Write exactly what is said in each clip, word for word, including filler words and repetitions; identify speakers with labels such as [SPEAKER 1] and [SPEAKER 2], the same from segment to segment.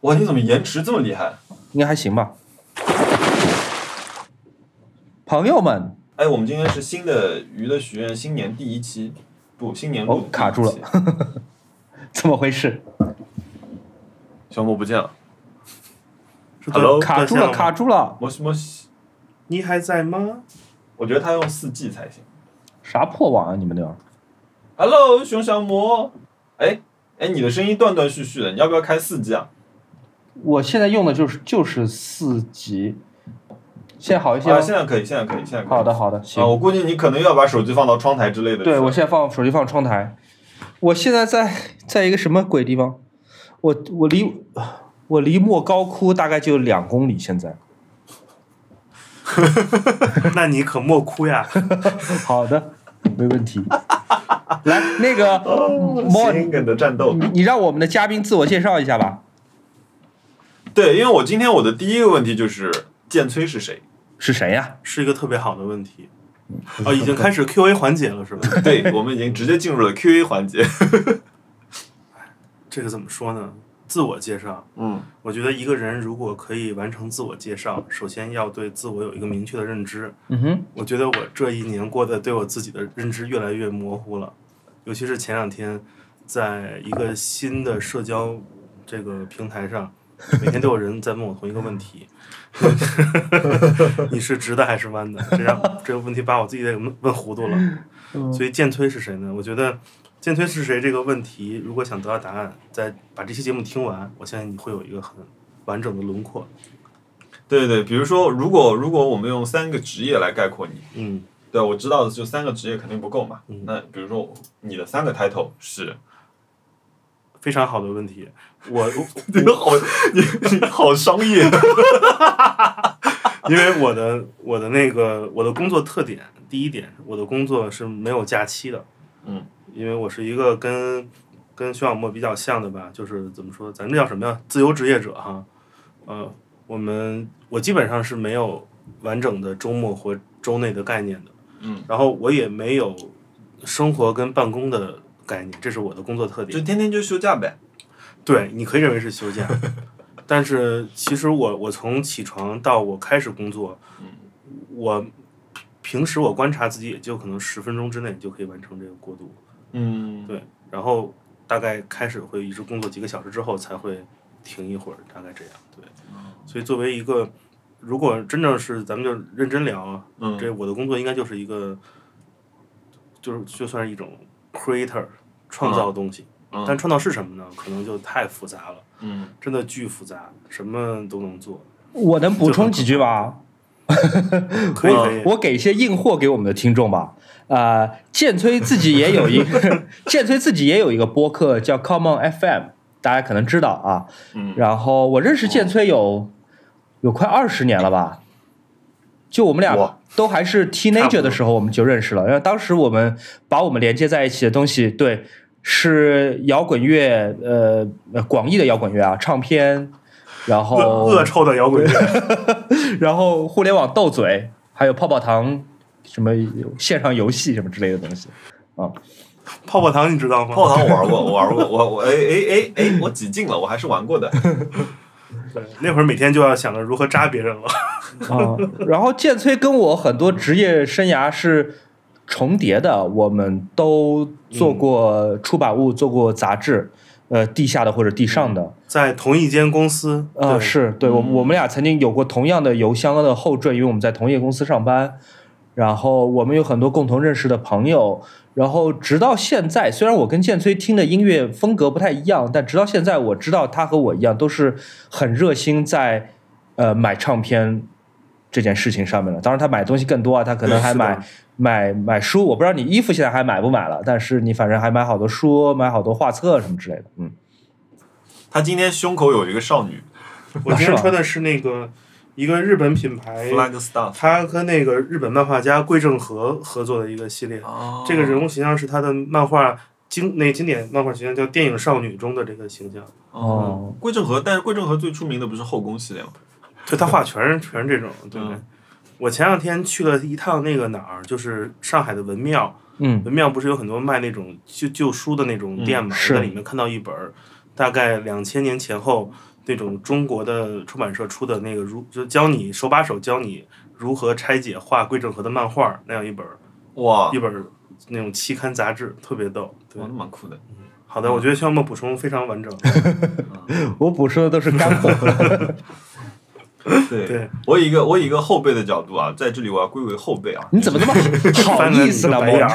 [SPEAKER 1] 哇，你怎么延迟这么厉害？
[SPEAKER 2] 应该还行吧。朋友们，
[SPEAKER 1] 哎，我们今天是新的娱乐学院新年第一期，不，新年录、
[SPEAKER 2] 哦、卡住了，怎么回事？
[SPEAKER 1] 小莫不见了。
[SPEAKER 3] Hello，
[SPEAKER 2] 卡住了，卡住了。
[SPEAKER 1] 摩西摩西，
[SPEAKER 3] 你还在吗？
[SPEAKER 1] 我觉得他用四 G 才行。
[SPEAKER 2] 啥破网啊，你们那儿
[SPEAKER 1] ？Hello， 熊小魔。哎哎，你的声音断断续续的，你要不要开四 G 啊？
[SPEAKER 2] 我现在用的就是就是四 G， 现在好一些吗？
[SPEAKER 1] 啊，现在可以，现在可以，现在可以。
[SPEAKER 2] 好的好的，行。
[SPEAKER 1] 啊，我估计你可能要把手机放到窗台之类的。
[SPEAKER 2] 对，我现在放手机放窗台。我现在在在一个什么鬼地方？我我离我离莫高窟大概就两公里，现在。
[SPEAKER 3] 那你可莫哭呀！
[SPEAKER 2] 好的，没问题。来，那个莫
[SPEAKER 1] 心梗的战斗，
[SPEAKER 2] 你让我们的嘉宾自我介绍一下吧。
[SPEAKER 1] 对，因为我今天我的第一个问题就是剑崔是谁？
[SPEAKER 2] 是谁呀？
[SPEAKER 3] 是一个特别好的问题。哦，已经开始 Q A 环节了，是吧？
[SPEAKER 1] 对，我们已经直接进入了 Q A 环节。
[SPEAKER 3] 这个怎么说呢？自我介绍，
[SPEAKER 1] 嗯，
[SPEAKER 3] 我觉得一个人如果可以完成自我介绍，首先要对自我有一个明确的认知。
[SPEAKER 2] 嗯哼，
[SPEAKER 3] 我觉得我这一年过得对我自己的认知越来越模糊了，尤其是前两天，在一个新的社交这个平台上，每天都有人在问我同一个问题：你是直的还是弯的？这让这个问题把我自己给问糊涂了。所以剑崔是谁呢？我觉得。剑崔是谁这个问题，如果想得到答案，在把这期节目听完，我相信你会有一个很完整的轮廓。
[SPEAKER 1] 对对对，比如说，如果如果我们用三个职业来概括你，
[SPEAKER 3] 嗯，
[SPEAKER 1] 对，我知道的就三个职业肯定不够嘛。
[SPEAKER 3] 嗯、
[SPEAKER 1] 那比如说你的三个 title 是，
[SPEAKER 3] 非常好的问题。我
[SPEAKER 1] 你好，你你好商业，
[SPEAKER 3] 因为我的我的那个我的工作特点，第一点，我的工作是没有假期的。
[SPEAKER 1] 嗯。
[SPEAKER 3] 因为我是一个跟跟徐小沫比较像的吧，就是怎么说，咱们叫什么呀？自由职业者哈。呃，我们我基本上是没有完整的周末或周内的概念的。
[SPEAKER 1] 嗯。
[SPEAKER 3] 然后我也没有生活跟办公的概念，这是我的工作特点。
[SPEAKER 1] 就天天就休假呗。
[SPEAKER 3] 对，你可以认为是休假，但是其实我我从起床到我开始工作，
[SPEAKER 1] 嗯，
[SPEAKER 3] 我平时我观察自己也就可能十分钟之内就可以完成这个过渡。
[SPEAKER 1] 嗯，
[SPEAKER 3] 对，然后大概开始会一直工作几个小时之后才会停一会儿，大概这样。对，所以作为一个，如果真正是咱们就认真聊，
[SPEAKER 1] 嗯，
[SPEAKER 3] 这我的工作应该就是一个，就是就算是一种 creator 创造东西，
[SPEAKER 1] 嗯，
[SPEAKER 3] 但创造是什么呢？可能就太复杂了，
[SPEAKER 1] 嗯，
[SPEAKER 3] 真的巨复杂，什么都能做。
[SPEAKER 2] 我能补充几句吧？
[SPEAKER 3] 可以可以，
[SPEAKER 2] 我给一些硬货给我们的听众吧。呃，剑崔自己也有一个，剑崔自己也有一个播客叫 Common F M， 大家可能知道啊。
[SPEAKER 1] 嗯。然
[SPEAKER 2] 后我认识剑崔有有快二十年了吧，就我们俩都还是 teenager 的时候我们就认识了。然后当时我们把我们连接在一起的东西，对，是摇滚乐，呃，广义的摇滚乐啊，唱片。然后
[SPEAKER 3] 恶臭的摇滚乐，
[SPEAKER 2] 然后互联网斗嘴，还有泡泡糖，什么线上游戏什么之类的东西啊。
[SPEAKER 3] 泡泡糖你知道吗？
[SPEAKER 1] 泡泡糖我玩过，我玩过，我我哎哎哎哎，我几进了，我还是玩过的。
[SPEAKER 3] 对，那会儿每天就要想着如何扎别人了。
[SPEAKER 2] 啊，然后剑崔跟我很多职业生涯是重叠的，我们都做过出版物，嗯、做过杂志。呃，地下的或者地上的，
[SPEAKER 3] 在同一间公司
[SPEAKER 2] 啊、呃，是对，我、
[SPEAKER 3] 嗯、
[SPEAKER 2] 我们俩曾经有过同样的邮箱的后缀，因为我们在同一个公司上班，然后我们有很多共同认识的朋友，然后直到现在，虽然我跟剑崔听的音乐风格不太一样，但直到现在我知道他和我一样都是很热心在呃买唱片这件事情上面了。当然他买东西更多啊，他可能还买。买买书，我不知道你衣服现在还买不买了，但是你反正还买好多书，买好多画册什么之类的。嗯，
[SPEAKER 1] 他今天胸口有一个少女，
[SPEAKER 3] 我今天穿的是那个一个日本品牌
[SPEAKER 1] Flag Stuff，
[SPEAKER 3] 他和那个日本漫画家桂正和合作的一个系列。
[SPEAKER 1] 哦，
[SPEAKER 3] 这个人物形象是他的漫画经那经典漫画形象叫《电影少女》中的这个形象。
[SPEAKER 1] 哦，桂正和，但是桂正和最出名的不是后宫系列吗？
[SPEAKER 3] 对，他画全是全是这种，对。嗯，我前两天去了一趟那个哪儿，就是上海的文庙。
[SPEAKER 2] 嗯，
[SPEAKER 3] 文庙不是有很多卖那种旧旧书的那种店嘛？
[SPEAKER 2] 嗯、
[SPEAKER 3] 我在里面看到一本，大概两千年前后那种中国的出版社出的那个如就教你手把手教你如何拆解画规整盒的漫画那样一本
[SPEAKER 1] 哇
[SPEAKER 3] 一本那种期刊杂志，特别逗。对，
[SPEAKER 1] 哇，那蛮酷的。
[SPEAKER 3] 好的，我觉得项目补充非常完整。
[SPEAKER 2] 我补充的都是干货。
[SPEAKER 1] 对，
[SPEAKER 3] 对
[SPEAKER 1] 我以一个我以一个后辈的角度啊，在这里我要归为后辈啊。
[SPEAKER 2] 你怎么那么好意思呢？
[SPEAKER 3] 我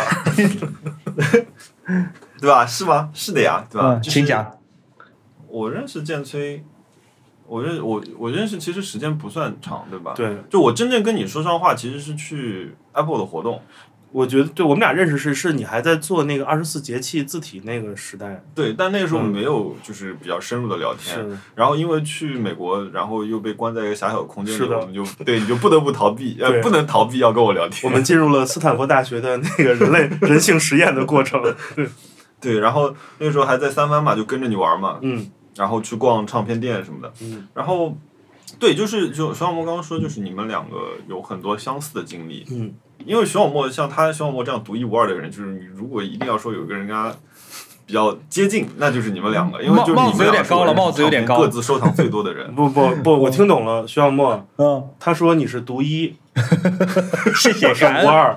[SPEAKER 1] 对吧？是吗？是的呀，对吧？
[SPEAKER 2] 嗯，
[SPEAKER 1] 就是
[SPEAKER 2] 请讲。
[SPEAKER 1] 我认识建崔，我认我我认识其实时间不算长，对吧？
[SPEAKER 3] 对，
[SPEAKER 1] 就我真正跟你说上话，其实是去 Apple 的活动。
[SPEAKER 3] 我觉得对我们俩认识是是你还在做那个二十四节气字体那个时代。
[SPEAKER 1] 对，但那个时候我们没有就是比较深入的聊天。
[SPEAKER 3] 是。
[SPEAKER 1] 然后因为去美国，然后又被关在一个狭小的空间里，
[SPEAKER 3] 是的
[SPEAKER 1] 我们就对你就不得不逃避，呃，不能逃避要跟我聊天。
[SPEAKER 3] 我们进入了斯坦福大学的那个人类人性实验的过程。对。
[SPEAKER 1] 对，然后那个时候还在三藩嘛，就跟着你玩嘛。
[SPEAKER 3] 嗯。
[SPEAKER 1] 然后去逛唱片店什么的。
[SPEAKER 3] 嗯。
[SPEAKER 1] 然后，对，就是就徐小沫刚刚说，就是你们两个有很多相似的经历。
[SPEAKER 3] 嗯。
[SPEAKER 1] 因为徐小沫像他徐小沫这样独一无二的人，就是你如果一定要说有一个人跟他比较接近，那就是你们两个，因为就是你们俩
[SPEAKER 2] 高了，帽子有点高，
[SPEAKER 1] 各自收藏最多的人。
[SPEAKER 3] 不不不，我听懂了，徐小沫。
[SPEAKER 2] 嗯。
[SPEAKER 3] 他说你是独一，
[SPEAKER 2] 谢谢，
[SPEAKER 3] 是无二。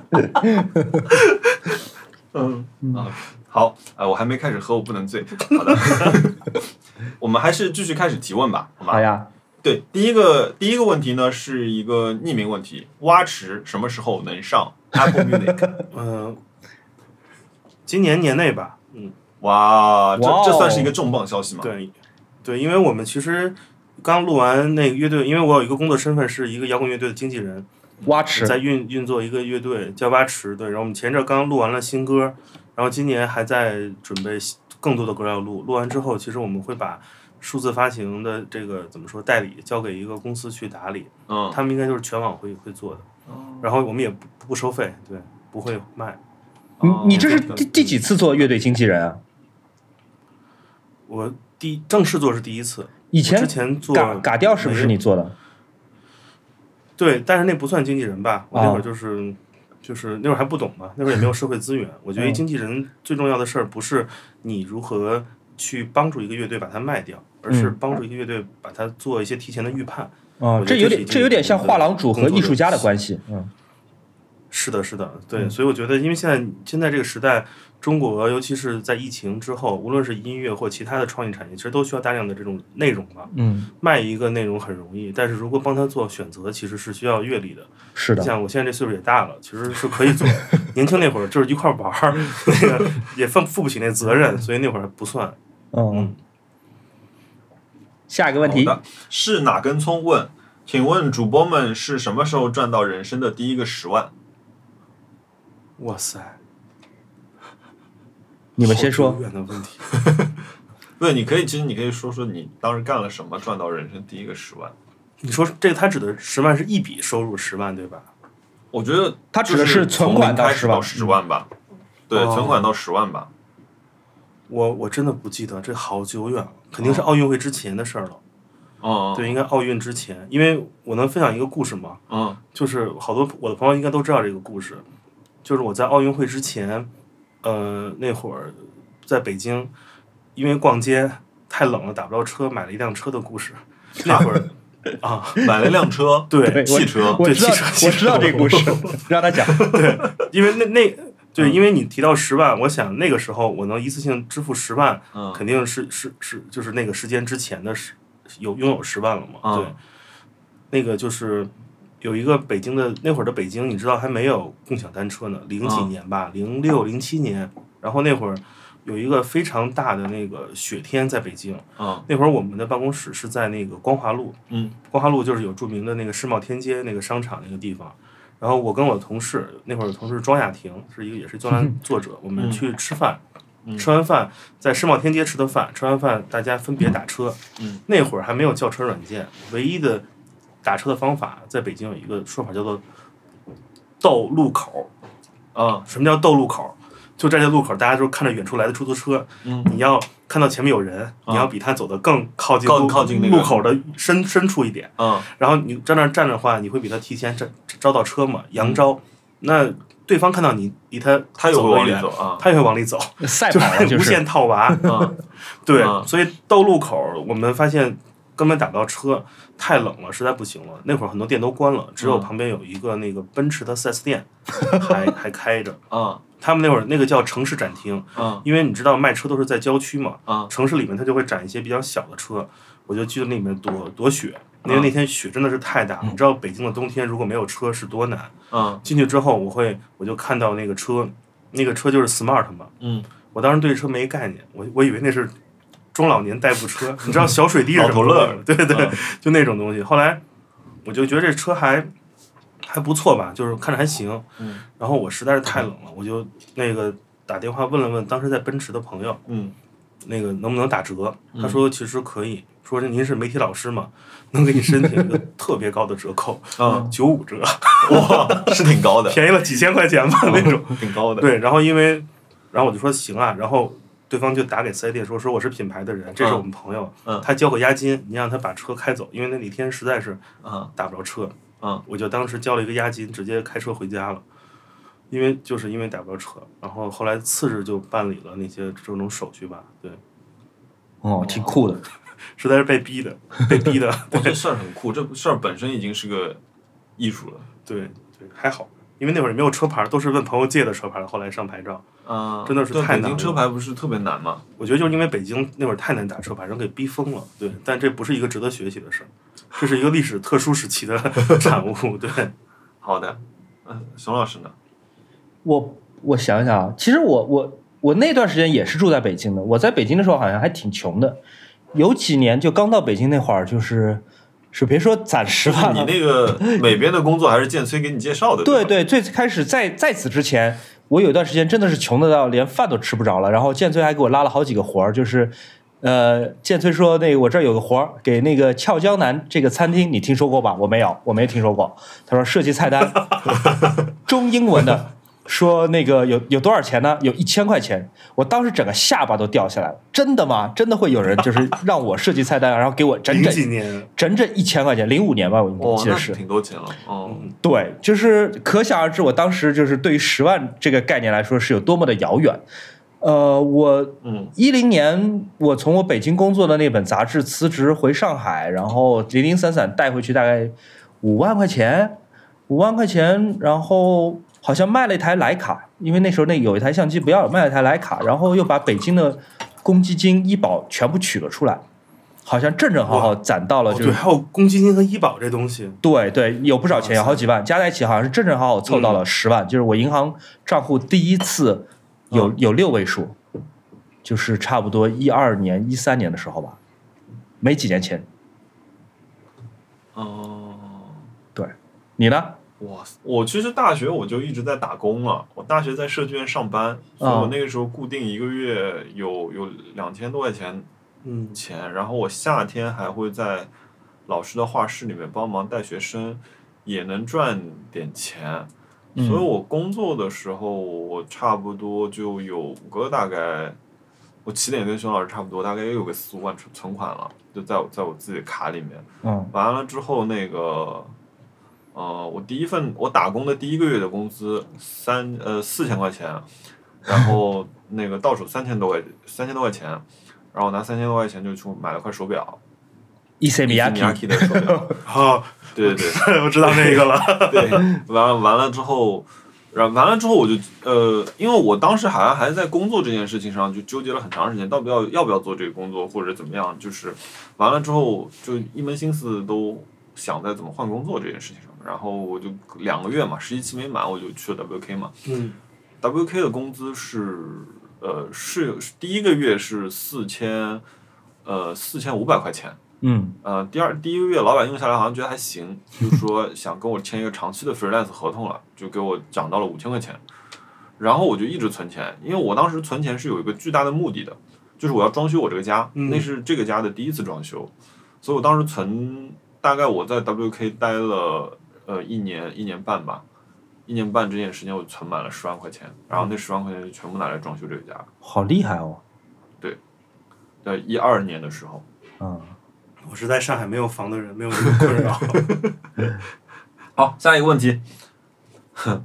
[SPEAKER 1] 嗯啊，好，呃，我还没开始喝，我不能醉。好的，我们还是继续开始提问吧，好吗？
[SPEAKER 2] 好呀。
[SPEAKER 1] 对，第一个第一个问题呢是一个匿名问题，蛙池什么时候能上 Apple Music？
[SPEAKER 3] 嗯、呃，今年年内吧。嗯。
[SPEAKER 1] 哇，这
[SPEAKER 2] 哇
[SPEAKER 1] 这算是一个重磅消息吗？
[SPEAKER 3] 对，对，因为我们其实刚录完那个乐队，因为我有一个工作身份是一个摇滚乐队的经纪人，
[SPEAKER 2] 蛙池
[SPEAKER 3] 在运运作一个乐队叫蛙池。对，然后我们前阵刚录完了新歌，然后今年还在准备更多的歌要录，录完之后，其实我们会把数字发行的这个怎么说代理交给一个公司去打理，
[SPEAKER 1] 嗯，
[SPEAKER 3] 他们应该就是全网会会做的，嗯，然后我们也不不收费，对，不会卖。
[SPEAKER 2] 你你这是第第几次做乐队经纪人啊？
[SPEAKER 3] 我第正式做是第一次，
[SPEAKER 2] 以前
[SPEAKER 3] 之前做
[SPEAKER 2] 嘎嘎调是不是你做的？
[SPEAKER 3] 对，但是那不算经纪人吧？我那会儿就是、哦、就是那会儿还不懂嘛，那会儿也没有社会资源。我觉得经纪人最重要的事儿不是你如何去帮助一个乐队把它卖掉，而是帮助一个乐队把它做一些提前的预判。
[SPEAKER 2] 哦，这有点这有点像画廊主和艺术家的关系。嗯，
[SPEAKER 3] 是的，是的，对，嗯、所以我觉得，因为现在现在这个时代，中国尤其是在疫情之后，无论是音乐或其他的创意产业，其实都需要大量的这种内容嘛。
[SPEAKER 2] 嗯，
[SPEAKER 3] 卖一个内容很容易，但是如果帮他做选择，其实是需要阅历的。
[SPEAKER 2] 是的，
[SPEAKER 3] 像我现在这岁数也大了，其实是可以做。年轻那会儿就是一块玩儿，那个也负负不起那责任，所以那会儿不算。
[SPEAKER 2] 嗯。嗯下一个问题
[SPEAKER 1] 是哪根葱问？请问主播们是什么时候赚到人生的第一个十万？
[SPEAKER 3] 哇塞！
[SPEAKER 2] 你们先说。
[SPEAKER 3] 远的问题。
[SPEAKER 1] 对，你可以，其实你可以说说你当时干了什么赚到人生第一个十万。
[SPEAKER 3] 你说这个他指的十万是一笔收入十万对吧？
[SPEAKER 1] 我觉得
[SPEAKER 2] 他指的是存款
[SPEAKER 1] 到
[SPEAKER 2] 十万，
[SPEAKER 1] 十万吧。对，哦、存款到十万吧。
[SPEAKER 3] 我我真的不记得，这好久远了，肯定是奥运会之前的事儿了。
[SPEAKER 1] 哦，
[SPEAKER 3] 对，应该奥运之前，因为我能分享一个故事嘛。
[SPEAKER 1] 嗯，
[SPEAKER 3] 就是好多我的朋友应该都知道这个故事，就是我在奥运会之前，呃，那会儿在北京，因为逛街太冷了，打不着车，买了一辆车的故事。那会儿啊，
[SPEAKER 1] 买了一辆车，
[SPEAKER 3] 对，
[SPEAKER 1] 汽车，
[SPEAKER 2] 我知道，我知道这个故事，让他讲。
[SPEAKER 3] 对，因为那那。对，因为你提到十万，我想那个时候我能一次性支付十万，
[SPEAKER 1] 嗯、
[SPEAKER 3] 肯定是是是，就是那个时间之前的十有拥有十万了嘛。
[SPEAKER 1] 嗯、
[SPEAKER 3] 对，那个就是有一个北京的那会儿的北京，你知道还没有共享单车呢，零几年吧，零六零七年，然后那会儿有一个非常大的那个雪天在北京。
[SPEAKER 1] 嗯、
[SPEAKER 3] 那会儿我们的办公室是在那个光华路，
[SPEAKER 1] 嗯，
[SPEAKER 3] 光华路就是有著名的那个世贸天阶那个商场那个地方。然后我跟我的同事，那会儿同事庄雅婷是一个也是专栏作者，我们去吃饭，
[SPEAKER 1] 嗯、
[SPEAKER 3] 吃完饭在世贸天阶吃的饭，吃完饭大家分别打车。
[SPEAKER 1] 嗯、
[SPEAKER 3] 那会儿还没有叫车软件，唯一的打车的方法，在北京有一个说法叫做斗路口。
[SPEAKER 1] 啊，
[SPEAKER 3] 什么叫斗路口？就站在路口，大家都看着远处来的出租车，
[SPEAKER 1] 嗯、
[SPEAKER 3] 你要看到前面有人，
[SPEAKER 1] 啊、
[SPEAKER 3] 你要比他走得更靠近
[SPEAKER 1] 更靠近那个
[SPEAKER 3] 路口的深深处一点。
[SPEAKER 1] 嗯，
[SPEAKER 3] 然后你在那儿站着的话，你会比他提前招招到车嘛？扬招。嗯、那对方看到你离他
[SPEAKER 1] 他也会往里
[SPEAKER 3] 走了远
[SPEAKER 1] 走啊，
[SPEAKER 3] 他也会往里走，
[SPEAKER 2] 赛跑了就是
[SPEAKER 3] 无限套娃。
[SPEAKER 1] 嗯
[SPEAKER 3] 对，
[SPEAKER 1] 嗯
[SPEAKER 3] 所以到路口我们发现根本打不到车，太冷了，实在不行了。那会儿很多店都关了，只有旁边有一个那个奔驰的 四 S 店还还开着。
[SPEAKER 1] 啊
[SPEAKER 3] 他们那会儿那个叫城市展厅，
[SPEAKER 1] 啊
[SPEAKER 3] 因为你知道卖车都是在郊区嘛，
[SPEAKER 1] 啊
[SPEAKER 3] 城市里面它就会展一些比较小的车，我就去那里面躲躲雪。因为那天雪真的是太大，你知道北京的冬天如果没有车是多难。
[SPEAKER 1] 嗯
[SPEAKER 3] 进去之后，我会我就看到那个车，那个车就是 Smart 嘛，
[SPEAKER 1] 嗯，
[SPEAKER 3] 我当时对车没概念，我我以为那是中老年代步车，你知道小水滴是什么
[SPEAKER 1] 老头乐
[SPEAKER 3] 吗？对对对，
[SPEAKER 1] 嗯
[SPEAKER 3] 就那种东西。后来我就觉得这车还还不错吧，就是看着还行。
[SPEAKER 1] 嗯
[SPEAKER 3] 然后我实在是太冷了，我就那个打电话问了问当时在奔驰的朋友，
[SPEAKER 1] 嗯
[SPEAKER 3] 那个能不能打折？他说其实可以，说您是媒体老师嘛，能给你申请一个特别高的折扣，
[SPEAKER 1] 嗯，
[SPEAKER 3] 九五折，
[SPEAKER 1] 哇，是挺高的，
[SPEAKER 3] 便宜了几千块钱吧那种。
[SPEAKER 1] 挺高的。
[SPEAKER 3] 对，然后因为，然后我就说行啊，然后对方就打给四 S 店说说我是品牌的人，这是我们朋友，
[SPEAKER 1] 嗯
[SPEAKER 3] 他交个押金，你让他把车开走，因为那几天实在是
[SPEAKER 1] 嗯
[SPEAKER 3] 打不着车，
[SPEAKER 1] 嗯
[SPEAKER 3] 我就当时交了一个押金，直接开车回家了。因为就是因为打不着车，然后后来次日就办理了那些这种手续吧，对，
[SPEAKER 2] 哦，挺酷的。
[SPEAKER 3] 实在是被逼的，被逼的，
[SPEAKER 1] 哇这事儿很酷，这事儿本身已经是个艺术了。
[SPEAKER 3] 对对，还好，因为那会儿也没有车牌，都是问朋友借的车牌，后来上牌照。
[SPEAKER 1] 嗯，
[SPEAKER 3] 真的是
[SPEAKER 1] 对
[SPEAKER 3] 太难了
[SPEAKER 1] 北京车牌不是特别难吗？
[SPEAKER 3] 我觉得就是因为北京那会儿太难打车牌，人给逼疯了。对，但这不是一个值得学习的事儿，这是一个历史特殊时期的产物。对，
[SPEAKER 1] 好的，嗯，熊老师呢？
[SPEAKER 2] 我我想想啊，其实我我我那段时间也是住在北京的。我在北京的时候好像还挺穷的，有几年就刚到北京那会儿，就是是别说攒十万了，
[SPEAKER 1] 你那个美编的工作还是建崔给你介绍的？
[SPEAKER 2] 对
[SPEAKER 1] 对
[SPEAKER 2] 对，最开始在在此之前，我有一段时间真的是穷的到连饭都吃不着了。然后建崔还给我拉了好几个活儿，就是呃，建崔说那个我这儿有个活儿，给那个俏江南这个餐厅，你听说过吧？我没有，我没听说过。他说设计菜单，中英文的。说那个有有多少钱呢？有一千块钱，我当时整个下巴都掉下来了。真的吗？真的会有人就是让我设计菜单，然后给我整整
[SPEAKER 3] 零几年，
[SPEAKER 2] 整整一千块钱？零五年吧，我应该
[SPEAKER 1] 哦，那
[SPEAKER 2] 记得是。
[SPEAKER 1] 挺多钱了。哦，
[SPEAKER 2] 对，就是可想而知，我当时就是对于十万这个概念来说是有多么的遥远。呃，我
[SPEAKER 1] 嗯
[SPEAKER 2] 一零年我从我北京工作的那本杂志辞职回上海，然后零零散散带回去大概五万块钱，五万块钱，然后好像卖了一台徕卡，因为那时候那有一台相机不要了，卖了一台徕卡，然后又把北京的公积金、医保全部取了出来，好像正正好好攒到了
[SPEAKER 3] 哦，
[SPEAKER 2] 就是、
[SPEAKER 3] 对，还有公积金和医保这东西，
[SPEAKER 2] 对对，有不少钱，有好几万，加在一起好像是正正好好凑到了十万，就是我银行账户第一次有、
[SPEAKER 1] 嗯
[SPEAKER 2] 有六位数，就是差不多一二年、一三年的时候吧，没几年前。
[SPEAKER 1] 哦，
[SPEAKER 2] 对，你呢？
[SPEAKER 1] 哇塞！我其实大学我就一直在打工了，我大学在设计院上班，所以我那个时候固定一个月有有两千多块钱
[SPEAKER 3] 嗯，
[SPEAKER 1] 钱，然后我夏天还会在老师的画室里面帮忙带学生，也能赚点钱。
[SPEAKER 2] 嗯
[SPEAKER 1] 所以我工作的时候，我差不多就有个大概，我起点跟熊老师差不多，大概也有个四五万存存款了，就在我在我自己的卡里面。
[SPEAKER 2] 嗯
[SPEAKER 1] 完了之后，那个，呃，我第一份我打工的第一个月的工资三呃四千块钱，然后那个到手三千多块三千多块钱，然后拿三千多块钱就去买了块手表，
[SPEAKER 2] 伊塞米亚
[SPEAKER 1] 米亚
[SPEAKER 2] 提，
[SPEAKER 1] 提的手表，
[SPEAKER 3] 好，
[SPEAKER 1] 对对对。
[SPEAKER 3] 我知道那个了。
[SPEAKER 1] 对，完了完了之后，然完了之后我就呃，因为我当时好像还在工作这件事情上就纠结了很长时间，到底要要不要做这个工作或者怎么样，就是完了之后就一门心思都想在怎么换工作这件事情上，然后我就两个月嘛，实习期没满我就去了 W K 嘛，
[SPEAKER 3] 嗯
[SPEAKER 1] ，W K 的工资是呃是第一个月是四千呃四千五百块钱。
[SPEAKER 2] 嗯
[SPEAKER 1] 呃，第二第一个月老板用下来好像觉得还行，就是说想跟我签一个长期的 freelance 合同了，就给我涨到了五千块钱，然后我就一直存钱，因为我当时存钱是有一个巨大的目的的，就是我要装修我这个家，
[SPEAKER 3] 嗯
[SPEAKER 1] 那是这个家的第一次装修，所以我当时存大概我在 W K 待了呃一年一年半吧，一年半这件时间我存满了十万块钱，然后那十万块钱就全部拿来装修这个家，
[SPEAKER 2] 好厉害哦。
[SPEAKER 1] 在一二年的时候。
[SPEAKER 2] 嗯，
[SPEAKER 3] 我是在上海没有房的人，没有这个困扰。
[SPEAKER 1] 好，下一个问题，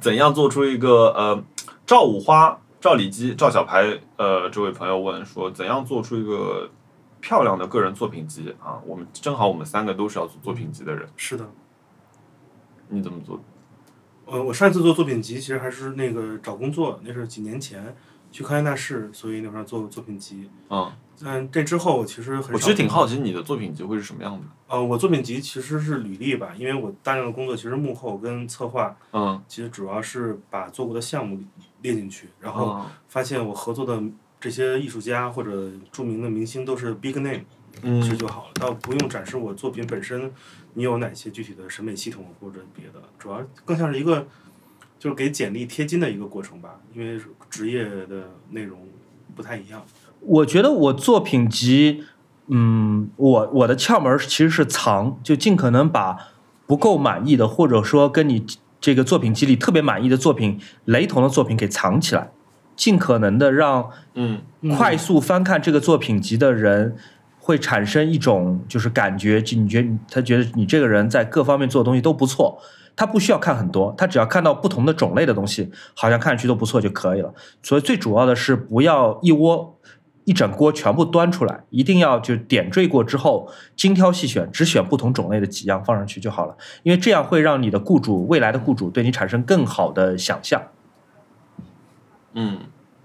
[SPEAKER 1] 怎样做出一个呃赵五花、赵里基、赵小排呃这位朋友问说怎样做出一个漂亮的个人作品集啊？我们正好我们三个都是要做作品集的人。
[SPEAKER 3] 是的。
[SPEAKER 1] 你怎么做？
[SPEAKER 3] 呃，我上一次做作品集其实还是那个找工作，那是几年前去康业大仕，所以那会儿做作品集。
[SPEAKER 1] 嗯。
[SPEAKER 3] 但这之后其实很少。
[SPEAKER 1] 我其实挺好奇你的作品集会是什么样的。
[SPEAKER 3] 呃，我作品集其实是履历吧，因为我大量的工作其实幕后跟策划，
[SPEAKER 1] 嗯，
[SPEAKER 3] 其实主要是把做过的项目列进去，然后发现我合作的这些艺术家或者著名的明星都是 big name，
[SPEAKER 1] 嗯，
[SPEAKER 3] 其实就好了，倒不用展示我作品本身你有哪些具体的审美系统或者别的，主要更像是一个就是给简历贴金的一个过程吧，因为职业的内容不太一样。
[SPEAKER 2] 我觉得我作品集，嗯，我我的窍门其实是藏，就尽可能把不够满意的，或者说跟你这个作品集里特别满意的作品雷同的作品给藏起来，尽可能的让
[SPEAKER 1] 嗯
[SPEAKER 2] 快速翻看这个作品集的人会产生一种就是感觉，就你觉得他觉得你这个人在各方面做的东西都不错。他不需要看很多，他只要看到不同的种类的东西，好像看上去都不错就可以了。所以最主要的是不要一窝一整锅全部端出来，一定要就点缀过之后精挑细选，只选不同种类的几样放上去就好了。因为这样会让你的雇主未来的雇主对你产生更好的想象。
[SPEAKER 1] 嗯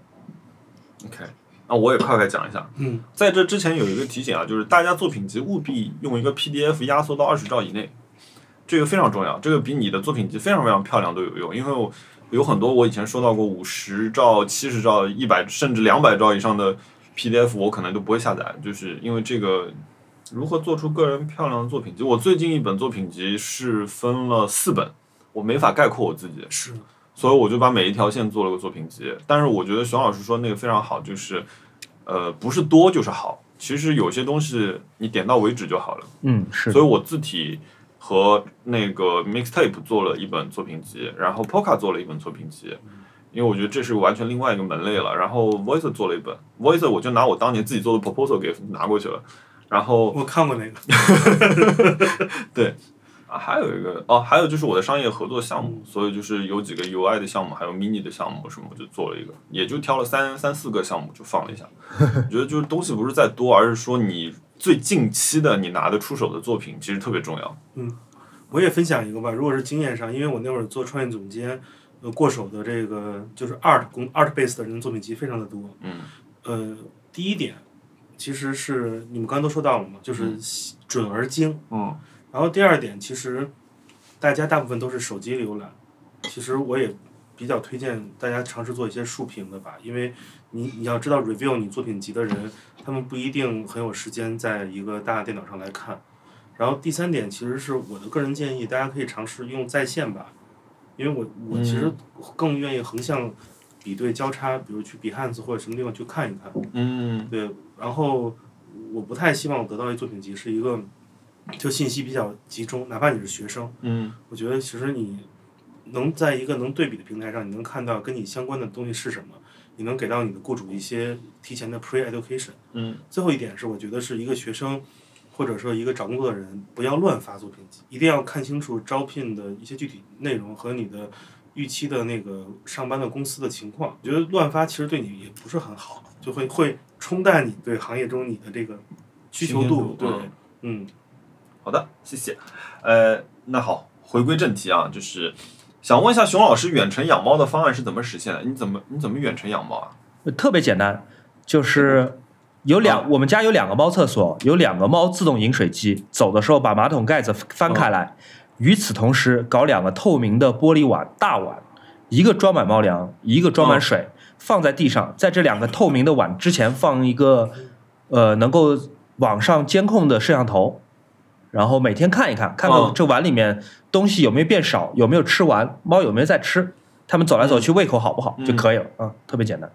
[SPEAKER 1] ，OK， 那我也快快讲一下。
[SPEAKER 3] 嗯，
[SPEAKER 1] 在这之前有一个提醒啊，就是大家作品集务必用一个 P D F 压缩到二十兆以内。这个非常重要，这个比你的作品集非常非常漂亮都有用，因为有很多我以前收到过五十兆、七十兆、一百甚至两百兆以上的 P D F， 我可能都不会下载，就是因为这个如何做出个人漂亮的作品集。我最近一本作品集是分了四本，我没法概括我自己，
[SPEAKER 3] 是，
[SPEAKER 1] 所以我就把每一条线做了个作品集。但是我觉得熊老师说那个非常好，就是呃不是多就是好，其实有些东西你点到为止就好了。
[SPEAKER 2] 嗯，是。
[SPEAKER 1] 所以我字体和那个 mixtape 做了一本作品集，然后 Polka 做了一本作品集，因为我觉得这是完全另外一个门类了。然后 Voice 做了一本 ，Voice 我就拿我当年自己做的 proposal 给拿过去了。然后
[SPEAKER 3] 我看过那个，
[SPEAKER 1] 对啊，还有一个哦，还有就是我的商业合作项目，所以就是有几个 U I 的项目，还有 mini 的项目什么，我就做了一个，也就挑了三三四个项目就放了一下。我觉得就是东西不是在多，而是说你最近期的你拿得出手的作品其实特别重要。
[SPEAKER 3] 嗯，我也分享一个吧。如果是经验上，因为我那会儿做创业总监，呃，过手的这个就是 art 工 art base 的人作品集非常的多。
[SPEAKER 1] 嗯。
[SPEAKER 3] 呃，第一点其实是你们刚刚都说到了嘛，就是准而精。
[SPEAKER 1] 嗯。
[SPEAKER 3] 然后第二点，其实大家大部分都是手机浏览，其实我也比较推荐大家尝试做一些竖屏的吧，因为你你要知道 review 你作品集的人，他们不一定很有时间在一个大电脑上来看。然后第三点，其实是我的个人建议，大家可以尝试用在线吧，因为我我其实更愿意横向比对交叉，比如去 Behance 或者什么地方去看一看。
[SPEAKER 1] 嗯。
[SPEAKER 3] 对，然后我不太希望得到一作品集是一个就信息比较集中，哪怕你是学生。
[SPEAKER 1] 嗯。
[SPEAKER 3] 我觉得其实你能在一个能对比的平台上，你能看到跟你相关的东西是什么，你能给到你的雇主一些提前的 pre-education。
[SPEAKER 1] 嗯。
[SPEAKER 3] 最后一点是，我觉得是一个学生或者说一个找工作的人，不要乱发作品集，一定要看清楚招聘的一些具体内容和你的预期的那个上班的公司的情况。我觉得乱发其实对你也不是很好，就会会冲淡你对行业中你的这个需求度。对，嗯。
[SPEAKER 1] 好的，谢谢。呃，那好，回归正题啊，就是想问一下熊老师，远程养猫的方案是怎么实现的？你怎么你怎么远程养猫啊？
[SPEAKER 2] 特别简单，就是有两、嗯，我们家有两个猫厕所，有两个猫自动饮水机，走的时候把马桶盖子翻开来。嗯、与此同时，搞两个透明的玻璃碗，大碗，一个装满猫粮，一个装满水，嗯、放在地上，在这两个透明的碗之前放一个呃能够网上监控的摄像头。然后每天看一看，看看这碗里面东西有没有变少，有没有吃完，猫有没有在吃，它们走来走去胃口好不好、嗯、就可以了啊、嗯，特别简单。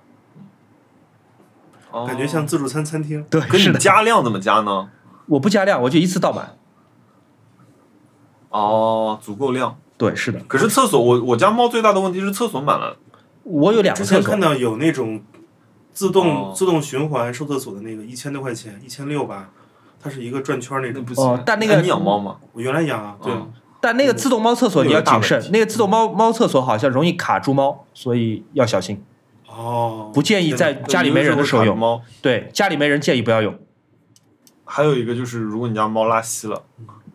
[SPEAKER 3] 感觉像自助餐餐厅。
[SPEAKER 2] 对，
[SPEAKER 1] 可是你加量怎么加呢？
[SPEAKER 2] 我不加量，我就一次倒满。
[SPEAKER 1] 哦，足够量。
[SPEAKER 2] 对，是的。
[SPEAKER 1] 可是厕所，我我家猫最大的问题是厕所满了。
[SPEAKER 2] 我有两个厕所。
[SPEAKER 3] 之前看到有那种自动、哦、自动循环收厕所的那个，一千多块钱，一千六吧。它是一个转圈那种。
[SPEAKER 2] 哦，但那个
[SPEAKER 1] 你养猫吗？
[SPEAKER 3] 我原来养啊，对。
[SPEAKER 2] 哦、 但那个自动猫厕所你要谨慎，那个自动猫猫厕所好像容易卡住猫，所以要小心。
[SPEAKER 3] 哦，
[SPEAKER 2] 不建议在家里没人的时候用。
[SPEAKER 1] 猫
[SPEAKER 2] 对，家里没人建议不要用。
[SPEAKER 1] 还有一个就是，如果你家猫拉稀了。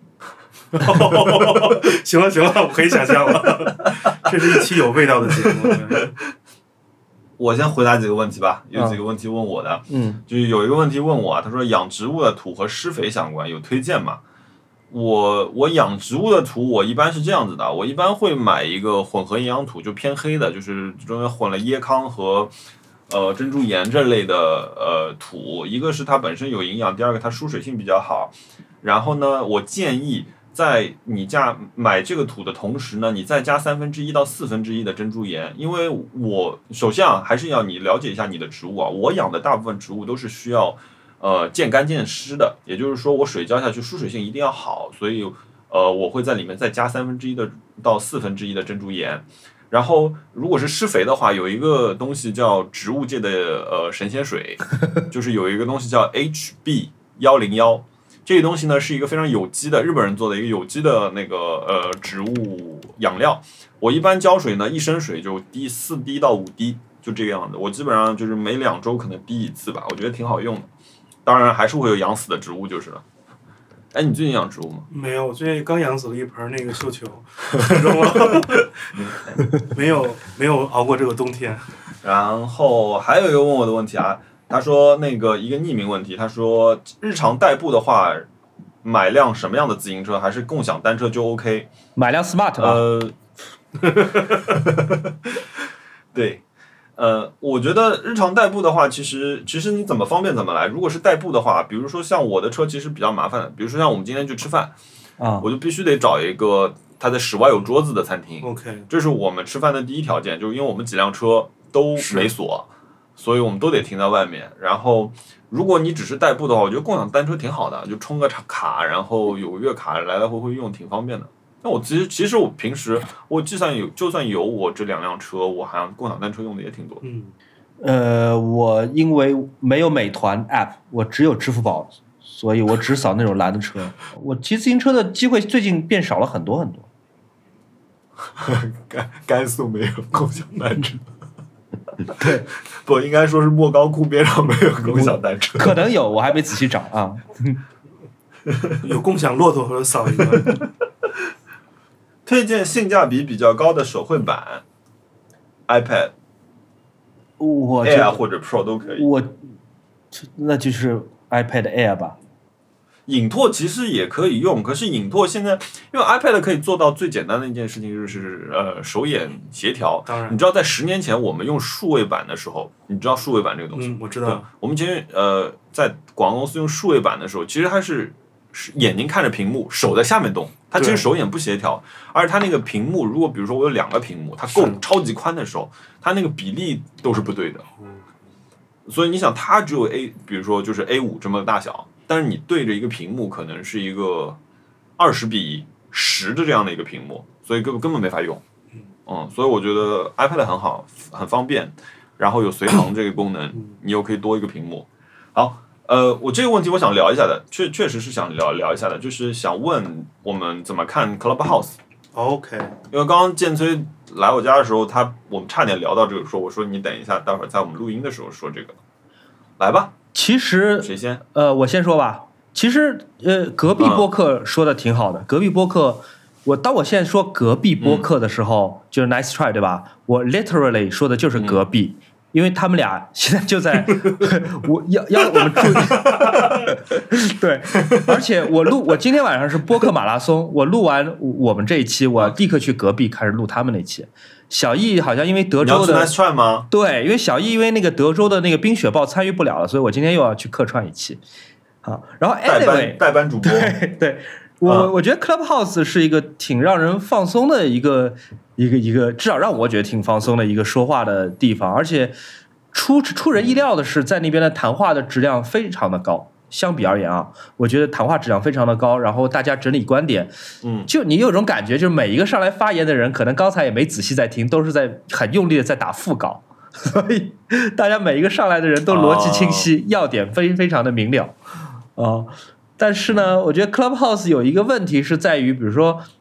[SPEAKER 3] 行了行了，我可以想象了，这是一期有味道的节目。
[SPEAKER 1] 我先回答几个问题吧，有几个问题问我的，
[SPEAKER 2] 嗯，
[SPEAKER 1] 就是有一个问题问我啊，他说养植物的土和施肥相关，有推荐吗？我我养植物的土，我一般是这样子的，我一般会买一个混合营养土，就偏黑的，就是中间混了椰糠和呃珍珠岩这类的呃土，一个是它本身有营养，第二个它疏水性比较好。然后呢，我建议在你家买这个土的同时呢，你再加三分之一到四分之一的珍珠岩，因为我首先啊，还是要你了解一下你的植物啊。我养的大部分植物都是需要呃见干见湿的，也就是说我水浇下去疏水性一定要好，所以呃我会在里面再加三分之一的到四分之一的珍珠岩。然后如果是施肥的话，有一个东西叫植物界的呃神仙水，就是有一个东西叫 H B 一零一。这个东西呢是一个非常有机的日本人做的一个有机的那个呃植物养料。我一般浇水呢，一升水就滴四滴到五滴，就这个样子。我基本上就是每两周可能滴一次吧，我觉得挺好用的。当然还是会有养死的植物就是了。哎，你最近养植物吗？
[SPEAKER 3] 没有，我最近刚养死了一盆那个绣球，扔了。没有没有熬过这个冬天。
[SPEAKER 1] 然后还有一个问我的问题啊。他说那个一个匿名问题，他说日常代步的话，买辆什么样的自行车还是共享单车就 OK？
[SPEAKER 2] 买辆 Smart 吧。
[SPEAKER 1] 呃，对，呃，我觉得日常代步的话，其实其实你怎么方便怎么来。如果是代步的话，比如说像我的车其实比较麻烦的，比如说像我们今天去吃饭，
[SPEAKER 2] 啊，
[SPEAKER 1] 我就必须得找一个它在室外有桌子的餐厅。
[SPEAKER 3] OK，
[SPEAKER 1] 这是我们吃饭的第一条件，就是因为我们几辆车都没锁。所以我们都得停在外面。然后，如果你只是代步的话，我觉得共享单车挺好的，就充个卡，然后有个月卡来来回回用，挺方便的。那我其实其实我平时我就算有就算有我这两辆车，我好像共享单车用的也挺多。
[SPEAKER 3] 嗯，
[SPEAKER 2] 呃，我因为没有美团 App， 我只有支付宝，所以我只扫那种蓝的车。我骑自行车的机会最近变少了很多很多。
[SPEAKER 1] 甘甘肃没有共享单车。
[SPEAKER 2] 对，
[SPEAKER 1] 不应该说是莫高窟边上没有共享单车，
[SPEAKER 2] 可能有，我还没仔细找啊。
[SPEAKER 3] 有共享骆驼或者扫一个。
[SPEAKER 1] 推荐性价比比较高的手绘板 ，iPad，
[SPEAKER 2] 我
[SPEAKER 1] Air 或者 Pro 都可以。
[SPEAKER 2] 我那就是 iPad Air 吧。
[SPEAKER 1] 影拓其实也可以用，可是影拓现在因为 iPad 可以做到最简单的一件事情就是呃手眼协调。
[SPEAKER 3] 当然，
[SPEAKER 1] 你知道在十年前我们用数位板的时候，你知道数位板这个东西？
[SPEAKER 3] 嗯，我知道。
[SPEAKER 1] 我们前呃在广告公司用数位板的时候，其实它是是眼睛看着屏幕，手在下面动，它其实手眼不协调。而它那个屏幕，如果比如说我有两个屏幕，它够超级宽的时候，它那个比例都是不对的。所以你想，它只有 A， 比如说就是 A 五 这么大小。但是你对着一个屏幕，可能是一个二十比十的这样的一个屏幕，所以根本根本没法用。嗯，所以我觉得 iPad 很好，很方便，然后有随行这个功能，你又可以多一个屏幕。好，呃，我这个问题我想聊一下的，确确实是想聊聊一下的，就是想问我们怎么看 Clubhouse。OK，
[SPEAKER 3] 因
[SPEAKER 1] 为刚刚建崔来我家的时候，他我们差点聊到这个，说我说你等一下，待会儿在我们录音的时候说这个，来吧。
[SPEAKER 2] 其实
[SPEAKER 1] 谁先？
[SPEAKER 2] 呃，我先说吧。其实呃，隔壁播客说的挺好的。嗯、隔壁播客，我当我现在说隔壁播客的时候，嗯、就是 nice try 对吧？我 literally 说的就是隔壁，嗯、因为他们俩现在就在我要要我们注意。对，而且我录我今天晚上是播客马拉松，我录完我们这一期，我立刻去隔壁开始录他们那期。小易好像因为德州的，
[SPEAKER 1] 你要去 nice try 吗？
[SPEAKER 2] 对，因为小易因为那个德州的那个冰雪暴参与不了了，所以我今天又要去客串一期。好，然后 anyway
[SPEAKER 1] 代班代班主播，
[SPEAKER 2] 对对，我、嗯、我觉得 Clubhouse 是一个挺让人放松的一个一个一个，至少让我觉得挺放松的一个说话的地方，而且出出人意料的是，在那边的谈话的质量非常的高。相比而言啊，我觉得谈话质量非常的高，然后大家整理观点，
[SPEAKER 1] 嗯，
[SPEAKER 2] 就你有种感觉，就是每一个上来发言的人，可能刚才也没仔细在听，都是在很用力的在打副稿，所以大家每一个上来的人都逻辑清晰，哦、要点非非常的明了，啊、呃，但是呢，我觉得 Clubhouse 有一个问题是在于，比如说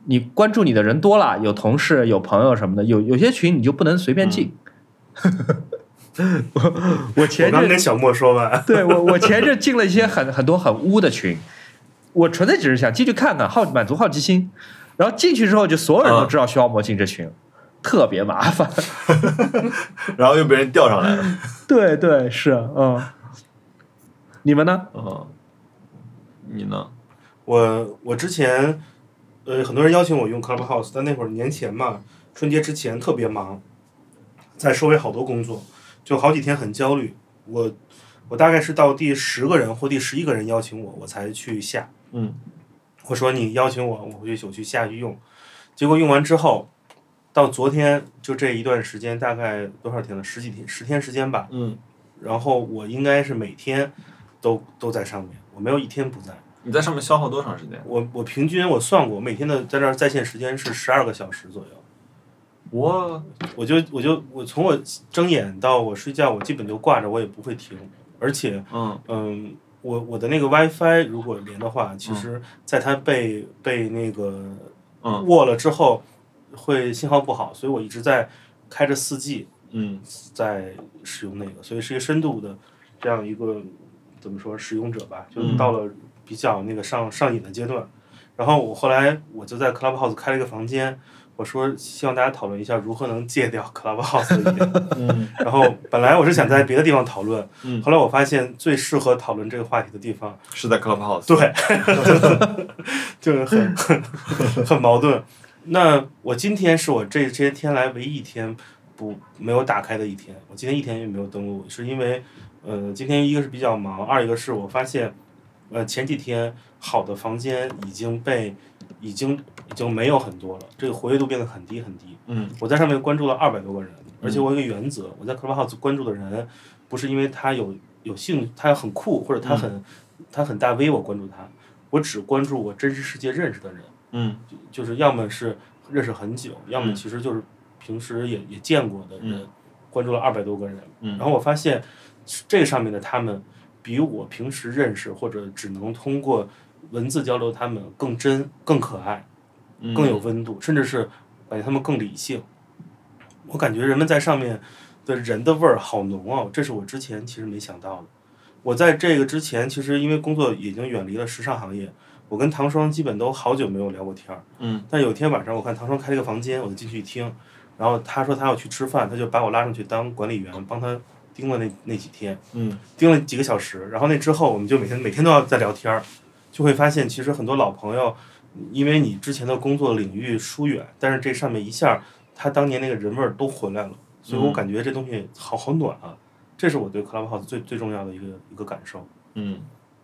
[SPEAKER 2] 你关注你的人多了，有同事有朋友什么的，有有些群你就不能随便进。嗯、我我前
[SPEAKER 3] 我刚跟小莫说完，
[SPEAKER 2] 对我我前阵进了一些很很多很污的群，我纯粹只是想进去看看，好满足好奇心，然后进去之后就所有人都知道徐小莫进这群，嗯、特别麻烦，
[SPEAKER 1] 然后又被人调上来了。
[SPEAKER 2] 对对是，嗯，你们呢？
[SPEAKER 1] 嗯，你呢？
[SPEAKER 3] 我我之前呃很多人邀请我用 Clubhouse， 但那会儿年前嘛，春节之前特别忙，在收尾好多工作，就好几天很焦虑。我我大概是到第十个人或第十一个人邀请我，我才去下。
[SPEAKER 1] 嗯，
[SPEAKER 3] 我说你邀请我，我回去我去下去用。结果用完之后，到昨天就这一段时间，大概多少天了？十几天，十天时间吧。
[SPEAKER 1] 嗯。
[SPEAKER 3] 然后我应该是每天都都在上面，我没有一天不在。
[SPEAKER 1] 你在上面消耗多长时间？
[SPEAKER 3] 我我平均我算过，每天的在这儿在线时间是十二个小时左右。
[SPEAKER 1] 我
[SPEAKER 3] 我就我就我从我睁眼到我睡觉，我基本就挂着，我也不会停。而且，
[SPEAKER 1] 嗯
[SPEAKER 3] 嗯，我我的那个 WiFi 如果连的话，其实在它被被那个握了之后，会信号不好，所以我一直在开着 四 G，
[SPEAKER 1] 嗯，
[SPEAKER 3] 在使用那个，所以是一个深度的这样一个怎么说使用者吧，就到了比较那个上上瘾的阶段。然后我后来我就在 Clubhouse 开了一个房间。我说希望大家讨论一下如何能戒掉 Clubhouse 的瘾。
[SPEAKER 1] 嗯，
[SPEAKER 3] 然后本来我是想在别的地方讨论，
[SPEAKER 1] 嗯，
[SPEAKER 3] 后来我发现最适合讨论这个话题的地方
[SPEAKER 1] 是在 Clubhouse。
[SPEAKER 3] 对，就是很很很矛盾。那我今天是我这这些天来唯一一天不没有打开的一天，我今天一天也没有登录，是因为呃今天一个是比较忙，二一个是我发现呃前几天好的房间已经被已经已经没有很多了，这个活跃度变得很低很低。
[SPEAKER 1] 嗯，
[SPEAKER 3] 我在上面关注了二百多个人，而且我有一个原则，我在 Clubhouse 关注的人，不是因为他有有兴，他很酷或者他很、嗯、他很大 V 我关注他，我只关注我真实世界认识的人。
[SPEAKER 1] 嗯，
[SPEAKER 3] 就, 就是要么是认识很久，要么其实就是平时也也见过的人，
[SPEAKER 1] 嗯、
[SPEAKER 3] 关注了二百多个人。
[SPEAKER 1] 嗯，
[SPEAKER 3] 然后我发现这上面的他们比我平时认识或者只能通过文字交流他们更真、更可爱、更有温度，
[SPEAKER 1] 嗯、
[SPEAKER 3] 甚至是感觉他们更理性。我感觉人们在上面的人的味儿好浓哦，这是我之前其实没想到的。我在这个之前，其实因为工作已经远离了时尚行业，我跟唐双基本都好久没有聊过天儿。
[SPEAKER 1] 嗯。
[SPEAKER 3] 但有一天晚上，我看唐双开了一个房间，我就进去一听，然后他说他要去吃饭，他就把我拉上去当管理员，帮他盯了那那几天。
[SPEAKER 1] 嗯。
[SPEAKER 3] 盯了几个小时，然后那之后我们就每天每天都要在聊天儿，就会发现其实很多老朋友，因为你之前的工作领域疏远，但是这上面一下他当年那个人味儿都回来了，所以我感觉这东西好好暖啊，这是我对 Clubhouse 最最重要的一个一个感受。
[SPEAKER 1] 嗯。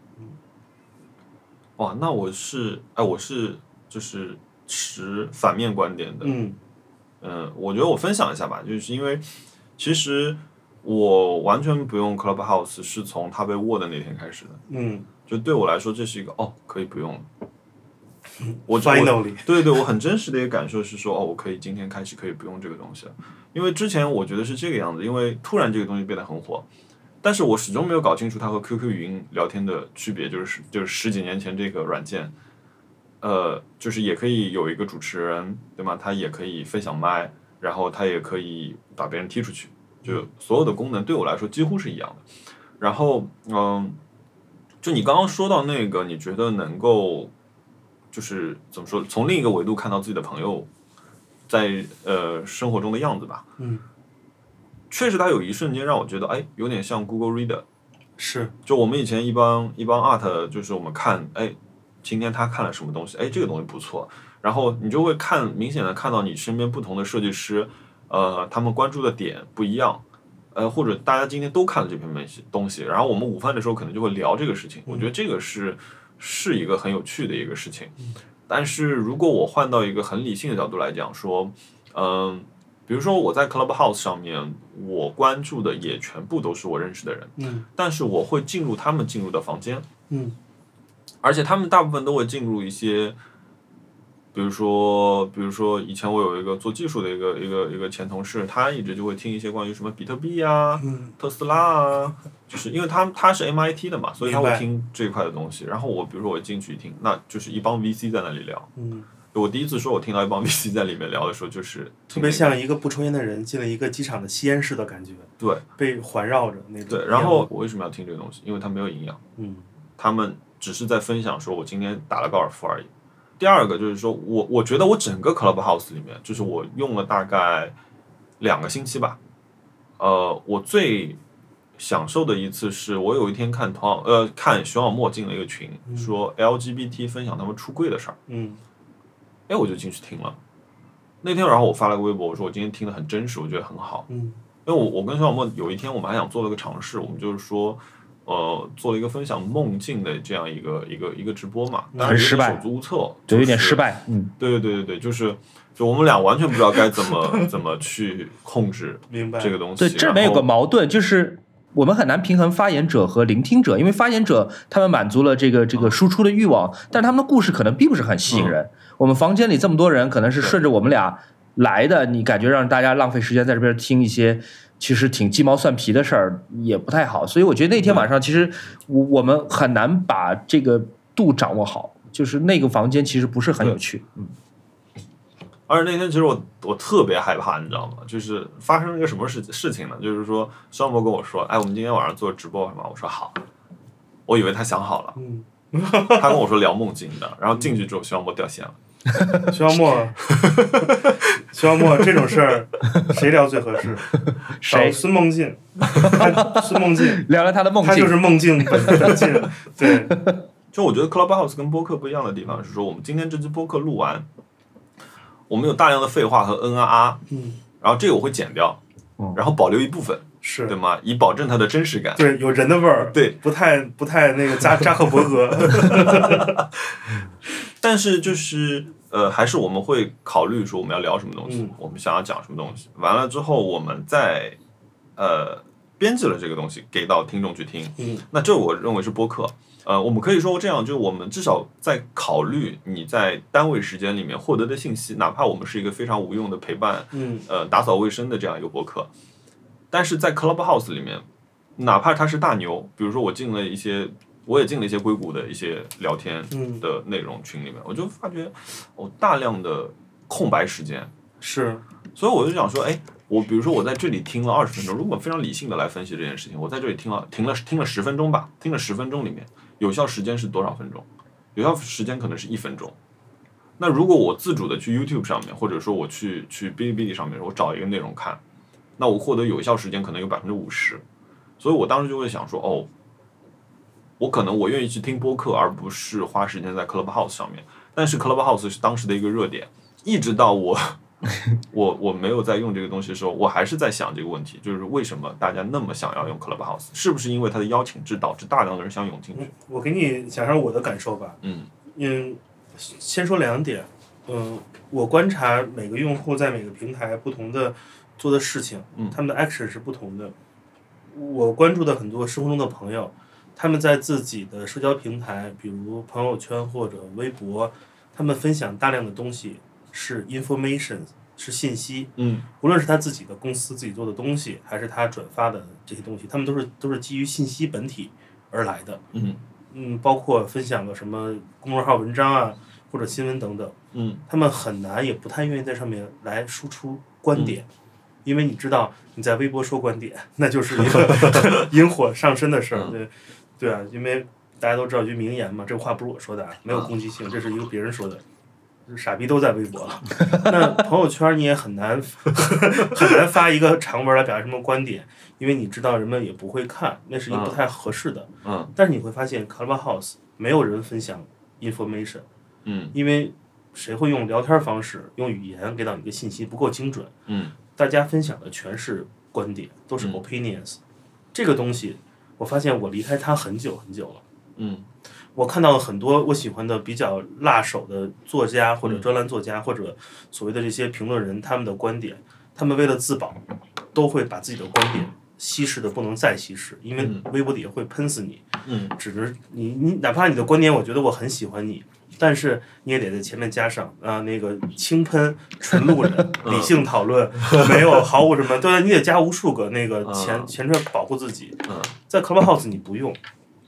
[SPEAKER 1] 哇，那我是哎，我是就是持反面观点的。
[SPEAKER 3] 嗯。
[SPEAKER 1] 嗯，我觉得我分享一下吧，就是因为其实我完全不用 Clubhouse 是从它被握的那天开始的。
[SPEAKER 3] 嗯。
[SPEAKER 1] 就对我来说，这是一个哦，可以不用了。
[SPEAKER 3] 我 finally
[SPEAKER 1] 对对，我很真实的一个感受是说，哦，我可以今天开始可以不用这个东西了，因为之前我觉得是这个样子，因为突然这个东西变得很火，但是我始终没有搞清楚它和 Q Q 语音聊天的区别，就是就是十几年前这个软件，呃，就是也可以有一个主持人，对吗？它也可以分享麦，然后它也可以把别人踢出去，就所有的功能对我来说几乎是一样的。然后，嗯，就你刚刚说到那个，你觉得能够。就是怎么说，从另一个维度看到自己的朋友在呃生活中的样子吧。
[SPEAKER 3] 嗯，
[SPEAKER 1] 确实，他有一瞬间让我觉得，哎，有点像 Google Reader。
[SPEAKER 3] 是，
[SPEAKER 1] 就我们以前一帮一帮 art， 就是我们看，哎，今天他看了什么东西，哎，这个东西不错，然后你就会看明显的看到你身边不同的设计师，呃，他们关注的点不一样，呃，或者大家今天都看了这篇东西，然后我们午饭的时候可能就会聊这个事情。我觉得这个是。是一个很有趣的一个事情，但是如果我换到一个很理性的角度来讲，说，嗯，比如说我在 Clubhouse 上面，我关注的也全部都是我认识的人，
[SPEAKER 3] 嗯，
[SPEAKER 1] 但是我会进入他们进入的房间，
[SPEAKER 3] 嗯，
[SPEAKER 1] 而且他们大部分都会进入一些，比如说，比如说以前我有一个做技术的一个一个一个前同事，他一直就会听一些关于什么比特币啊、
[SPEAKER 3] 嗯、
[SPEAKER 1] 特斯拉啊。就是因为他他是 M I T 的嘛，所以他会听这一块的东西。然后我比如说我进去听，那就是一帮 V C 在那里聊。
[SPEAKER 3] 嗯。
[SPEAKER 1] 我第一次说我听到一帮 V C 在里面聊的时候，就是
[SPEAKER 3] 特别像一个不抽烟的人进了一个机场的吸烟室的感觉，
[SPEAKER 1] 对，
[SPEAKER 3] 被环绕着那种。
[SPEAKER 1] 对，然后我为什么要听这个东西？因为它没有营养，
[SPEAKER 3] 嗯，
[SPEAKER 1] 他们只是在分享说我今天打了高尔夫而已。第二个就是说我我觉得我整个 Clubhouse 里面，就是我用了大概两个星期吧，呃，我最享受的一次是我有一天看唐呃看徐小沫进了一个群，
[SPEAKER 3] 嗯、
[SPEAKER 1] 说 L G B T 分享他们出柜的事儿，
[SPEAKER 3] 嗯，
[SPEAKER 1] 哎，我就进去听了。那天然后我发了个微博，我说我今天听得很真实，我觉得很好。
[SPEAKER 3] 嗯，
[SPEAKER 1] 因为我我跟徐小沫有一天我们还想做了个尝试，我们就是说。呃，做了一个分享梦境的这样一个一个一个直播嘛，当然
[SPEAKER 2] 失败，
[SPEAKER 1] 手足无措，
[SPEAKER 2] 对，有点失败，嗯，
[SPEAKER 1] 对对对对对，就是就我们俩完全不知道该怎么怎么去控制这个东西。
[SPEAKER 2] 对，这里面有个矛盾，就是我们很难平衡发言者和聆听者，因为发言者他们满足了这个这个输出的欲望，但是他们的故事可能并不是很吸引人。嗯、我们房间里这么多人，可能是顺着我们俩来的，你感觉让大家浪费时间在这边听一些。其实挺鸡毛蒜皮的事儿也不太好，所以我觉得那天晚上其实我我们很难把这个度掌握好，就是那个房间其实不是很有趣。嗯，
[SPEAKER 1] 而且那天其实我我特别害怕，你知道吗？就是发生了一个什么事事情呢？就是说肖博跟我说，哎，我们今天晚上做直播什么？我说好，我以为他想好了，
[SPEAKER 3] 嗯，
[SPEAKER 1] 他跟我说聊梦境的，然后进去之后，肖博掉线了。
[SPEAKER 3] 徐小沫，徐小沫，这种事儿谁聊最合适？
[SPEAKER 2] 谁？
[SPEAKER 3] 孙梦境，孙梦境
[SPEAKER 2] 聊聊他的梦境，
[SPEAKER 3] 他就是梦境本本境。对，
[SPEAKER 1] 就我觉得 Clubhouse 跟播客不一样的地方是说，我们今天这支播客录完，我们有大量的废话和嗯啊啊，
[SPEAKER 3] 嗯，
[SPEAKER 1] 然后这个我会剪掉，然后保留一部分。
[SPEAKER 3] 是
[SPEAKER 1] 对吗？以保证它的真实感。
[SPEAKER 3] 对，有人的味儿。
[SPEAKER 1] 对，
[SPEAKER 3] 不太不太那个扎扎克伯格。
[SPEAKER 1] 但是就是呃，还是我们会考虑说我们要聊什么东西，
[SPEAKER 3] 嗯、
[SPEAKER 1] 我们想要讲什么东西。完了之后，我们再呃编辑了这个东西给到听众去听。
[SPEAKER 3] 嗯，
[SPEAKER 1] 那这我认为是播客。呃，我们可以说这样，就是我们至少在考虑你在单位时间里面获得的信息，哪怕我们是一个非常无用的陪伴，
[SPEAKER 3] 嗯，
[SPEAKER 1] 呃，打扫卫生的这样一个播客。但是在 Clubhouse 里面，哪怕它是大牛，比如说我进了一些，我也进了一些硅谷的一些聊天的内容群里面，
[SPEAKER 3] 嗯、
[SPEAKER 1] 我就发觉我、哦、大量的空白时间
[SPEAKER 3] 是，
[SPEAKER 1] 所以我就想说，哎，我比如说我在这里听了二十分钟，如果非常理性的来分析这件事情，我在这里听了听了听了十分钟吧，听了十分钟里面有效时间是多少分钟？有效时间可能是一分钟。那如果我自主的去 YouTube 上面，或者说我去去哔哩哔哩上面，我找一个内容看。那我获得有效时间可能有百分之五十，所以我当时就会想说，哦，我可能我愿意去听播客，而不是花时间在 Clubhouse 上面。但是 Clubhouse 是当时的一个热点，一直到我我我没有在用这个东西的时候，我还是在想这个问题，就是为什么大家那么想要用 Clubhouse？ 是不是因为它的邀请制导致大量的人想涌进去？
[SPEAKER 3] 我给你讲下我的感受吧。
[SPEAKER 1] 嗯
[SPEAKER 3] 嗯，先说两点。嗯，我观察每个用户在每个平台不同的。做的事情，他们的 action 是不同的。我关注的很多生活中的朋友，他们在自己的社交平台，比如朋友圈或者微博，他们分享大量的东西是 information， 是信息。
[SPEAKER 1] 嗯，
[SPEAKER 3] 无论是他自己的公司自己做的东西，还是他转发的这些东西，他们都是都是基于信息本体而来的。
[SPEAKER 1] 嗯
[SPEAKER 3] 嗯，包括分享的什么公众号文章啊，或者新闻等等。
[SPEAKER 1] 嗯，
[SPEAKER 3] 他们很难也不太愿意在上面来输出观点。嗯，因为你知道你在微博说观点，那就是一个引火上身的事儿，对，对啊，因为大家都知道一句名言嘛，这个话不是我说的，没有攻击性，这是一个别人说的，傻逼都在微博了。那朋友圈你也很难很难发一个长文来表达什么观点，因为你知道人们也不会看，那是一个不太合适的。
[SPEAKER 1] 嗯。
[SPEAKER 3] 但是你会发现 Clubhouse 没有人分享 information，
[SPEAKER 1] 嗯，
[SPEAKER 3] 因为谁会用聊天方式用语言给到你一个信息不够精准，
[SPEAKER 1] 嗯。
[SPEAKER 3] 大家分享的全是观点，都是 opinions，嗯、这个东西，我发现我离开它很久很久了。
[SPEAKER 1] 嗯，
[SPEAKER 3] 我看到了很多我喜欢的比较辣手的作家或者专栏作家、嗯、或者所谓的这些评论人，他们的观点，他们为了自保，都会把自己的观点稀释的不能再稀释，因为微博底下会喷死你。
[SPEAKER 1] 嗯，
[SPEAKER 3] 只是你你哪怕你的观点，我觉得我很喜欢你。但是你也得在前面加上啊、呃，那个轻喷、纯路人、理性讨论，没有毫无什么，对，你得加无数个那个前前缀保护自己。在 Clubhouse 你不用，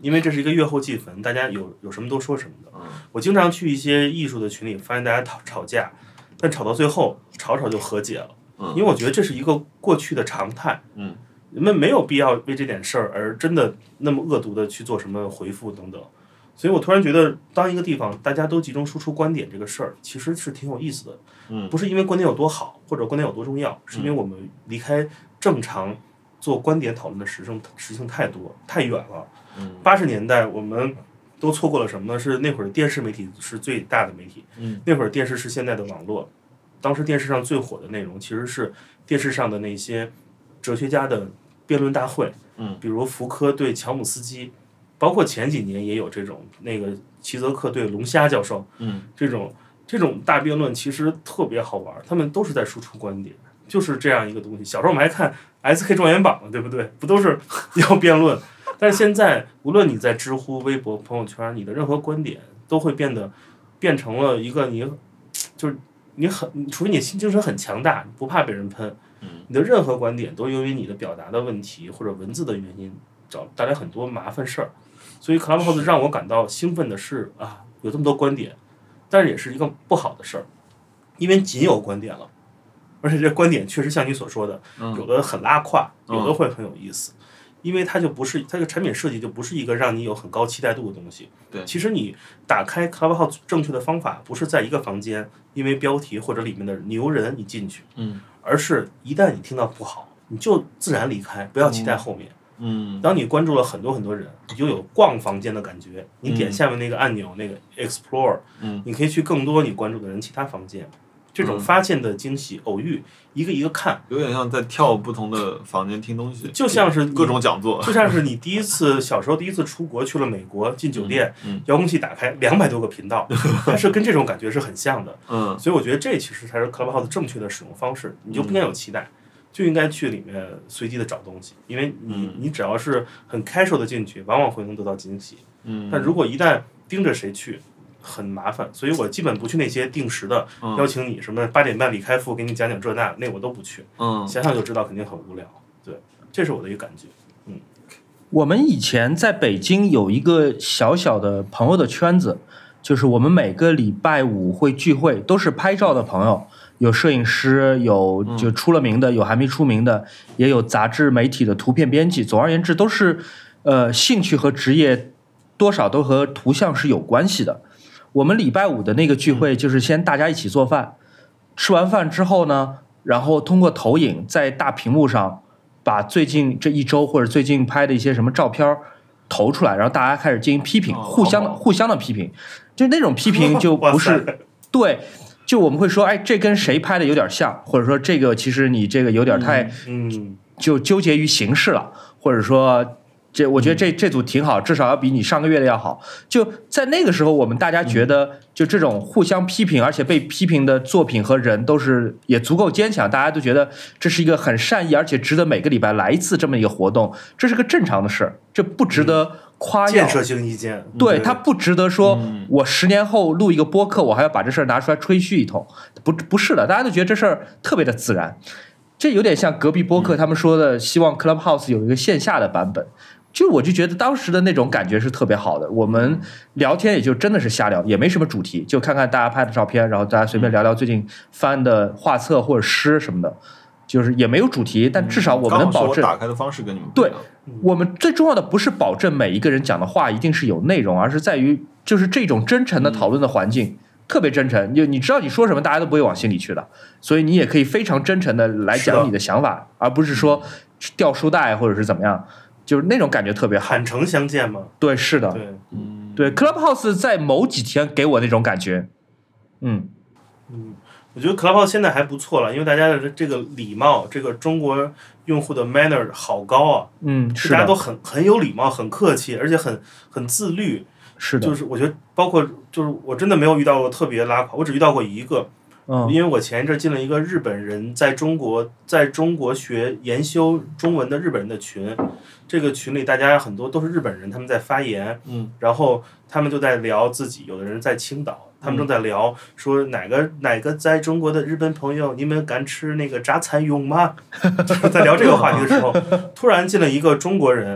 [SPEAKER 3] 因为这是一个月后祭坟，大家有有什么都说什么的。
[SPEAKER 1] 嗯
[SPEAKER 3] 我经常去一些艺术的群里，发现大家吵吵架，但吵到最后，吵吵就和解了。
[SPEAKER 1] 嗯，
[SPEAKER 3] 因为我觉得这是一个过去的常态。
[SPEAKER 1] 嗯，
[SPEAKER 3] 人们没有必要为这点事儿而真的那么恶毒的去做什么回复等等。所以我突然觉得，当一个地方大家都集中输出观点这个事儿，其实是挺有意思的。
[SPEAKER 1] 嗯，
[SPEAKER 3] 不是因为观点有多好，或者观点有多重要，是因为我们离开正常做观点讨论的时性时性太多太远了。
[SPEAKER 1] 嗯，
[SPEAKER 3] 八十年代我们都错过了什么呢？是那会儿电视媒体是最大的媒体。
[SPEAKER 1] 嗯，
[SPEAKER 3] 那会儿电视是现在的网络。当时电视上最火的内容其实是电视上的那些哲学家的辩论大会。
[SPEAKER 1] 嗯，
[SPEAKER 3] 比如福柯对乔姆斯基。包括前几年也有这种那个齐泽克对龙虾教授，
[SPEAKER 1] 嗯，
[SPEAKER 3] 这种这种大辩论其实特别好玩，他们都是在输出观点，就是这样一个东西。小时候我们还看 S K 状元榜呢，对不对？不都是要辩论？但是现在无论你在知乎、微博、朋友圈，你的任何观点都会变得变成了一个你就是你很，除非你精神很强大，不怕被人喷，你的任何观点都由于你的表达的问题或者文字的原因，找带来很多麻烦事儿。所以 Clubhouse 让我感到兴奋的是啊，有这么多观点，但是也是一个不好的事儿，因为仅有观点了，而且这观点确实像你所说的，有的很拉胯，有的会很有意思，因为它就不是它这个产品设计就不是一个让你有很高期待度的东西。
[SPEAKER 1] 对，
[SPEAKER 3] 其实你打开 Clubhouse 正确的方法不是在一个房间，因为标题或者里面的牛人你进去，
[SPEAKER 1] 嗯，
[SPEAKER 3] 而是一旦你听到不好，你就自然离开，不要期待后面。
[SPEAKER 1] 嗯，
[SPEAKER 3] 当你关注了很多很多人，你就有逛房间的感觉。你点下面那个按钮，那个 Explore，
[SPEAKER 1] 嗯，
[SPEAKER 3] 你可以去更多你关注的人其他房间。这种发现的惊喜、偶遇，一个一个看，
[SPEAKER 1] 有点像在跳不同的房间听东西，
[SPEAKER 3] 就像是
[SPEAKER 1] 各种讲座，
[SPEAKER 3] 就像是你第一次小时候第一次出国去了美国，进酒店，
[SPEAKER 1] 嗯嗯、
[SPEAKER 3] 遥控器打开两百多个频道，它是跟这种感觉是很像的。
[SPEAKER 1] 嗯，
[SPEAKER 3] 所以我觉得这其实才是 Clubhouse 正确的使用方式，你就不应该有期待。嗯，就应该去里面随机的找东西，因为你你只要是很 casual 的进去，往往会能得到惊喜。
[SPEAKER 1] 嗯，
[SPEAKER 3] 但如果一旦盯着谁去，很麻烦。所以我基本不去那些定时的、
[SPEAKER 1] 嗯、
[SPEAKER 3] 邀请你什么八点半李开复给你讲讲这那，那我都不去。
[SPEAKER 1] 嗯，
[SPEAKER 3] 想想就知道肯定很无聊。对，这是我的一个感觉。嗯，
[SPEAKER 2] 我们以前在北京有一个小小的朋友的圈子，就是我们每个礼拜五会聚会，都是拍照的朋友。有摄影师，有就出了名的，有还没出名的，也有杂志媒体的图片编辑。总而言之，都是呃兴趣和职业多少都和图像是有关系的。我们礼拜五的那个聚会，就是先大家一起做饭，吃完饭之后呢，然后通过投影在大屏幕上把最近这一周或者最近拍的一些什么照片投出来，然后大家开始进行批评，互相的互相的批评，就那种批评就不是对。就我们会说，哎，这跟谁拍的有点像，或者说这个其实你这个有点太，
[SPEAKER 3] 嗯，
[SPEAKER 2] 就纠结于形式了，或者说这我觉得这这组挺好，至少要比你上个月的要好。就在那个时候，我们大家觉得，就这种互相批评，而且被批评的作品和人都是也足够坚强，大家都觉得这是一个很善意，而且值得每个礼拜来一次这么一个活动，这是个正常的事，这不值得夸耀。
[SPEAKER 3] 建设性意见，
[SPEAKER 2] 对，他不值得说，我十年后录一个播客，我还要把这事儿拿出来吹嘘一通，不不是的，大家都觉得这事儿特别的自然。这有点像隔壁播客他们说的，希望 Clubhouse 有一个线下的版本。就我就觉得当时的那种感觉是特别好的，我们聊天也就真的是瞎聊，也没什么主题，就看看大家拍的照片，然后大家随便聊聊最近翻的画册或者诗什么的，就是也没有主题，但至少我们能保证。
[SPEAKER 1] 打开的方式跟你们不一样。
[SPEAKER 2] 对，我们最重要的不是保证每一个人讲的话一定是有内容，而是在于就是这种真诚的讨论的环境。嗯，特别真诚，就你知道你说什么，大家都不会往心里去的，所以你也可以非常真诚的来讲你的想法，而不是说掉书袋或者是怎么样，就是那种感觉特别好。
[SPEAKER 3] 坦诚相见嘛。
[SPEAKER 2] 对，是的，
[SPEAKER 3] 对，
[SPEAKER 2] 嗯，对 ，Clubhouse 在某几天给我那种感觉，嗯
[SPEAKER 3] 嗯，我觉得 Clubhouse 现在还不错了，因为大家的这个礼貌，这个中国用户的 manner 好高啊，
[SPEAKER 2] 嗯，是
[SPEAKER 3] 大家都很很有礼貌，很客气，而且很很自律。
[SPEAKER 2] 是的，
[SPEAKER 3] 就是我觉得包括就是我真的没有遇到过特别拉垮，我只遇到过一个，
[SPEAKER 2] 嗯，
[SPEAKER 3] 因为我前一阵进了一个日本人在中国在中国学研修中文的日本人的群，这个群里大家很多都是日本人，他们在发言，
[SPEAKER 1] 嗯，
[SPEAKER 3] 然后他们就在聊自己，有的人在青岛，他们正在聊说哪个哪个在中国的日本朋友，你们敢吃那个炸蚕蛹吗？就是在聊这个话题的时候，突然进了一个中国人。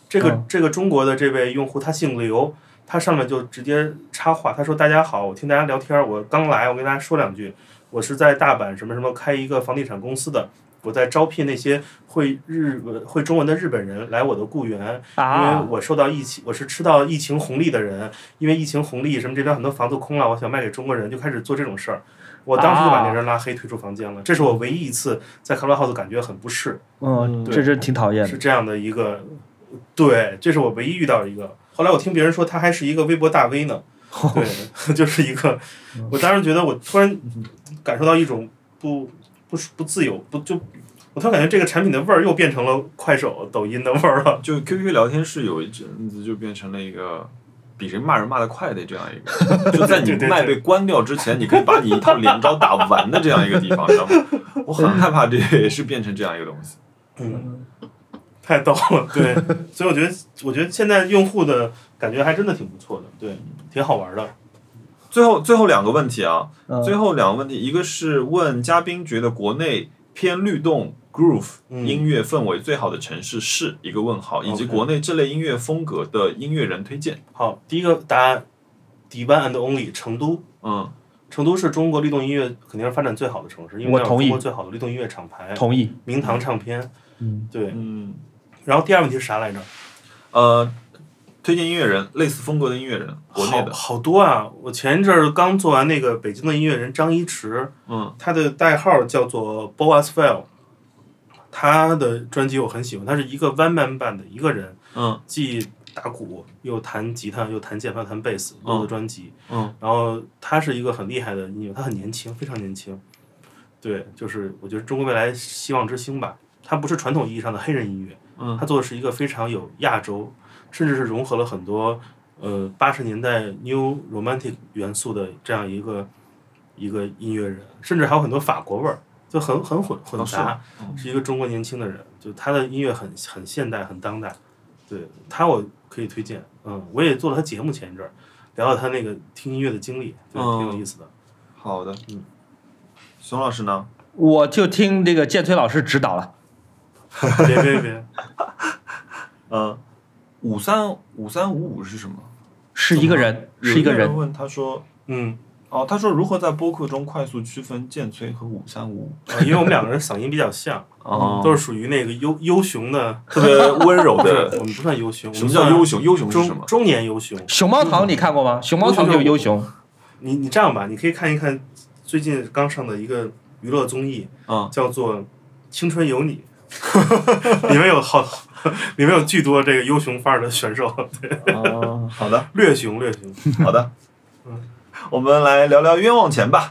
[SPEAKER 3] 这个、
[SPEAKER 2] 嗯、
[SPEAKER 3] 这个中国的这位用户他姓刘，他上面就直接插话，他说大家好，我听大家聊天，我刚来，我跟大家说两句，我是在大阪什么什么开一个房地产公司的。我在招聘那些会日文、会中文的日本人来我的雇员，因为我受到疫情，我是吃到疫情红利的人，因为疫情红利什么这边很多房子空了，我想卖给中国人，就开始做这种事儿。我当时就把那人拉黑，退出房间了。这是我唯一一次在 Clubhouse 感觉很不适。
[SPEAKER 2] 嗯，这真挺讨厌的。
[SPEAKER 3] 是这样的一个，对，这是我唯一遇到的一个。后来我听别人说他还是一个微博大 V 呢，对，就是一个。我当时觉得我突然感受到一种不。不不自由，不就我突然感觉这个产品的味儿又变成了快手、抖音的味儿了。
[SPEAKER 1] 就 Q Q 聊天室有一阵子就变成了一个比谁骂人骂得快的这样一个，就在你麦被关掉之前，你可以把你一套连招打完的这样一个地方，知道吗？我很害怕这也是变成这样一个东西。
[SPEAKER 3] 嗯，太逗了，对，所以我觉得，我觉得现在用户的感觉还真的挺不错的，对，挺好玩的。
[SPEAKER 1] 最后最后两个问题啊，
[SPEAKER 2] 嗯、
[SPEAKER 1] 最后两个问题，一个是问嘉宾觉得国内偏律动 groove 音乐氛围最好的城市是一个问号，以及国内这类音乐风格的音乐人推荐。
[SPEAKER 3] 好，第一个答案 ，The One and Only 成都。
[SPEAKER 1] 嗯，
[SPEAKER 3] 成都是中国律动音乐肯定是发展最好的城市，因为有中国最好的律动音乐厂牌。
[SPEAKER 2] 同意。
[SPEAKER 3] 明堂唱片。
[SPEAKER 2] 嗯，
[SPEAKER 3] 对。
[SPEAKER 1] 嗯。
[SPEAKER 3] 然后第二问题是啥来着？
[SPEAKER 1] 呃。推荐音乐人，类似风格的音乐人，国内的
[SPEAKER 3] 好好多啊！我前一阵儿刚做完那个北京的音乐人张一驰，
[SPEAKER 1] 嗯，
[SPEAKER 3] 他的代号叫做 Boaswell， 他的专辑我很喜欢，他是一个 one man band 的一个人，
[SPEAKER 1] 嗯，
[SPEAKER 3] 既打鼓又弹吉他又弹键盘弹贝斯，做的专辑，
[SPEAKER 1] 嗯，
[SPEAKER 3] 然后他是一个很厉害的音乐，他很年轻，非常年轻，对，就是我觉得中国未来希望之星吧。他不是传统意义上的黑人音乐，
[SPEAKER 1] 嗯，
[SPEAKER 3] 他做的是一个非常有亚洲。甚至是融合了很多呃八十年代 New Romantic 元素的这样一个一个音乐人，甚至还有很多法国味儿，就很很混混杂，
[SPEAKER 1] 哦、
[SPEAKER 3] 是, 是一个中国年轻的人，就他的音乐很很现代很当代，对他我可以推荐，嗯，我也做了他节目前一阵儿，聊聊他那个听音乐的经历，对，
[SPEAKER 1] 嗯、
[SPEAKER 3] 挺有意思的。
[SPEAKER 1] 好的，嗯，熊老师呢？
[SPEAKER 2] 我就听这个建崔老师指导了。
[SPEAKER 3] 别别别，
[SPEAKER 1] 嗯。五三五三五五是什么？
[SPEAKER 2] 是一个人，是一个人。
[SPEAKER 1] 有人问他说，
[SPEAKER 3] 嗯，
[SPEAKER 1] 哦，他说如何在播客中快速区分建崔和五三五五？
[SPEAKER 3] 因为我们两个人嗓音比较像，
[SPEAKER 1] 哦，
[SPEAKER 3] 都是属于那个优优熊的，
[SPEAKER 1] 特别温柔的。
[SPEAKER 3] 我们不算优熊。
[SPEAKER 1] 什么叫优熊？优熊是什么？
[SPEAKER 3] 中年优熊。
[SPEAKER 2] 熊猫堂你看过吗？熊猫堂就是优熊。
[SPEAKER 3] 你你这样吧，你可以看一看最近刚上的一个娱乐综艺，
[SPEAKER 1] 嗯，
[SPEAKER 3] 叫做《青春有你》，里面有好。里面有巨多这个优熊范儿的选手，对，
[SPEAKER 1] 哦，好的，
[SPEAKER 3] 略熊略熊，
[SPEAKER 1] 好的，嗯，我们来聊聊冤枉钱吧。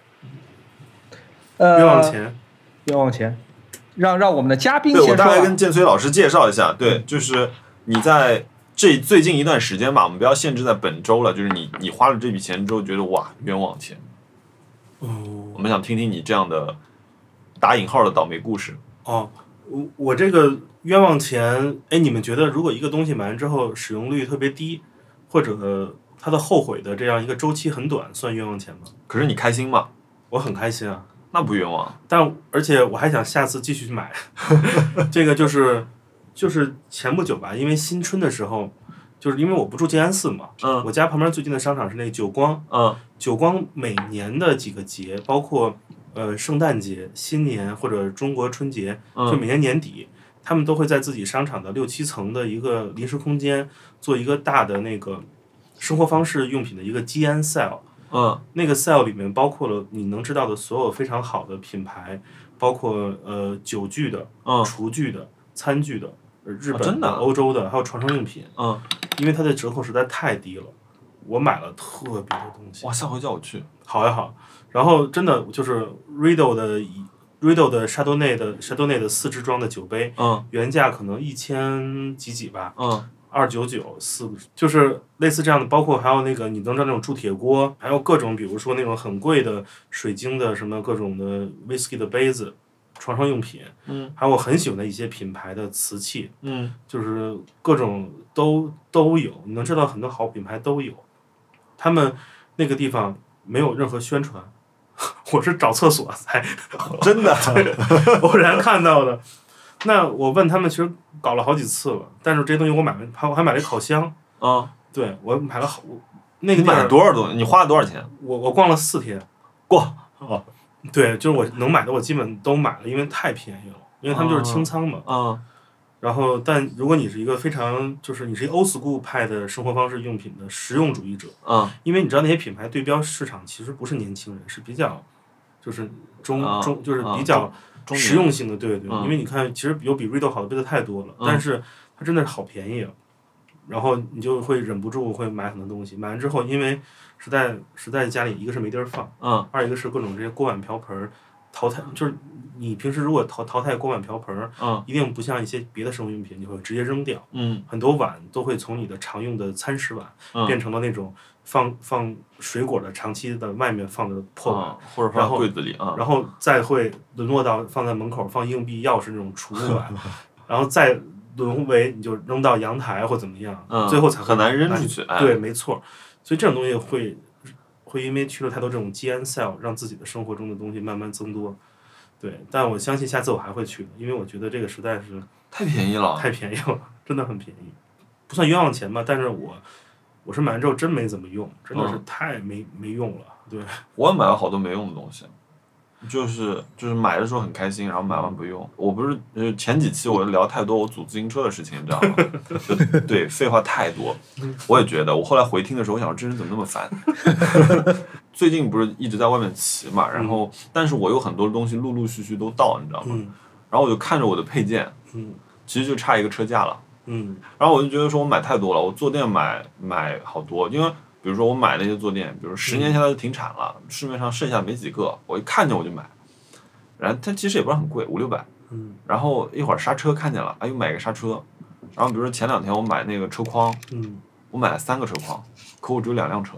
[SPEAKER 2] 呃，
[SPEAKER 3] 冤枉钱，
[SPEAKER 2] 冤枉钱，让让我们的嘉宾先说。
[SPEAKER 1] 对，我大概跟建崔老师介绍一下，对，就是你在这最近一段时间吧，我们不要限制在本周了，就是你你花了这笔钱之后觉得哇冤枉钱，
[SPEAKER 3] 哦，
[SPEAKER 1] 我们想听听你这样的打引号的倒霉故事。
[SPEAKER 3] 哦，我我这个。冤枉钱，哎，你们觉得如果一个东西买完之后使用率特别低，或者它的后悔的这样一个周期很短，算冤枉钱吗？
[SPEAKER 1] 可是你开心吗？
[SPEAKER 3] 我很开心啊，
[SPEAKER 1] 那不冤枉。
[SPEAKER 3] 但而且我还想下次继续买。这个就是就是前不久吧，因为新春的时候，就是因为我不住静安寺嘛，
[SPEAKER 1] 嗯，
[SPEAKER 3] 我家旁边最近的商场是那个久光，
[SPEAKER 1] 嗯，
[SPEAKER 3] 久光每年的几个节，包括呃圣诞节、新年或者中国春节，就每年年底。嗯，他们都会在自己商场的六七层的一个临时空间做一个大的那个生活方式用品的一个基安 sale，
[SPEAKER 1] 嗯，
[SPEAKER 3] 那个 sale 里面包括了你能知道的所有非常好的品牌，包括呃酒具的、
[SPEAKER 1] 嗯，
[SPEAKER 3] 厨具的、餐具的，日本
[SPEAKER 1] 的、哦、真的
[SPEAKER 3] 欧洲的，还有床上用品，
[SPEAKER 1] 嗯，
[SPEAKER 3] 因为它的折扣实在太低了，我买了特别多东西。
[SPEAKER 1] 哇，下回叫我去。
[SPEAKER 3] 好呀好，然后真的就是 Riedel 的。Riedel 的 Chardonnay 的 Chardonnay 的四支装的酒杯，
[SPEAKER 1] 嗯，
[SPEAKER 3] 原价可能一千几几吧，
[SPEAKER 1] 嗯，
[SPEAKER 3] 二九九四，就是类似这样的，包括还有那个你能知道那种铸铁锅，还有各种比如说那种很贵的水晶的什么各种的 whisky 的杯子，床上用品，
[SPEAKER 1] 嗯，
[SPEAKER 3] 还有我很喜欢的一些品牌的瓷器，
[SPEAKER 1] 嗯，
[SPEAKER 3] 就是各种都都有，你能知道很多好品牌都有，他们那个地方没有任何宣传。我是找厕所才
[SPEAKER 1] 真的
[SPEAKER 3] 偶然看到的， 那我问他们，其实搞了好几次了，但是这些东西我买了，还我还买了一烤箱。
[SPEAKER 1] 啊、嗯，
[SPEAKER 3] 对，我买了好，那个
[SPEAKER 1] 你买了多少东西？你花了多少钱？
[SPEAKER 3] 我我逛了四天。
[SPEAKER 1] 逛哦，
[SPEAKER 3] 对，就是我能买的我基本都买了，因为太便宜了，因为他们就是清仓嘛。
[SPEAKER 1] 嗯。嗯
[SPEAKER 3] 然后，但如果你是一个非常，就是你是一个 old school 派的生活方式用品的实用主义者，
[SPEAKER 1] 嗯，
[SPEAKER 3] 因为你知道那些品牌对标市场其实不是年轻人，是比较，就是中、
[SPEAKER 1] 嗯、
[SPEAKER 3] 中就是比较实用性的，对对。
[SPEAKER 1] 嗯、
[SPEAKER 3] 因为你看，其实有比 Riddle 好的杯子太多了，
[SPEAKER 1] 嗯、
[SPEAKER 3] 但是它真的是好便宜啊，然后你就会忍不住会买很多东西，买完之后，因为实在实在家里一个是没地儿放，
[SPEAKER 1] 嗯，
[SPEAKER 3] 二一个是各种这些锅碗瓢盆淘汰，就是你平时如果淘淘汰锅碗瓢盆儿，
[SPEAKER 1] 嗯，
[SPEAKER 3] 一定不像一些别的生活用品，你会直接扔掉。
[SPEAKER 1] 嗯，
[SPEAKER 3] 很多碗都会从你的常用的餐食碗，
[SPEAKER 1] 嗯、
[SPEAKER 3] 变成了那种放放水果的长期的外面放的破碗，
[SPEAKER 1] 嗯、或者放柜子里啊、
[SPEAKER 3] 嗯，然后再会沦落到放在门口放硬币、钥匙那种储物碗，然后再沦为你就扔到阳台或怎么样，
[SPEAKER 1] 嗯、
[SPEAKER 3] 最后才会
[SPEAKER 1] 很难扔出去。哎、
[SPEAKER 3] 对，没错，所以这种东西会会因为去了太多这种基安 sale， 让自己的生活中的东西慢慢增多。对，但我相信下次我还会去的，因为我觉得这个实在是
[SPEAKER 1] 太便宜了，
[SPEAKER 3] 太便宜了，真的很便宜，不算冤枉钱吧。但是我我是买完之后真没怎么用，真的是太没、嗯、没用了。对，
[SPEAKER 1] 我也买了好多没用的东西，就是就是买的时候很开心，然后买完不用。我不是呃前几期我聊太多我组自行车的事情，你知道吗？就对，废话太多。我也觉得，我后来回听的时候，我想这人怎么那么烦。最近不是一直在外面骑嘛，然后、嗯、但是我有很多东西陆陆续续都到，你知道吗？
[SPEAKER 3] 嗯、
[SPEAKER 1] 然后我就看着我的配件，
[SPEAKER 3] 嗯、
[SPEAKER 1] 其实就差一个车架了。
[SPEAKER 3] 嗯、
[SPEAKER 1] 然后我就觉得说我买太多了，我坐垫买买好多，因为比如说我买那些坐垫，比如十年前它就停产了，嗯、市面上剩下没几个，我一看见我就买。然后它其实也不是很贵，五六百。
[SPEAKER 3] 嗯。
[SPEAKER 1] 然后一会儿刹车看见了，哎，又买个刹车。然后比如说前两天我买那个车筐，
[SPEAKER 3] 嗯，
[SPEAKER 1] 我买了三个车筐，可我只有两辆车。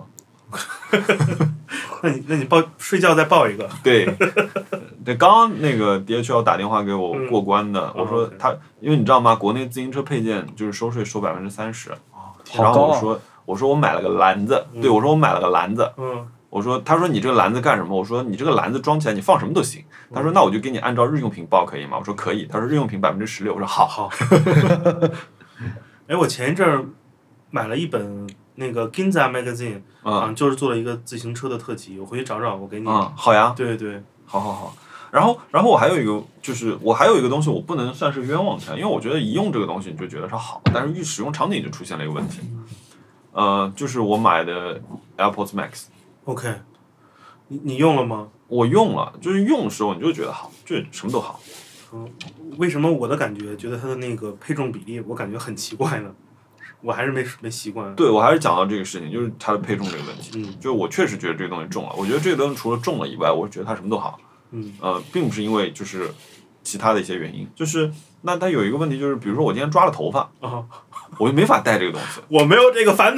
[SPEAKER 3] 那你那你抱睡觉再抱一个。
[SPEAKER 1] 对，对，刚刚那个 D H L 打电话给我过关的，
[SPEAKER 3] 嗯、
[SPEAKER 1] 我说他，哦 okay. 因为你知道吗？国内自行车配件就是收税收百分之三十。
[SPEAKER 3] 哦，
[SPEAKER 1] 然后我说我说我买了个篮子，
[SPEAKER 3] 嗯、
[SPEAKER 1] 对我说我买了个篮子。
[SPEAKER 3] 嗯。
[SPEAKER 1] 我说，他说你这个篮子干什么？我说你这个篮子装起来你放什么都行。他说那我就给你按照日用品报可以吗？我说可以。他说日用品百分之十六。我说好好。
[SPEAKER 3] 哎，我前一阵儿买了一本那个 Ginza Magazine，
[SPEAKER 1] 嗯、
[SPEAKER 3] 啊，就是做了一个自行车的特辑，我回去找找，我给你。
[SPEAKER 1] 嗯，好呀。
[SPEAKER 3] 对对，
[SPEAKER 1] 好好好。然后，然后我还有一个，就是我还有一个东西，我不能算是冤枉钱，因为我觉得一用这个东西你就觉得是好，但是一使用场景就出现了一个问题。呃，就是我买的 AirPods Max。OK，
[SPEAKER 3] 你你用了吗？
[SPEAKER 1] 我用了，就是用的时候你就觉得好，就什么都好。
[SPEAKER 3] 嗯，为什么我的感觉觉得它的那个配重比例我感觉很奇怪呢？我还是没没习惯。
[SPEAKER 1] 对，我还是讲到这个事情，就是它的配重这个问题。
[SPEAKER 3] 嗯，
[SPEAKER 1] 就是我确实觉得这个东西重了，我觉得这个东西除了重了以外，我觉得它什么都好。
[SPEAKER 3] 嗯，
[SPEAKER 1] 呃，并不是因为就是其他的一些原因，就是那它有一个问题就是，比如说我今天抓了头发。
[SPEAKER 3] 啊。
[SPEAKER 1] 我就没法戴这个东西，
[SPEAKER 3] 我没有这个烦恼。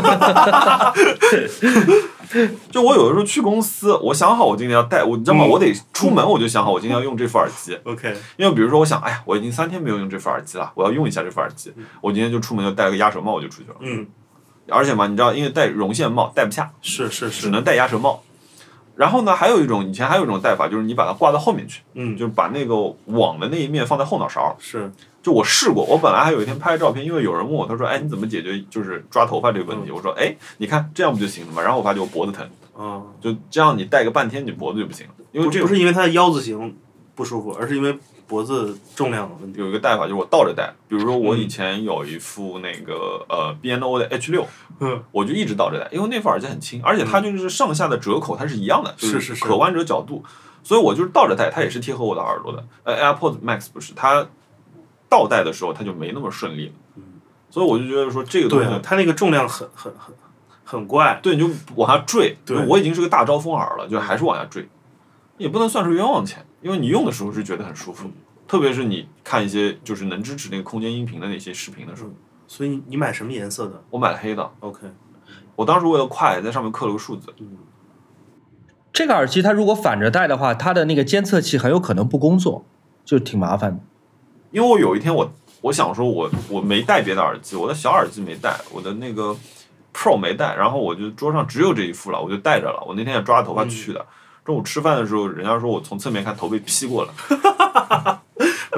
[SPEAKER 1] 就我有的时候去公司，我想好我今天要戴，我你知道吗？我得出门我就想好我今天要用这副耳机。
[SPEAKER 3] OK，
[SPEAKER 1] 因为比如说我想，哎呀，我已经三天没有用这副耳机了，我要用一下这副耳机，我今天就出门就戴个鸭舌帽我就出去了。
[SPEAKER 3] 嗯，
[SPEAKER 1] 而且嘛，你知道，因为戴绒线帽戴不下，
[SPEAKER 3] 是是是，
[SPEAKER 1] 只能戴鸭舌帽。然后呢，还有一种以前还有一种戴法，就是你把它挂到后面去，
[SPEAKER 3] 嗯，
[SPEAKER 1] 就是把那个网的那一面放在后脑勺。
[SPEAKER 3] 是。
[SPEAKER 1] 就我试过，我本来还有一天拍照片，因为有人问我，他说：“哎，你怎么解决就是抓头发这个问题？”
[SPEAKER 3] 嗯、
[SPEAKER 1] 我说：“哎，你看这样不就行了吗？”然后我发现我脖子疼，
[SPEAKER 3] 啊，
[SPEAKER 1] 就这样你戴个半天，你脖子就不行了。因为这
[SPEAKER 3] 不是因为它的腰子型不舒服，而是因为脖子重量的问题。
[SPEAKER 1] 有一个戴法就是我倒着戴，比如说我以前有一副那个、嗯、呃 B N O 的 H 六，
[SPEAKER 3] 嗯，
[SPEAKER 1] 我就一直倒着戴，因为那副耳机很轻，而且它就是上下的折口它是一样的，
[SPEAKER 3] 是
[SPEAKER 1] 就是可弯折角度，所以我就是倒着戴，它也是贴合我的耳朵的。呃 AirPods Max 不是它。倒戴的时候它就没那么顺利了，
[SPEAKER 3] 嗯，
[SPEAKER 1] 所以我就觉得说这个东西，
[SPEAKER 3] 对，它那个重量很很很很怪，
[SPEAKER 1] 对，你就往下坠，
[SPEAKER 3] 对，
[SPEAKER 1] 我已经是个大招风耳了，就还是往下坠，也不能算是冤枉钱，因为你用的时候是觉得很舒服，
[SPEAKER 3] 嗯、
[SPEAKER 1] 特别是你看一些就是能支持那个空间音频的那些视频的时候。
[SPEAKER 3] 嗯、所以你买什么颜色的？
[SPEAKER 1] 我买了黑的。
[SPEAKER 3] OK，
[SPEAKER 1] 我当时为了快，在上面刻了个数字。
[SPEAKER 3] 嗯，
[SPEAKER 2] 这个耳机它如果反着戴的话，它的那个监测器很有可能不工作，就挺麻烦的。
[SPEAKER 1] 因为我有一天我我想说我我没带别的耳机，我的小耳机没带，我的那个 Pro 没带，然后我就桌上只有这一副了，我就带着了。我那天也抓头发去的，嗯、中午吃饭的时候，人家说我从侧面看头被劈过了。
[SPEAKER 3] 我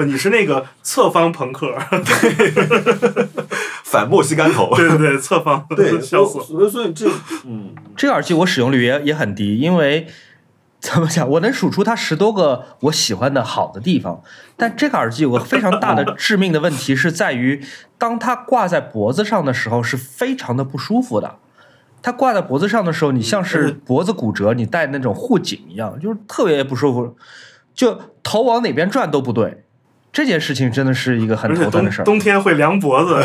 [SPEAKER 3] 呃，你是那个侧方朋克，
[SPEAKER 1] 对，反墨西干头，
[SPEAKER 3] 对对对，侧方，
[SPEAKER 1] 对，
[SPEAKER 3] 笑死了。
[SPEAKER 1] 所以所以这嗯，
[SPEAKER 2] 这个耳机我使用率也也很低，因为怎么讲，我能数出它十多个我喜欢的好的地方，但这个耳机有个非常大的致命的问题是在于，当它挂在脖子上的时候是非常的不舒服的。它挂在脖子上的时候，你像是脖子骨折，你戴那种护颈一样，就是特别不舒服，就头往哪边转都不对。这件事情真的是一个很头疼的事儿。
[SPEAKER 3] 冬天会凉脖子。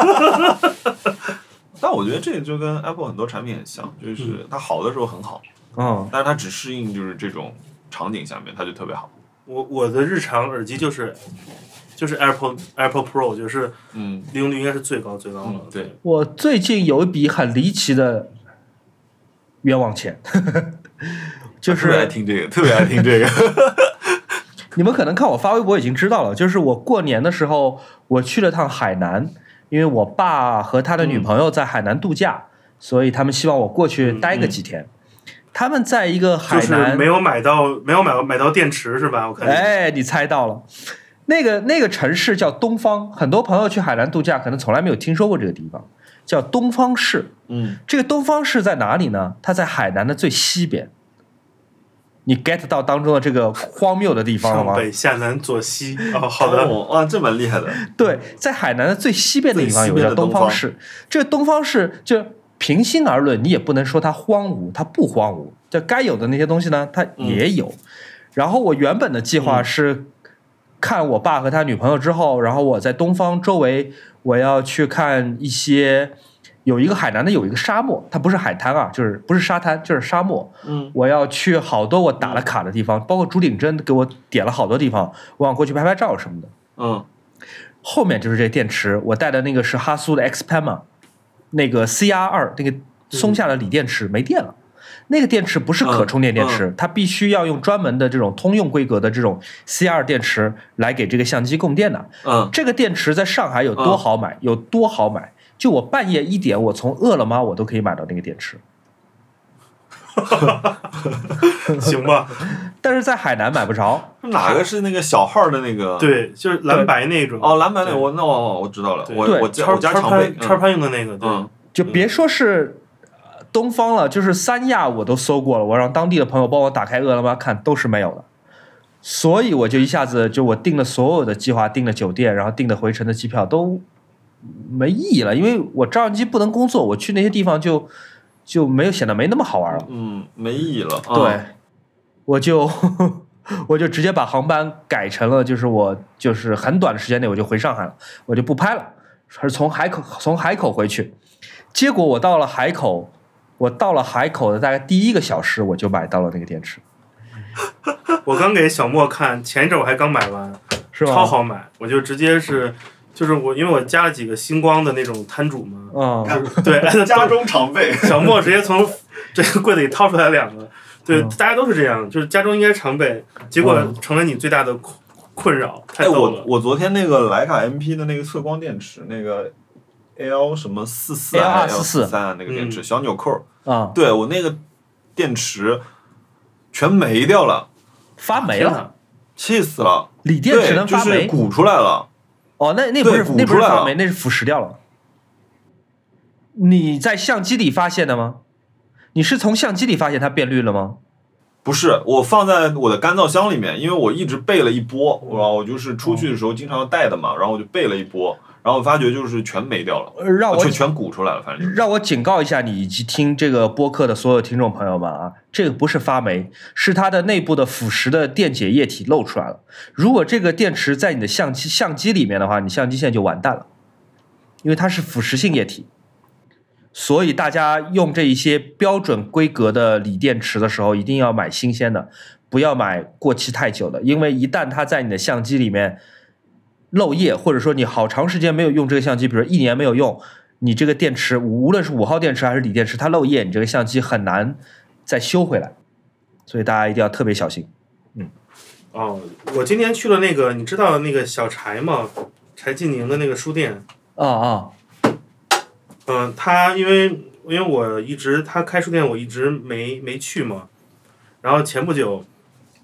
[SPEAKER 1] 但我觉得这个就跟 Apple 很多产品很像，就是它好的时候很好，
[SPEAKER 2] 嗯，
[SPEAKER 1] 但是它只适应就是这种场景下面，它就特别好。
[SPEAKER 3] 我我的日常耳机就是就是 Apple Apple Pro， 就是
[SPEAKER 1] 嗯，
[SPEAKER 3] 利用率应该是最高最高的。
[SPEAKER 1] 嗯、对，
[SPEAKER 2] 我最近有一笔很离奇的冤枉钱，就是
[SPEAKER 1] 特别爱听这个，特别爱听这个。
[SPEAKER 2] 你们可能看我发微博已经知道了，就是我过年的时候我去了趟海南，因为我爸和他的女朋友在海南度假，嗯、所以他们希望我过去待个几天。嗯嗯、他们在一个海南，
[SPEAKER 3] 就是没有买到没有买到买到电池是吧？我看。
[SPEAKER 2] 哎，你猜到了。那个那个城市叫东方，很多朋友去海南度假可能从来没有听说过这个地方，叫东方市。
[SPEAKER 1] 嗯，
[SPEAKER 2] 这个东方市在哪里呢？它在海南的最西边。你 get 到当中的这个荒谬的地方了吗？
[SPEAKER 3] 上北下南左西。哦，好的。
[SPEAKER 1] 哦，哇，这蛮厉害的。
[SPEAKER 2] 对，在海南的最西边的地方有个叫东方市。这个东方市就平心而论，你也不能说它荒芜，它不荒芜，就该有的那些东西呢，它也有。嗯、然后我原本的计划是看我爸和他女朋友之后，然后我在东方周围，我要去看一些。有一个海南的有一个沙漠，它不是海滩啊，就是不是沙滩，就是沙漠。
[SPEAKER 1] 嗯，
[SPEAKER 2] 我要去好多我打了卡的地方，包括竹顶针给我点了好多地方，我想过去拍拍照什么的。
[SPEAKER 1] 嗯，
[SPEAKER 2] 后面就是这电池，我带的那个是哈苏的 Xpema， 那个 C R 二 那个松下的锂电池、嗯、没电了。那个电池不是可充电电池、嗯嗯，它必须要用专门的这种通用规格的这种 C R 电池来给这个相机供电的。
[SPEAKER 1] 嗯，
[SPEAKER 2] 这个电池在上海有多好买？嗯、有多好买？就我半夜一点，我从饿了么我都可以买到那个电池。
[SPEAKER 3] 行吧，
[SPEAKER 2] 但是在海南买不着。
[SPEAKER 1] 哪个是那个小号的那个？
[SPEAKER 3] 对，就是蓝白那种。
[SPEAKER 1] 哦，蓝白那个我那我我知道了，我我家我家常备
[SPEAKER 3] 叉拍用的那个，对，
[SPEAKER 1] 嗯，
[SPEAKER 2] 就别说是东方了，就是三亚我都搜过了，我让当地的朋友帮我打开饿了么看，都是没有的。所以我就一下子就我订了所有的计划，订了酒店，然后订的回程的机票都没意义了，因为我照相机不能工作，我去那些地方就就没有显得没那么好玩了。
[SPEAKER 1] 嗯，没意义了。
[SPEAKER 2] 对，
[SPEAKER 1] 嗯、
[SPEAKER 2] 我就我就直接把航班改成了，就是我就是很短的时间内我就回上海了，我就不拍了，是从海口从海口回去。结果我到了海口，我到了海口的大概第一个小时，我就买到了那个电池。
[SPEAKER 3] 我刚给小莫看，前一阵我还刚买完，
[SPEAKER 2] 是吧？
[SPEAKER 3] 超好买，我就直接是。就是我，因为我加了几个星光的那种摊主嘛，
[SPEAKER 2] 嗯，
[SPEAKER 3] 对，
[SPEAKER 1] 家中常备。
[SPEAKER 3] 小莫直接从这个柜子里掏出来两个，对，嗯、大家都是这样，就是家中应该常备，结果成了你最大的困困扰，太逗了。
[SPEAKER 1] 哎，我我昨天那个徕卡 M P 的那个测光电池，那个 L 什么四四啊
[SPEAKER 2] ，L 四四
[SPEAKER 1] 三那个电池、
[SPEAKER 3] 嗯、
[SPEAKER 1] 小纽扣
[SPEAKER 2] 啊，
[SPEAKER 1] 对我那个电池全没掉了，
[SPEAKER 2] 发霉了，
[SPEAKER 1] 气死了！
[SPEAKER 2] 锂电池能发霉，
[SPEAKER 1] 就是鼓出来了。
[SPEAKER 2] 哦，那那不是那不是发霉，那是腐蚀掉了。你在相机里发现的吗？你是从相机里发现它变绿了吗？
[SPEAKER 1] 不是，我放在我的干燥箱里面，因为我一直备了一波，然后我就是出去的时候经常要带的嘛，然后我就备了一波，然后我发觉就是全没掉了，
[SPEAKER 2] 让我
[SPEAKER 1] 全全鼓出来了，反正、就是、
[SPEAKER 2] 让我警告一下你以及听这个播客的所有听众朋友们啊，这个不是发霉，是它的内部的腐蚀的电解液体漏出来了。如果这个电池在你的相机相机里面的话，你相机现在就完蛋了，因为它是腐蚀性液体。所以大家用这一些标准规格的锂电池的时候，一定要买新鲜的，不要买过期太久的，因为一旦它在你的相机里面漏液，或者说你好长时间没有用这个相机，比如一年没有用，你这个电池无论是五号电池还是锂电池，它漏液，你这个相机很难再修回来，所以大家一定要特别小心。嗯，
[SPEAKER 3] 哦，我今天去了那个，你知道那个小柴吗？柴静宁的那个书店。
[SPEAKER 2] 啊啊。
[SPEAKER 3] 嗯，他因为因为我一直他开书店，我一直没没去嘛。然后前不久，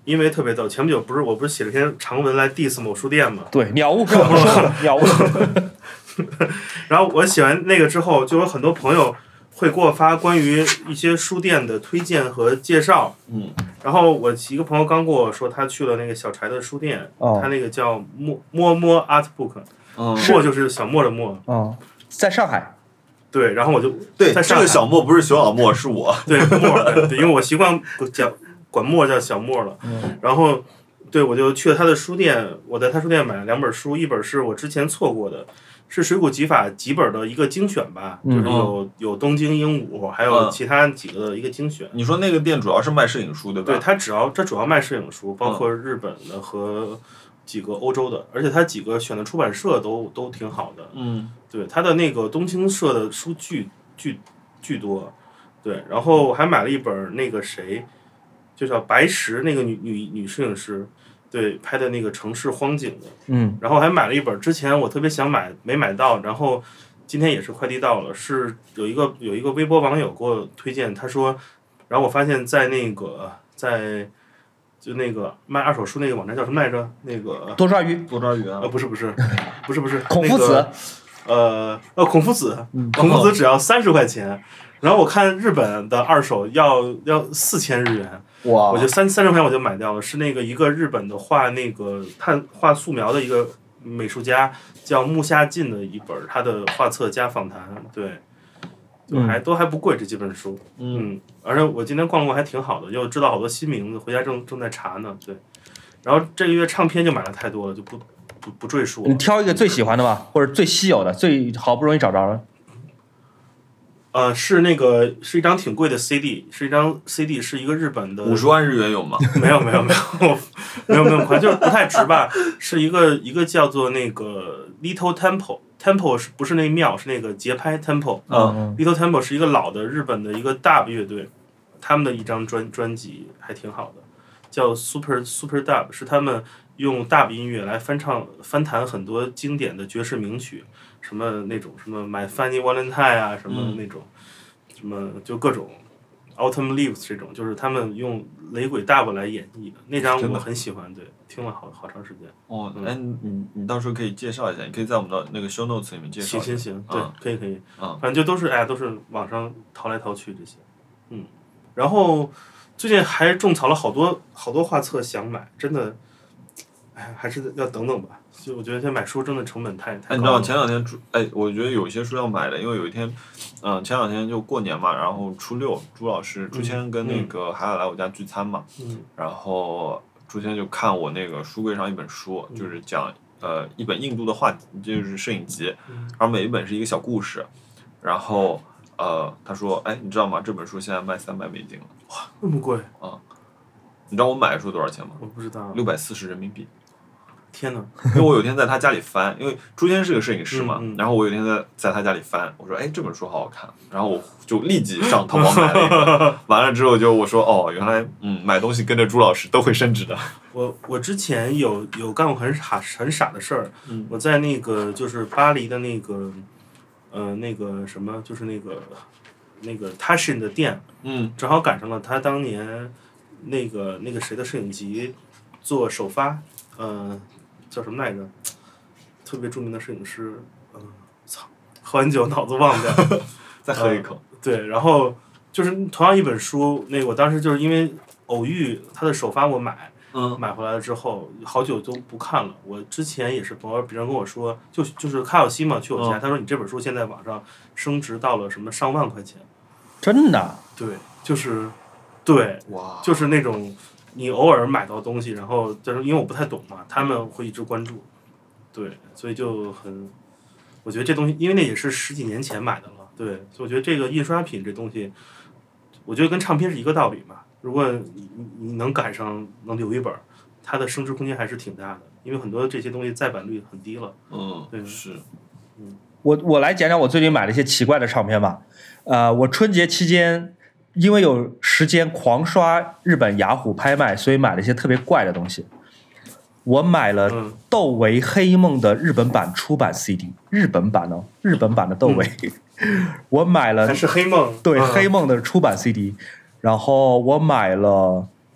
[SPEAKER 3] 因为特别逗，前不久不是我不是写了篇长文来 diss 某书店嘛？
[SPEAKER 2] 对，鸟屋不要不说鸟屋。
[SPEAKER 3] 然后我写完那个之后，就有很多朋友会给我发关于一些书店的推荐和介绍。
[SPEAKER 1] 嗯。
[SPEAKER 3] 然后我一个朋友刚跟我说，他去了那个小柴的书店，
[SPEAKER 2] 哦、
[SPEAKER 3] 他那个叫摸摸摸 Art Book，
[SPEAKER 1] 嗯，
[SPEAKER 3] 墨就是小莫的墨。
[SPEAKER 2] 哦，在上海。
[SPEAKER 3] 对，然后我就
[SPEAKER 1] 对
[SPEAKER 3] 在上海
[SPEAKER 1] 这个小莫不是熊小莫，是我。
[SPEAKER 3] 对莫，对，对因为我习惯讲管莫叫小莫了。
[SPEAKER 2] 嗯。
[SPEAKER 3] 然后，对我就去了他的书店，我在他书店买了两本书，一本是我之前错过的。是水谷集法几本的一个精选吧，
[SPEAKER 2] 嗯、
[SPEAKER 3] 就是有有东京鹦鹉，还有其他几个的一个精选。
[SPEAKER 1] 你说那个店主要是卖摄影书对吧？
[SPEAKER 3] 对，它主要这主要卖摄影书，包括日本的和几个欧洲的，而且它几个选的出版社都都挺好的。
[SPEAKER 1] 嗯，
[SPEAKER 3] 对，它的那个东京社的书巨巨巨多，对，然后我还买了一本那个谁，就叫白石那个女女女摄影师。对，拍的那个城市荒景的，
[SPEAKER 2] 嗯，
[SPEAKER 3] 然后还买了一本，之前我特别想买没买到，然后今天也是快递到了，是有一个有一个微博网友给我推荐，他说，然后我发现在那个在就那个卖二手书那个网站叫什么来着？那个
[SPEAKER 2] 多抓鱼，
[SPEAKER 1] 多抓鱼啊？
[SPEAKER 3] 呃，不是不是不是不是，
[SPEAKER 2] 孔夫子，
[SPEAKER 3] 那个、呃呃孔夫子，
[SPEAKER 2] 嗯、
[SPEAKER 3] 孔夫子只要三十块钱，然后我看日本的二手要要四千日元。
[SPEAKER 2] 哇！
[SPEAKER 3] 我就三三十块钱我就买掉了，是那个一个日本的画那个炭画素描的一个美术家叫木下进的一本他的画册加访谈，对，就还、嗯、都还不贵这几本书，嗯，而且我今天逛逛还挺好的，又知道好多新名字，回家正正在查呢，对，然后这个月唱片就买了太多了，就不不不赘述了。
[SPEAKER 2] 你挑一个最喜欢的吧，或者最稀有的，最好不容易找着了。
[SPEAKER 3] 呃，是那个是一张挺贵的 C D， 是一张 C D， 是一 个, 一个日本的。
[SPEAKER 1] 五十万日元有吗？
[SPEAKER 3] 没有没有没有没有没有，就是不太值吧。是一个一个叫做那个 Little Temple，Temple 是不是那庙？是那个节拍 Temple。
[SPEAKER 2] 嗯
[SPEAKER 3] Little Temple 是一个老的日本的一个 dub 乐队，他们的一张专专辑还挺好的，叫 Super Super Dub， 是他们用 dub 音乐来翻唱翻弹很多经典的爵士名曲。什么那种什么 My Funny Valentine 啊，什么那种，嗯、什么就各种 Autumn Leaves 这种，就是他们用雷鬼 dub 来演绎的那张我很喜欢，对，听了好好长时间。
[SPEAKER 1] 哦，哎、嗯，你你到时候可以介绍一下，你可以在我们的那个 show notes 里面介绍一下。
[SPEAKER 3] 行行行，对，
[SPEAKER 1] 嗯、
[SPEAKER 3] 可以可以，
[SPEAKER 1] 嗯，
[SPEAKER 3] 反正就都是哎，都是网上淘来淘去这些，嗯，然后最近还种草了好多好多画册想买，真的，哎，还是要等等吧。就我觉得现在买书真的成本太太高了。
[SPEAKER 1] 哎，你知道前两天朱哎，我觉得有些书要买的，因为有一天，嗯、呃，前两天就过年嘛，然后初六，朱老师朱谦跟那个海海来我家聚餐嘛，
[SPEAKER 3] 嗯，
[SPEAKER 1] 然后朱谦就看我那个书柜上一本书，
[SPEAKER 3] 嗯、
[SPEAKER 1] 就是讲呃一本印度的画，就是摄影集，
[SPEAKER 3] 嗯、
[SPEAKER 1] 然后每一本是一个小故事，然后呃他说，哎，你知道吗？这本书现在卖三百美金了。
[SPEAKER 3] 哇，那么贵
[SPEAKER 1] 啊！你知道我买的时候多少钱吗？
[SPEAKER 3] 我不知道。
[SPEAKER 1] 六百四十人民币。
[SPEAKER 3] 天哪！
[SPEAKER 1] 因为我有一天在他家里翻，因为朱谦是个摄影师嘛，
[SPEAKER 3] 嗯嗯、
[SPEAKER 1] 然后我有一天在在他家里翻，我说哎这本书好好看，然后我就立即上淘宝买了一个，完了之后就我说哦原来嗯买东西跟着朱老师都会升值的。
[SPEAKER 3] 我我之前有有干过很傻很傻的事儿，
[SPEAKER 1] 嗯、
[SPEAKER 3] 我在那个就是巴黎的那个呃那个什么就是那个那个 Tashin 的店，
[SPEAKER 1] 嗯，
[SPEAKER 3] 正好赶上了他当年那个那个谁的摄影集做首发，呃。叫什么来着？特别著名的摄影师，嗯、呃，操，喝完酒脑子忘掉，
[SPEAKER 1] 再喝一口、
[SPEAKER 3] 呃。对，然后就是同样一本书，那个我当时就是因为偶遇他的首发，我买，
[SPEAKER 1] 嗯，
[SPEAKER 3] 买回来了之后，好久都不看了。我之前也是朋友，别人跟我说，就就是卡小西嘛，去我家，嗯、他说你这本书现在网上升值到了什么上万块钱，
[SPEAKER 2] 真的？
[SPEAKER 3] 对，就是对，
[SPEAKER 1] 哇，
[SPEAKER 3] 就是那种。你偶尔买到东西，然后就是因为我不太懂嘛，他们会一直关注，对，所以就很，我觉得这东西，因为那也是十几年前买的了，对，所以我觉得这个印刷品这东西，我觉得跟唱片是一个道理嘛。如果你你能赶上能留一本，它的升值空间还是挺大的，因为很多这些东西再版率很低了。
[SPEAKER 1] 嗯，
[SPEAKER 3] 对，
[SPEAKER 1] 是。
[SPEAKER 2] 嗯，我我来讲讲我最近买了一些奇怪的唱片吧。呃，我春节期间。因为有时间狂刷日本雅虎拍卖，所以买了一些特别怪的东西。我买了窦唯《黑梦》的日本版出版 C D， 日本版哦，日本版的窦唯。嗯、我买了
[SPEAKER 3] 还是黑梦，
[SPEAKER 2] 对、
[SPEAKER 3] 嗯、
[SPEAKER 2] 黑梦的出版 C D， 然后我买了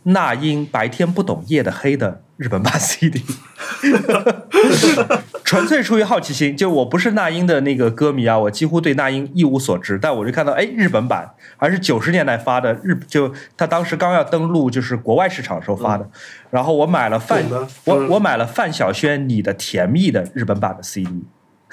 [SPEAKER 2] 那英白天不懂夜的黑的日本版 C D， 纯粹出于好奇心，就我不是那英的那个歌迷啊，我几乎对那英一无所知，但我就看到哎，日本版还是九十年代发的，日就他当时刚要登陆就是国外市场时候发的，嗯、然后我买了范我我买了范晓萱你的甜蜜的日本版的 C D。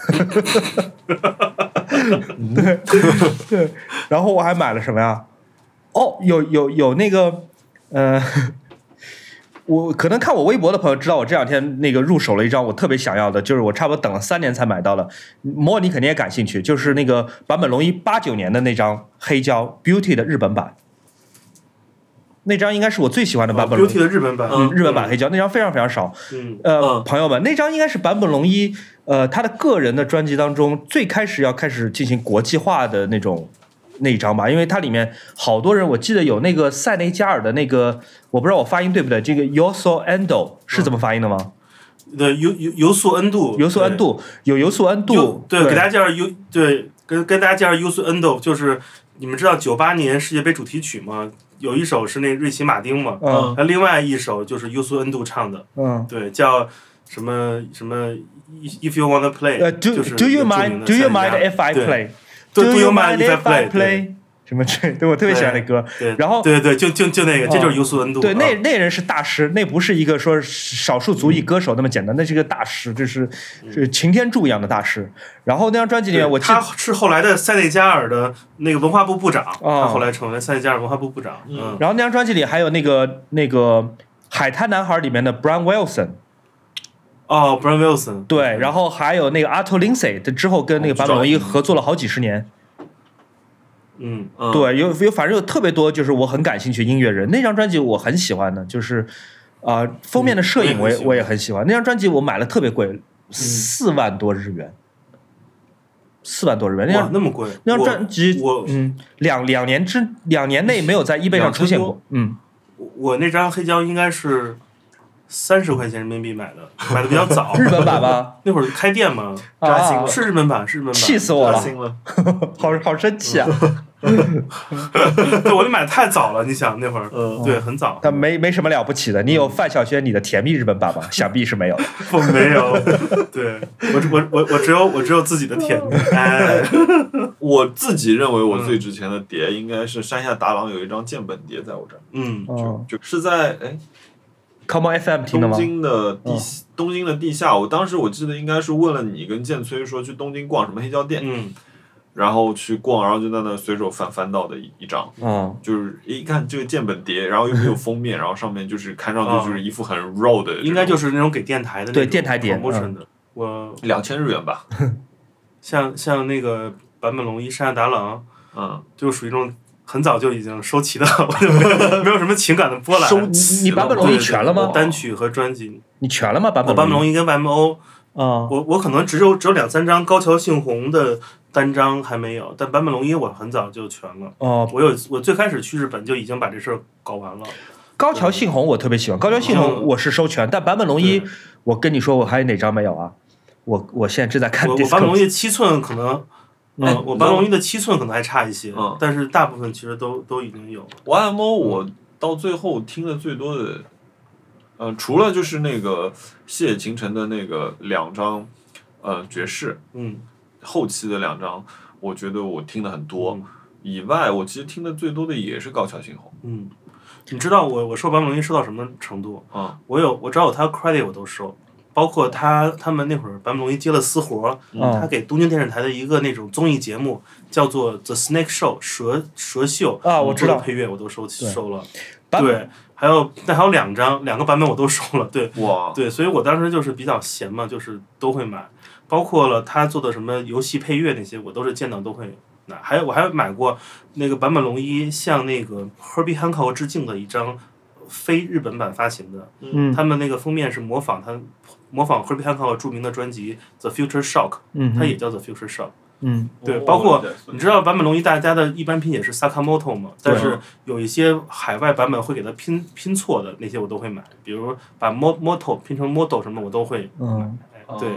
[SPEAKER 2] 对对，然后我还买了什么呀？哦，有有有那个，呃，我可能看我微博的朋友知道，我这两天那个入手了一张我特别想要的，就是我差不多等了三年才买到了。摩尔你肯定也感兴趣，就是那个坂本龙一八九年的那张黑胶 Beauty 的日本版，那张应该是我最喜欢的坂本龙一、
[SPEAKER 3] 哦、Beauty 的日本版，
[SPEAKER 2] 嗯，日本版黑胶那张非常非常少。
[SPEAKER 3] 嗯，
[SPEAKER 2] 呃，
[SPEAKER 1] 嗯、
[SPEAKER 2] 朋友们，那张应该是坂本龙一呃他的个人的专辑当中最开始要开始进行国际化的那种。那一张吧，因为它里面好多人，我记得有那个塞内加尔的那个，我不知道我发音对不对，这个 Yoso Endo 是这么发音的吗？
[SPEAKER 3] 对，游游游素恩度，
[SPEAKER 2] 游素恩度有游素恩度，
[SPEAKER 3] 对，给大家介绍游，对，跟跟大家介绍游素恩度，就是你们知道九八年世界杯主题曲吗？有一首是那瑞奇马丁嘛，
[SPEAKER 2] 嗯，
[SPEAKER 3] 另外一首就是游素恩度唱的，
[SPEAKER 2] 嗯，
[SPEAKER 3] 对，叫什么什么 If you wanna play，
[SPEAKER 2] 呃、uh, ，Do
[SPEAKER 3] 就是
[SPEAKER 2] Do you mind Do you mind if I play？Do
[SPEAKER 3] you mind if I
[SPEAKER 2] play？ 什么这？对我特别喜欢那歌。
[SPEAKER 3] 对，
[SPEAKER 2] 然后
[SPEAKER 3] 对对，就就就那个，这就是游素恩度。
[SPEAKER 2] 对，那那人是大师，那不是一个说少数族裔歌手那么简单，那是一个大师，这是是擎天柱一样的大师。然后那张专辑里面，我
[SPEAKER 3] 他是后来的塞内加尔的那个文化部部长，他后来成为塞内加尔文化部部长。嗯。
[SPEAKER 2] 然后那张专辑里还有那个那个《海滩男孩》里面的 Brian Wilson。
[SPEAKER 3] 哦 ，Brian Wilson。
[SPEAKER 2] 对，然后还有那个 Arto Lindsay， 之后跟那个坂本龙一合作了好几十年。
[SPEAKER 3] 嗯，
[SPEAKER 2] 对，有有，反正有特别多，就是我很感兴趣音乐人。那张专辑我很喜欢的，就是啊、呃，封面的摄影我也、嗯、我也很喜欢。那张专辑我买了特别贵，四万多日元，四万多日元。那张
[SPEAKER 3] 那么贵？
[SPEAKER 2] 那张专辑
[SPEAKER 3] 我
[SPEAKER 2] 嗯，两两年之两年内没有在 eBay 上出现过。嗯，
[SPEAKER 3] 我那张黑胶应该是三十块钱人民币买的，买的比较早。
[SPEAKER 2] 日本版吧？
[SPEAKER 3] 那会儿开店嘛，
[SPEAKER 1] 扎心了。
[SPEAKER 3] 是日本版，是日本版。
[SPEAKER 2] 气死我了！
[SPEAKER 1] 扎心了，
[SPEAKER 2] 好好生气啊！
[SPEAKER 3] 对，我就买的太早了，你想那会儿，
[SPEAKER 1] 嗯，
[SPEAKER 3] 对，很早。
[SPEAKER 2] 但没没什么了不起的，你有范晓萱你的甜蜜日本版吗？想必是没有的。
[SPEAKER 3] 我没有，对我我我我只有我只有自己的甜蜜。哎，
[SPEAKER 1] 我自己认为我最值钱的碟应该是山下达郎有一张键本碟在我这儿，
[SPEAKER 3] 嗯，
[SPEAKER 2] 就
[SPEAKER 1] 就是在哎。
[SPEAKER 2] Come on F M 听的吗？
[SPEAKER 1] 东京的地、嗯、东京的地下，我当时我记得应该是问了你跟建崔说去东京逛什么黑胶店，
[SPEAKER 3] 嗯，
[SPEAKER 1] 然后去逛，然后就在那随手翻翻到的一一张，
[SPEAKER 2] 嗯，
[SPEAKER 1] 就是一看这个键本碟，然后又没有封面，然后上面就是看上去就是一副很 raw 的、
[SPEAKER 3] 嗯，应该就是那种给电台的那种
[SPEAKER 2] 对电台碟
[SPEAKER 3] promotion 的，嗯、我
[SPEAKER 1] 两千日元吧，
[SPEAKER 3] 像像那个坂本龙一、山下达郎，
[SPEAKER 1] 嗯，
[SPEAKER 3] 就属于那种。很早就已经收齐的，我就没有没有什么情感的波澜。
[SPEAKER 2] 收齐，你坂本龙一全了吗？
[SPEAKER 3] 单曲和专辑，
[SPEAKER 2] 你全了吗？坂本
[SPEAKER 3] 坂本龙一跟 M O，
[SPEAKER 2] 啊，
[SPEAKER 3] 我我可能只有只有两三张高桥幸宏的单张还没有，但坂本龙一我很早就全了。
[SPEAKER 2] 哦，
[SPEAKER 3] 我有我最开始去日本就已经把这事儿搞完了。
[SPEAKER 2] 高桥幸宏我特别喜欢，高桥幸宏我是收全，但坂本龙一，我跟你说我还有哪张没有啊？我我现在正在看。
[SPEAKER 3] 我坂本龙一七寸可能。嗯，哎、我坂本龙一的七寸可能还差一些，
[SPEAKER 1] 嗯，
[SPEAKER 3] 但是大部分其实都都已经有了。
[SPEAKER 1] Y M O 我到最后听的最多的，呃，除了就是那个细野晴臣的那个两张，呃，爵士，
[SPEAKER 3] 嗯，
[SPEAKER 1] 后期的两张，我觉得我听的很多，
[SPEAKER 3] 嗯、
[SPEAKER 1] 以外，我其实听的最多的也是高桥幸宏。
[SPEAKER 3] 嗯，你知道我我收坂本龙一收到什么程度？
[SPEAKER 1] 嗯，
[SPEAKER 3] 我有我只要有他 credit 我都收。包括他，他们那会儿坂本龙一接了私活，
[SPEAKER 2] 嗯、
[SPEAKER 3] 他给东京电视台的一个那种综艺节目叫做《The Snake Show》蛇蛇秀
[SPEAKER 2] 啊，我知道
[SPEAKER 3] 配乐我都收收了，对，还有但还有两张两个版本我都收了，对，
[SPEAKER 1] 哇，
[SPEAKER 3] 对，所以我当时就是比较闲嘛，就是都会买，包括了他做的什么游戏配乐那些，我都是见到都会买，还有我还买过那个坂本龙一向那个 Herbie Hancock 致敬的一张非日本版发行的，
[SPEAKER 2] 嗯，
[SPEAKER 3] 他们那个封面是模仿他。模仿 Herbie Hancock 著名的专辑 The Future Shock，
[SPEAKER 2] 嗯，
[SPEAKER 3] 它也叫 The Future Shock，
[SPEAKER 2] 嗯，
[SPEAKER 3] 对，包括你知道坂本龙一大家的一般拼写是 Sakamoto 嘛，但是有一些海外版本会给它拼拼错的那些我都会买，比如把 Moto 拼成 Moto 什么我都会买，
[SPEAKER 2] 嗯，
[SPEAKER 3] 对，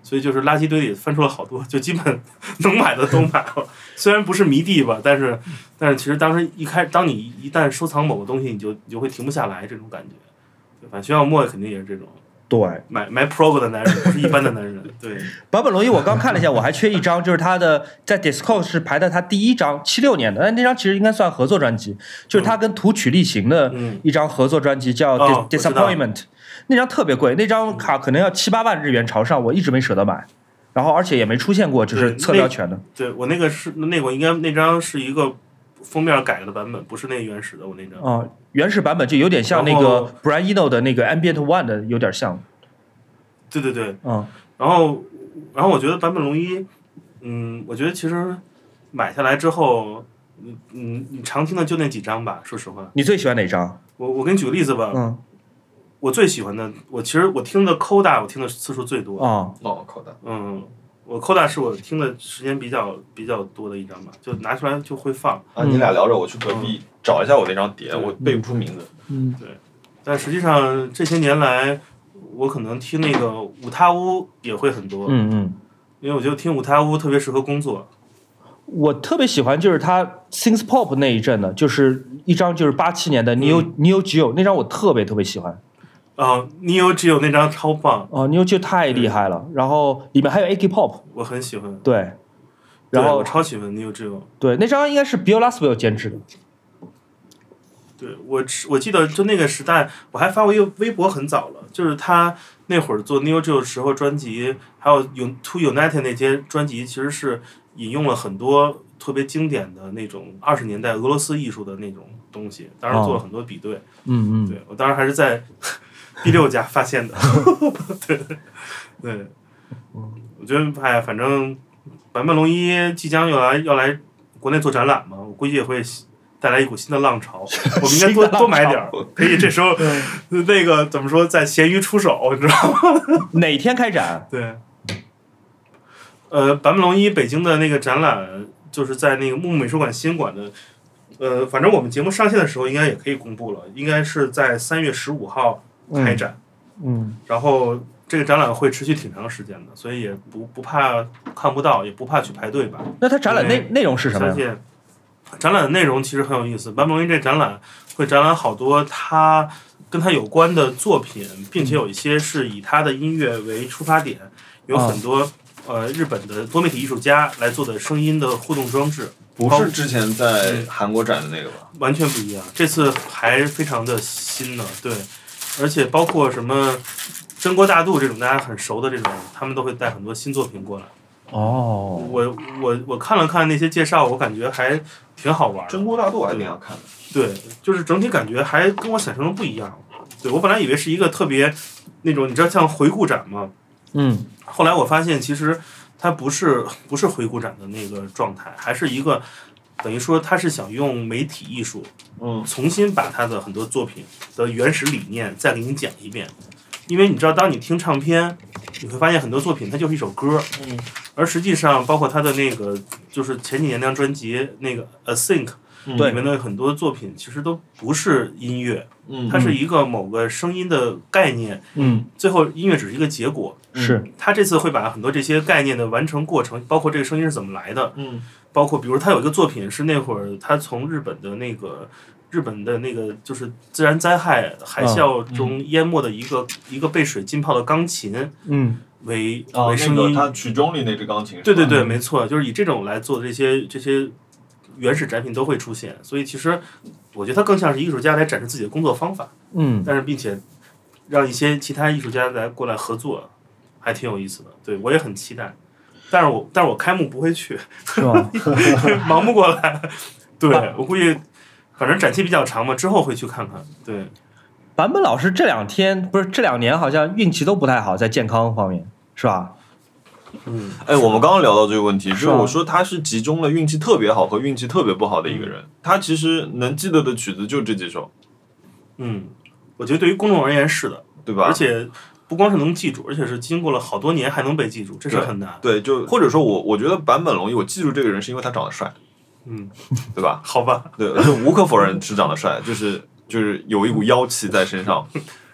[SPEAKER 3] 所以就是垃圾堆里翻出了好多，就基本能买的都买了。虽然不是迷弟吧，但是但是其实当时一开，当你一旦收藏某个东西，你就你就会停不下来这种感觉。反正徐小沫肯定也是这种。
[SPEAKER 2] 对，
[SPEAKER 3] 买买 Pro 的男人不是一般的男人。对，
[SPEAKER 2] 坂本龙一我刚看了一下，我还缺一张，就是他的在 Discord 是排的他第一张，七六年的，但那张其实应该算合作专辑，就是他跟图取力行的一张合作专辑叫 Disappointment，、哦、那张特别贵，那张卡可能要七八万日元朝上，我一直没舍得买，然后而且也没出现过，就是侧标权的。
[SPEAKER 3] 对, 对我那个是那个应该那张是一个封面改的版本，不是那个原始的，我那张。
[SPEAKER 2] 哦，原始版本就有点像那个 Brian Eno 的那个 Ambient One 的，有点像。
[SPEAKER 3] 对对对，
[SPEAKER 2] 嗯，
[SPEAKER 3] 然后，然后我觉得坂本龙一，嗯，我觉得其实买下来之后，嗯嗯，你常听的就那几张吧，说实话。
[SPEAKER 2] 你最喜欢哪张？
[SPEAKER 3] 我我给你举个例子吧，
[SPEAKER 2] 嗯，
[SPEAKER 3] 我最喜欢的，我其实我听的 Coda 我听的次数最多。
[SPEAKER 2] 哦
[SPEAKER 1] 哦 Coda，
[SPEAKER 3] 嗯。我 Coda 是我听的时间比较比较多的一张吧，就拿出来就会放。
[SPEAKER 1] 啊，你俩聊着，我去隔壁找一下我那张碟，嗯、我背不出名字。
[SPEAKER 2] 嗯，
[SPEAKER 3] 对。但实际上这些年来，我可能听那个舞踏屋也会很多。
[SPEAKER 2] 嗯嗯。
[SPEAKER 3] 因为我觉得听舞踏屋特别适合工作。
[SPEAKER 2] 我特别喜欢就是他 Synth Pop 那一阵的，就是一张就是八七年的 Neo、嗯、Neo Geo 那张我特别特别喜欢。
[SPEAKER 3] 哦 Neo Geo 那张超棒
[SPEAKER 2] 哦 Neo Geo 太厉害了，然后里面还有 A K Pop，
[SPEAKER 3] 我很喜欢。
[SPEAKER 2] 对，然后
[SPEAKER 3] 我超喜欢 Neo Geo。
[SPEAKER 2] 对，那张应该是 Bill Laswell 监制的。
[SPEAKER 3] 对，我我记得就那个时代，我还发过一个微博，很早了，就是他那会儿做 Neo Geo 时候专辑，还有 To United 那些专辑，其实是引用了很多特别经典的那种二十年代俄罗斯艺术的那种东西，当然做了很多比对。
[SPEAKER 2] 哦、嗯嗯，
[SPEAKER 3] 对我当然还是在第六家发现的。对对，我觉得哎，反正坂本龙一即将要来要来国内做展览嘛，我估计也会带来一股新的浪潮。我们应该多多买点，可以这时候那个怎么说，在闲鱼出手，你知道吗？
[SPEAKER 2] 哪天开展？
[SPEAKER 3] 对，呃，坂本龙一北京的那个展览，就是在那个木木美术馆新馆的。呃，反正我们节目上线的时候应该也可以公布了，应该是在三月十五号开展。
[SPEAKER 2] 嗯，嗯
[SPEAKER 3] 然后这个展览会持续挺长时间的，所以也不不怕看不到，也不怕去排队吧。
[SPEAKER 2] 那它展览内内容是什么呀？
[SPEAKER 3] 相信展览的内容其实很有意思，坂本龙一这展览会展览好多他跟他有关的作品，并且有一些是以他的音乐为出发点，有很多、哦、呃日本的多媒体艺术家来做的声音的互动装置。
[SPEAKER 1] 不是之前在韩国展的那个吧？
[SPEAKER 3] 完全不一样，这次还非常的新呢。对，而且包括什么真锅大度这种大家很熟的这种，他们都会带很多新作品过来。
[SPEAKER 2] 哦，
[SPEAKER 3] 我我我看了看那些介绍，我感觉还挺好玩的。
[SPEAKER 1] 真锅大度我还挺想看的。
[SPEAKER 3] 对，就是整体感觉还跟我想象的不一样。对，我本来以为是一个特别那种，你知道像回顾展吗？
[SPEAKER 2] 嗯。
[SPEAKER 3] 后来我发现其实它不是不是回顾展的那个状态，还是一个等于说他是想用媒体艺术，
[SPEAKER 1] 嗯，
[SPEAKER 3] 重新把他的很多作品的原始理念再给你讲一遍。因为你知道，当你听唱片，你会发现很多作品它就是一首歌，
[SPEAKER 1] 嗯，
[SPEAKER 3] 而实际上包括他的那个就是前几年那张专辑那个 Async。里面的很多作品其实都不是音乐，
[SPEAKER 1] 嗯，
[SPEAKER 3] 它是一个某个声音的概念，
[SPEAKER 2] 嗯，
[SPEAKER 3] 最后音乐只是一个结果。
[SPEAKER 2] 是，
[SPEAKER 3] 他这次会把很多这些概念的完成过程，包括这个声音是怎么来的，
[SPEAKER 1] 嗯，
[SPEAKER 3] 包括比如他有一个作品是那会儿他从日本的那个日本的那个就是自然灾害海啸中淹没的一个、嗯、一个被水浸泡的钢琴，
[SPEAKER 2] 嗯，
[SPEAKER 3] 为、
[SPEAKER 1] 哦、
[SPEAKER 3] 为声音，
[SPEAKER 1] 那个他曲中里那支钢琴，
[SPEAKER 3] 对对对，没错，就是以这种来做的这些这些。原始展品都会出现，所以其实我觉得它更像是艺术家来展示自己的工作方法，
[SPEAKER 2] 嗯，
[SPEAKER 3] 但是并且让一些其他艺术家来过来合作，还挺有意思的。对我也很期待，但是我但是我开幕不会去，
[SPEAKER 2] 是吧？
[SPEAKER 3] 忙不过来。对我估计，反正展期比较长嘛，之后会去看看。对，
[SPEAKER 2] 坂本老师这两天不是这两年好像运气都不太好，在健康方面，是吧？
[SPEAKER 3] 嗯，
[SPEAKER 1] 哎，我们刚刚聊到这个问题，就是我说他是集中了运气特别好和运气特别不好的一个人。他其实能记得的曲子就这几首。
[SPEAKER 3] 嗯，我觉得对于公众而言是的，
[SPEAKER 1] 对吧？
[SPEAKER 3] 而且不光是能记住，而且是经过了好多年还能被记住，这是很难。
[SPEAKER 1] 对，对就或者说我我觉得坂本龙一，我记住这个人是因为他长得帅，
[SPEAKER 3] 嗯，
[SPEAKER 1] 对吧？
[SPEAKER 3] 好吧，
[SPEAKER 1] 对，就无可否认是长得帅，就是就是有一股妖气在身上。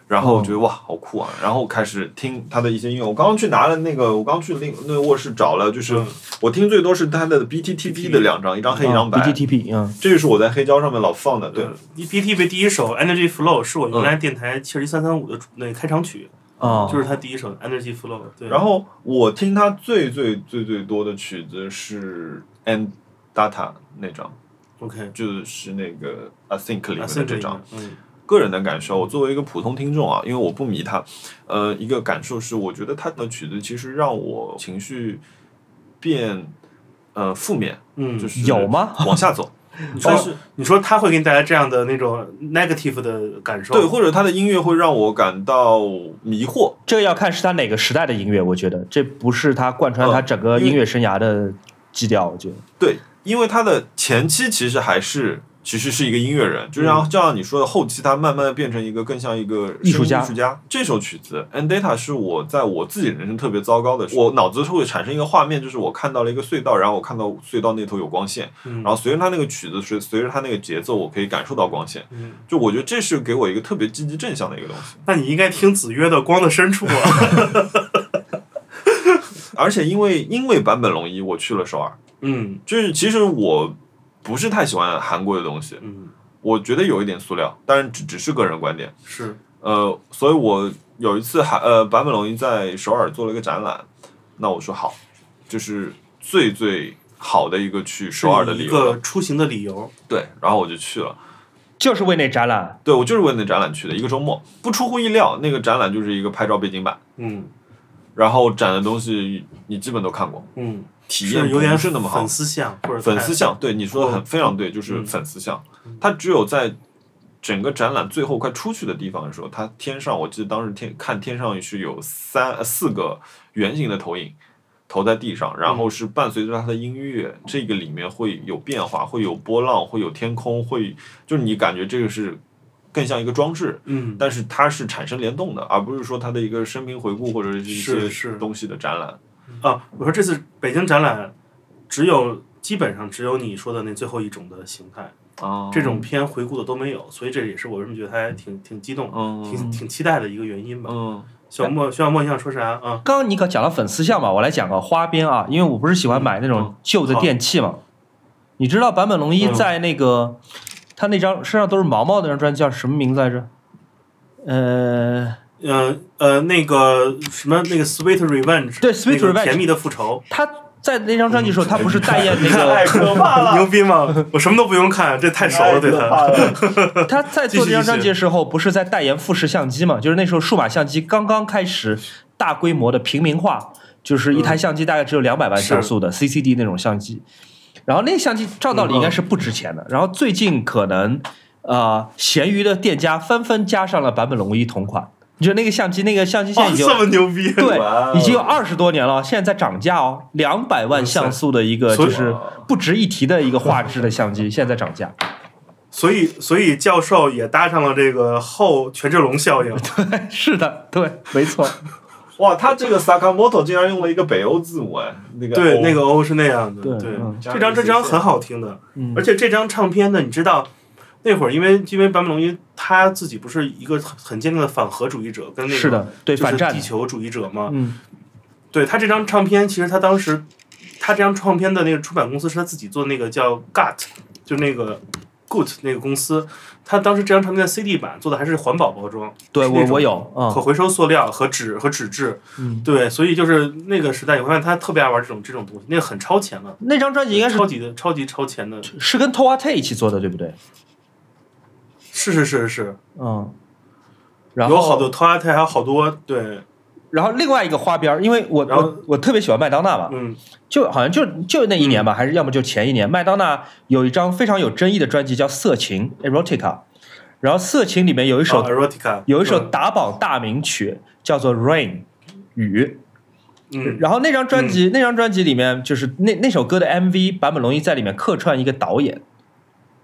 [SPEAKER 1] 然后我觉得、哦、哇好酷啊，然后开始听他的一些音乐。我刚刚去拿了那个，我刚去那那个卧室找了，就是、嗯、我听最多是他的 B T T P 的两张，一张黑一张白。
[SPEAKER 2] B T T P， 嗯，
[SPEAKER 1] 这就是我在黑胶上面老放的。对
[SPEAKER 3] ，B T T P 第一首 Energy Flow 是我原来电台七十一三三五的那个开场曲。
[SPEAKER 2] 哦，
[SPEAKER 3] 就是他第一首 Energy Flow。对。
[SPEAKER 1] 然后我听他最最最最多的曲子是 And Data 那张
[SPEAKER 3] ，OK，
[SPEAKER 1] 就是那个 I Think 里面的这张。
[SPEAKER 3] 嗯。
[SPEAKER 1] 个人的感受，我作为一个普通听众啊，因为我不迷他，呃，一个感受是，我觉得他的曲子其实让我情绪变呃负面，
[SPEAKER 3] 嗯，
[SPEAKER 1] 就是
[SPEAKER 2] 有吗？
[SPEAKER 1] 往下走。
[SPEAKER 3] 你说是你说他会给你带来这样的那种 negative 的感受，
[SPEAKER 1] 对，或者他的音乐会让我感到迷惑。
[SPEAKER 2] 这个要看是他哪个时代的音乐，我觉得这不是他贯穿他整个音乐生涯的基调，我觉得。
[SPEAKER 1] 对，因为他的前期其实还是。其实是一个音乐人，就像就像你说的，后期他慢慢的变成一个更像一个
[SPEAKER 2] 艺术家。
[SPEAKER 1] 艺术家。这首曲子《And Data》是我在我自己人生特别糟糕的时候，我脑子会产生一个画面，就是我看到了一个隧道，然后我看到隧道那头有光线，
[SPEAKER 3] 嗯、
[SPEAKER 1] 然后随着他那个曲子，随随着他那个节奏，我可以感受到光线。
[SPEAKER 3] 嗯、
[SPEAKER 1] 就我觉得这是给我一个特别积极正向的一个东西。
[SPEAKER 3] 那你应该听子曰的《光的深处》啊。
[SPEAKER 1] 而且因为因为坂本龙一，我去了首尔。
[SPEAKER 3] 嗯，
[SPEAKER 1] 就是其实我。不是太喜欢韩国的东西，
[SPEAKER 3] 嗯，
[SPEAKER 1] 我觉得有一点塑料，当然只只是个人观点。
[SPEAKER 3] 是，
[SPEAKER 1] 呃，所以我有一次还呃，坂本龙一在首尔做了一个展览，那我说好，就是最最好的一个去首尔的理由，
[SPEAKER 3] 一个出行的理由。
[SPEAKER 1] 对，然后我就去了，
[SPEAKER 2] 就是为那展览。
[SPEAKER 1] 对，我就是为那展览去的，一个周末，不出乎意料，那个展览就是一个拍照背景板，
[SPEAKER 3] 嗯，
[SPEAKER 1] 然后展的东西你基本都看过，
[SPEAKER 3] 嗯。
[SPEAKER 1] 体验
[SPEAKER 3] 有点
[SPEAKER 1] 是那么好，
[SPEAKER 3] 粉丝像或者
[SPEAKER 1] 粉丝像，对你说的很非常对，就是粉丝像。它只有在整个展览最后快出去的地方的时候，它天上我记得当时天看天上是有三四个圆形的投影投在地上，然后是伴随着它的音乐，嗯、这个里面会有变化，会有波浪，会有天空，会就是你感觉这个是更像一个装置，
[SPEAKER 3] 嗯，
[SPEAKER 1] 但是它是产生联动的，而不是说它的一个生平回顾或者是一些东西的展览。
[SPEAKER 3] 啊，我说这次北京展览，只有基本上只有你说的那最后一种的形态，
[SPEAKER 1] 哦，
[SPEAKER 3] 这种片回顾的都没有，所以这也是我为什么觉得他还挺挺激动，
[SPEAKER 1] 嗯、
[SPEAKER 3] 挺挺期待的一个原因吧。
[SPEAKER 1] 嗯，
[SPEAKER 3] 小莫，小莫，你想说啥啊？
[SPEAKER 2] 刚刚你可讲了粉丝像嘛，我来讲个花边啊，因为我不是喜欢买那种旧的电器嘛。嗯、你知道坂本龙一在那个、嗯、他那张身上都是毛毛的那张专辑叫什么名字来着？呃。
[SPEAKER 3] 呃呃，那个什么，那个 Sweet Revenge，
[SPEAKER 2] 对 Sweet Revenge，
[SPEAKER 3] 甜蜜的复仇。
[SPEAKER 2] 他在那张专辑的时候，他不是代言那
[SPEAKER 1] 个，太可怕了，
[SPEAKER 3] 牛逼吗？我什么都不用看，这太熟了，对他。
[SPEAKER 2] 他在做这张专辑的时候，不是在代言富士相机嘛？就是那时候数码相机刚刚开始大规模的平民化，就是一台相机大概只有两百万像素的 C C D 那种相机。然后那个相机照道理应该是不值钱的，然后最近可能呃闲鱼的店家纷纷加上了坂本龙一同款。就那个相机，那个相机现在已经、
[SPEAKER 3] 哦、这么牛逼，
[SPEAKER 2] 对，已经有二十多年了，现在在涨价哦，两百万像素的一个就是不值一提的一个画质的相机，现在在涨价。
[SPEAKER 3] 所以，所以教授也搭上了这个后权志龙效应。
[SPEAKER 2] 对，是的，对，没错。
[SPEAKER 1] 哇，他这个 Sakamoto 竟然用了一个北欧字母哎，那个
[SPEAKER 3] 对，那个 O 是那样的，
[SPEAKER 2] 对，
[SPEAKER 3] 对
[SPEAKER 2] 嗯、
[SPEAKER 3] 这张这张很好听的，
[SPEAKER 2] 嗯、
[SPEAKER 3] 而且这张唱片呢，你知道。那会儿，因为因为坂本龙一他自己不是一个很很坚定的反核主义者，跟那个
[SPEAKER 2] 是的，对，
[SPEAKER 3] 就是地球主义者嘛。
[SPEAKER 2] 嗯，
[SPEAKER 3] 对他这张唱片，其实他当时他这张唱片的那个出版公司是他自己做的那个叫 G U T， 就那个 G U T 那个公司，他当时这张唱片的 C D 版做的还是环保包装，
[SPEAKER 2] 对我我有
[SPEAKER 3] 可回收塑料和纸和纸质，
[SPEAKER 2] 嗯，
[SPEAKER 3] 对，所以就是那个时代，你会发现他特别爱玩这种这种东西，那个很超前了。
[SPEAKER 2] 那张专辑应该是
[SPEAKER 3] 超级的超级超前的，
[SPEAKER 2] 是跟 Toate 一起做的，对不对？
[SPEAKER 3] 是是是是，
[SPEAKER 2] 嗯，然后
[SPEAKER 3] 有好多 Toate 还有好多对，
[SPEAKER 2] 然后另外一个花边，因为我我我特别喜欢麦当娜嘛，
[SPEAKER 3] 嗯，
[SPEAKER 2] 就好像就就那一年吧，嗯、还是要么就前一年，麦当娜有一张非常有争议的专辑叫《色情》（Erotica）， 然后《色情》里面有一首、
[SPEAKER 3] 哦、Erotica
[SPEAKER 2] 有一首打榜大名曲、嗯、叫做《Rain》雨。
[SPEAKER 3] 嗯，
[SPEAKER 2] 然后那张专辑、嗯、那张专辑里面就是那那首歌的 M V， 坂本龙一在里面客串一个导演。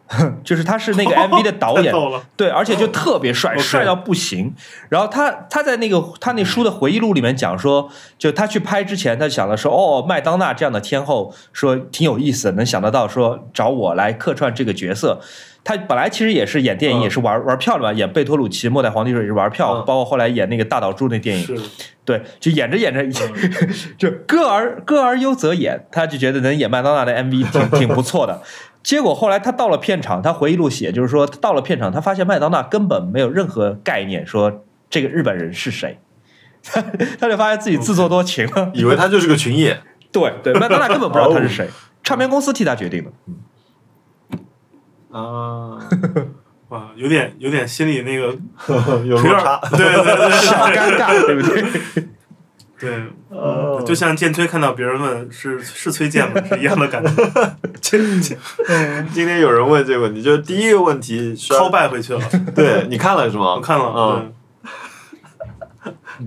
[SPEAKER 2] 就是他是那个 M V 的导演，对，而且就特别帅，帅到不行。然后他他在那个他那书的回忆录里面讲说，就他去拍之前，他想了说，哦，麦当娜这样的天后，说挺有意思的，能想得到说找我来客串这个角色。他本来其实也是演电影，也是玩玩票的嘛，演贝托鲁奇《末代皇帝》时候也是玩票，包括后来演那个大岛渚那电影，对，就演着演着，就歌而歌而优则演，他就觉得能演麦当娜的 M V 挺挺不错的。结果后来他到了片场，他回忆录写就是说，他到了片场，他发现麦当娜根本没有任何概念，说这个日本人是谁，他就发现自己自作多情了，
[SPEAKER 1] 以为他就是个群演。
[SPEAKER 2] 对对，麦当娜根本不知道他是谁，唱片公司替他决定的。嗯
[SPEAKER 1] 啊，
[SPEAKER 3] 哇，有点有点心里那个
[SPEAKER 1] 有落差，
[SPEAKER 3] 对对对，
[SPEAKER 2] 小尴尬，对不对？
[SPEAKER 3] 对，呃、就像剑崔看到别人问是是崔健吗，是一样的感觉。
[SPEAKER 1] 今天有人问这个问题，就是第一个问题
[SPEAKER 3] ，call back回去了。
[SPEAKER 1] 对，你看了是吗？
[SPEAKER 3] 我看了，
[SPEAKER 1] 嗯。嗯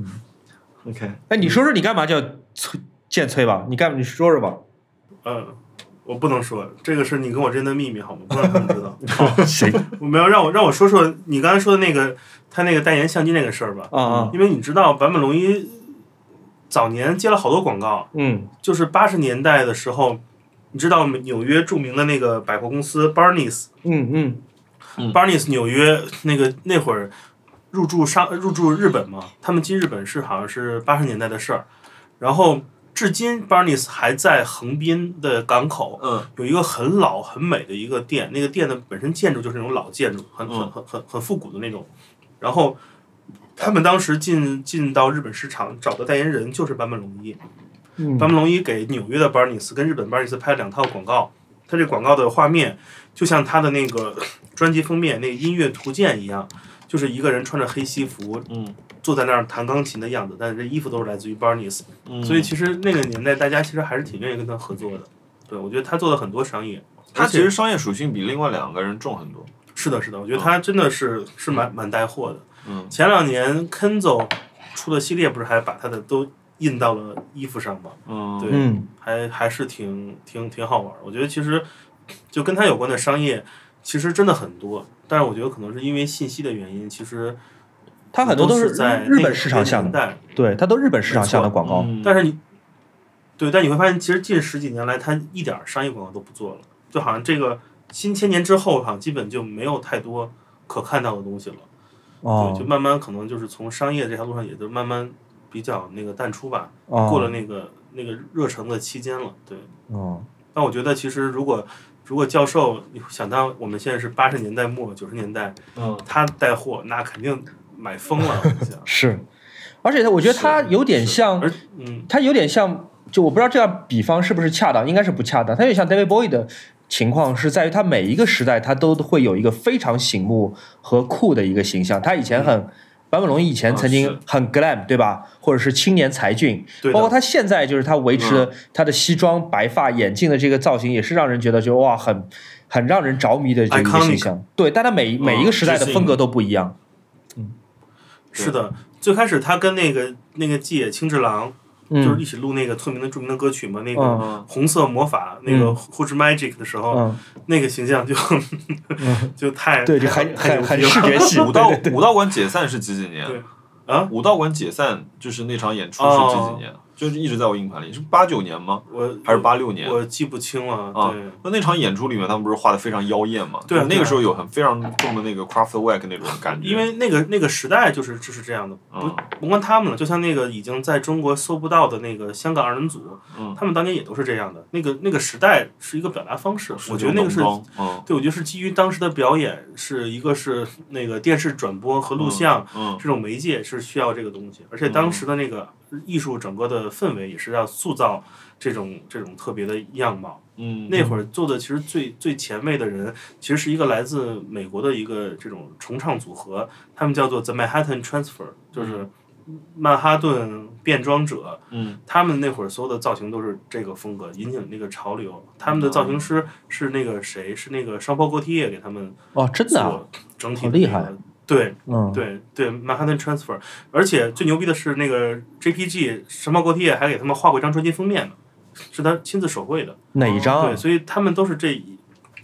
[SPEAKER 1] OK，
[SPEAKER 2] 哎，你说说你干嘛叫崔剑崔吧？你干，你说说吧。
[SPEAKER 3] 嗯。我不能说，这个是你跟我之间的秘密，好吗？不让他们知道。
[SPEAKER 2] 好，谁？
[SPEAKER 3] 我没有让我让我说说你刚才说的那个他那个代言相机那个事儿吧。
[SPEAKER 2] 啊啊！
[SPEAKER 3] 因为你知道坂本龙一早年接了好多广告，
[SPEAKER 2] 嗯，
[SPEAKER 3] 就是八十年代的时候，你知道纽约著名的那个百货公司 Barneys，
[SPEAKER 2] 嗯
[SPEAKER 3] 嗯 ，Barneys 纽约那个那会儿入驻上入驻日本嘛，他们进日本是好像是八十年代的事儿，然后。至今 Barneys 还在横滨的港口，
[SPEAKER 1] 嗯，
[SPEAKER 3] 有一个很老很美的一个店，那个店的本身建筑就是那种老建筑，很很很很很复古的那种。然后他们当时进进到日本市场找的代言人就是坂本龙一，
[SPEAKER 2] 嗯，
[SPEAKER 3] 坂本龙一给纽约的 Barneys 跟日本 Barneys 拍了两套广告，他这广告的画面就像他的那个专辑封面那个音乐图鉴一样，就是一个人穿着黑西服，
[SPEAKER 1] 嗯。
[SPEAKER 3] 坐在那儿弹钢琴的样子，但是这衣服都是来自于 Barneys，
[SPEAKER 1] 嗯，
[SPEAKER 3] 所以其实那个年代大家其实还是挺愿意跟他合作的。对，我觉得他做了很多商业，
[SPEAKER 1] 他其实商业属性比另外两个人重很多。
[SPEAKER 3] 是的，是的，我觉得他真的是、嗯、是蛮蛮带货的。
[SPEAKER 1] 嗯，
[SPEAKER 3] 前两年 Kenzo 出的系列不是还把他的都印到了衣服上吗？
[SPEAKER 1] 嗯，
[SPEAKER 3] 对，
[SPEAKER 2] 嗯、
[SPEAKER 3] 还还是挺挺挺好玩。我觉得其实就跟他有关的商业其实真的很多，但是我觉得可能是因为信息的原因，其实。
[SPEAKER 2] 它很多都
[SPEAKER 3] 是在
[SPEAKER 2] 日本市场向的，对，它都日本市场向的广告。
[SPEAKER 3] 嗯、但是你，对，但你会发现，其实近十几年来，它一点商业广告都不做了，就好像这个新千年之后，好像基本就没有太多可看到的东西了。
[SPEAKER 2] 哦，
[SPEAKER 3] 对，就慢慢可能就是从商业这条路上，也就慢慢比较那个淡出吧，
[SPEAKER 2] 哦、
[SPEAKER 3] 过了那个那个热诚的期间了。对，
[SPEAKER 2] 哦。
[SPEAKER 3] 但我觉得，其实如果如果教授你想到我们现在是八十年代末九十年代，
[SPEAKER 1] 嗯，
[SPEAKER 3] 他带货那肯定。买疯了，
[SPEAKER 2] 是，而且我觉得他有点像，
[SPEAKER 3] 嗯，
[SPEAKER 2] 他有点像，就我不知道这样比方是不是恰当，应该是不恰当。他有点像 David Bowie 的情况是在于他每一个时代他都会有一个非常醒目和酷的一个形象。他以前很，坂本龙一以前曾经很 glam，、嗯、对吧？或者是青年才俊，包括他现在就是他维持了他的西装、白发、眼镜的这个造型，也是让人觉得就哇很很让人着迷的这个形象。对，但他每每一个时代的风格都不一样。嗯。
[SPEAKER 3] 是的，最开始他跟那个那个纪野清治郎、嗯、就是一起录那个特名的著名的歌曲嘛，那个红色魔法、嗯、那个 Who's Magic 的时候、嗯，那个形象就、嗯、就太
[SPEAKER 2] 对，就很很很视觉系。
[SPEAKER 1] 武道武道馆解散是几几年？
[SPEAKER 3] 对啊，
[SPEAKER 1] 武道馆解散就是那场演出是几几年？哦，就是一直在我硬盘里，是八九年吗？
[SPEAKER 3] 我
[SPEAKER 1] 还是八六年？
[SPEAKER 3] 我记不清了。
[SPEAKER 1] 啊，
[SPEAKER 3] 对，
[SPEAKER 1] 那那场演出里面，他们不是画的非常妖艳嘛？
[SPEAKER 3] 对，
[SPEAKER 1] 那个时候有很非常重的那个 Kraftwerk 那种感觉。
[SPEAKER 3] 因为那个那个时代就是就是这样的，不甭管他们了，就像那个已经在中国搜不到的那个香港二人组，
[SPEAKER 1] 嗯，
[SPEAKER 3] 他们当年也都是这样的。那个那个时代是一个表达方式，我觉得那个是，
[SPEAKER 1] 嗯，
[SPEAKER 3] 对，我觉得是基于当时的表演，是一个是那个电视转播和录像，
[SPEAKER 1] 嗯，
[SPEAKER 3] 这种媒介是需要这个东西，而且当时的那个艺术整个的氛围也是要塑造这种这种特别的样貌。
[SPEAKER 1] 嗯，
[SPEAKER 3] 那会儿做的其实最最前卫的人，其实是一个来自美国的一个这种重唱组合，他们叫做 The Manhattan Transfer， 就是曼哈顿变装者。
[SPEAKER 1] 嗯，
[SPEAKER 3] 他们那会儿所有的造型都是这个风格，引领那个潮流。他们的造型师是那个谁？是那个商波戈提耶给他们
[SPEAKER 2] 哦，真的啊，
[SPEAKER 3] 整体的、那
[SPEAKER 2] 个、厉害。
[SPEAKER 3] 对，
[SPEAKER 2] 嗯，
[SPEAKER 3] 对对 ，Manhattan Transfer， 而且最牛逼的是那个 J P G 商波戈提耶还给他们画过一张专辑封面呢。是他亲自手绘的，
[SPEAKER 2] 哪一张、啊？
[SPEAKER 3] 对，所以他们都是这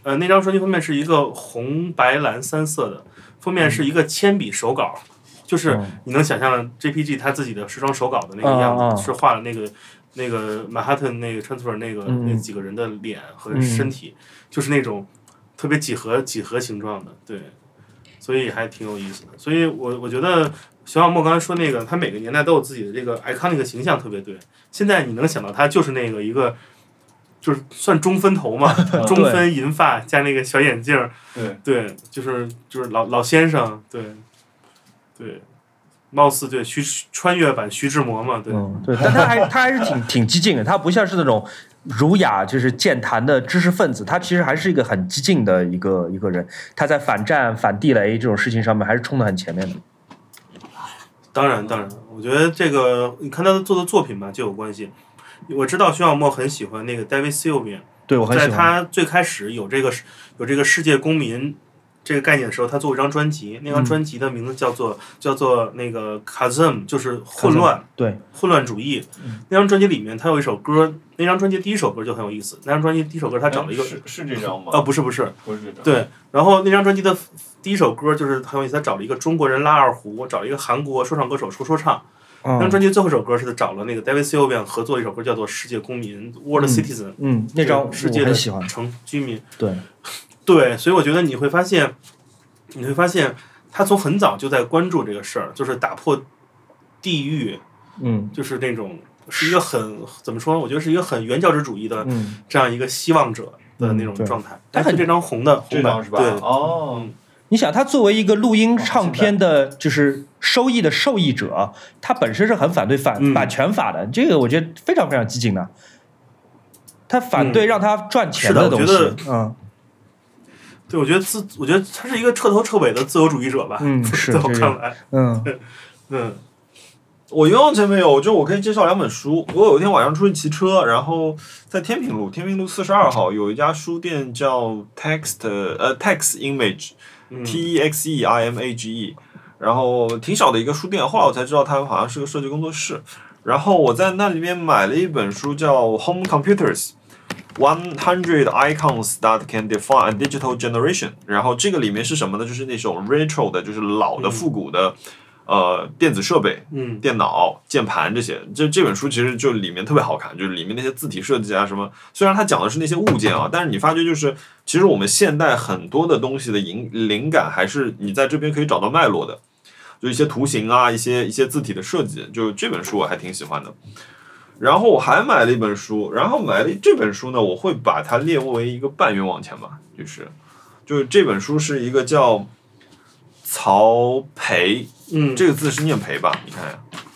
[SPEAKER 3] 呃，那张专辑封面是一个红白蓝三色的，封面是一个铅笔手稿，就是你能想象 J P G 他自己的时装手稿的那个样子，
[SPEAKER 2] 嗯嗯、
[SPEAKER 3] 是画了那个那个曼哈顿那个 transfer 那个、
[SPEAKER 2] 嗯、
[SPEAKER 3] 那几个人的脸和身体，嗯、就是那种特别几何几何形状的，对，所以还挺有意思的。所以我我觉得熊小莫刚才说那个，他每个年代都有自己的这个 iconic 形象，特别对。现在你能想到他就是那个一个。就是算中分头嘛，中分银发加那个小眼镜，
[SPEAKER 1] 对
[SPEAKER 3] 对，就是就是老老先生，对对，貌似对徐穿越版徐志摩嘛，对，
[SPEAKER 2] 嗯、对，但他还他还是挺挺激进的，他不像是那种儒雅就是健谈的知识分子，他其实还是一个很激进的一个一个人，他在反战反地雷这种事情上面还是冲得很前面的。
[SPEAKER 3] 当然当然，我觉得这个你看他做的作品吧就有关系。我知道徐小莫很喜欢那个 David Sylvian，
[SPEAKER 2] 对我很喜欢。
[SPEAKER 3] 在他最开始有这个有这个世界公民这个概念的时候，他做过一张专辑，那张专辑的名字叫做、嗯、叫做那个 Chasm， 就是混乱，
[SPEAKER 2] 对，
[SPEAKER 3] 混乱主义。
[SPEAKER 2] 嗯、
[SPEAKER 3] 那张专辑里面他有一首歌，那张专辑第一首歌就很有意思。那张专辑第一首歌他找了一个、
[SPEAKER 1] 哎、是是这张吗？
[SPEAKER 3] 啊，不是不是
[SPEAKER 1] 不是这张。
[SPEAKER 3] 对，然后那张专辑的第一首歌就是很有意思，他找了一个中国人拉二胡，找了一个韩国说唱歌手说说唱。那张专辑最后一首歌是他找了那个 David Sylvian 合作一首歌，叫做《世界公民》（World Citizen）。
[SPEAKER 2] 嗯，嗯那张
[SPEAKER 3] 世界的
[SPEAKER 2] 喜欢
[SPEAKER 3] 城居民。
[SPEAKER 2] 对，
[SPEAKER 3] 对，所以我觉得你会发现，你会发现他从很早就在关注这个事儿，就是打破地域，
[SPEAKER 2] 嗯，
[SPEAKER 3] 就是那种是一个很怎么说？我觉得是一个很原教旨主义的这样一个希望者的那种状态。他、嗯、很这张红的红版
[SPEAKER 1] 是吧？
[SPEAKER 3] 对
[SPEAKER 1] 哦。
[SPEAKER 3] 嗯
[SPEAKER 2] 你想，他作为一个录音唱片的，就是收益的受益者，他本身是很反对反、嗯、版权法的，这个我觉得非常非常激进的。他反对让他赚钱的东西，
[SPEAKER 3] 嗯，
[SPEAKER 2] 嗯
[SPEAKER 3] 对，我觉得自，我觉得他是一个彻头彻尾的自由主义者吧。
[SPEAKER 2] 嗯，是，
[SPEAKER 3] 在我看来，
[SPEAKER 2] 嗯
[SPEAKER 3] 嗯，
[SPEAKER 1] 我冤枉钱没有，就我可以介绍两本书。我有一天晚上出去骑车，然后在天平路，天平路四十二号有一家书店叫 Text， 呃 Text Image。T E X E I M A G E， 然后挺小的一个书店，后来我才知道它好像是个设计工作室。然后我在那里面买了一本书，叫《Home Computers: one hundred Icons That Can Define a Digital Generation》。然后这个里面是什么呢？就是那种 retro 的，就是老的、复古的。嗯呃，电子设备、
[SPEAKER 3] 嗯，
[SPEAKER 1] 电脑、键盘这些，这这本书其实就里面特别好看，就是里面那些字体设计啊什么。虽然它讲的是那些物件啊，但是你发觉就是，其实我们现代很多的东西的灵灵感还是你在这边可以找到脉络的，就一些图形啊，一些一些字体的设计，就这本书我还挺喜欢的。然后我还买了一本书，然后买了这本书呢，我会把它列为一个半冤枉钱吧，就是，就是这本书是一个叫曹培。
[SPEAKER 3] 嗯，
[SPEAKER 1] 这个字是念培吧？你看呀，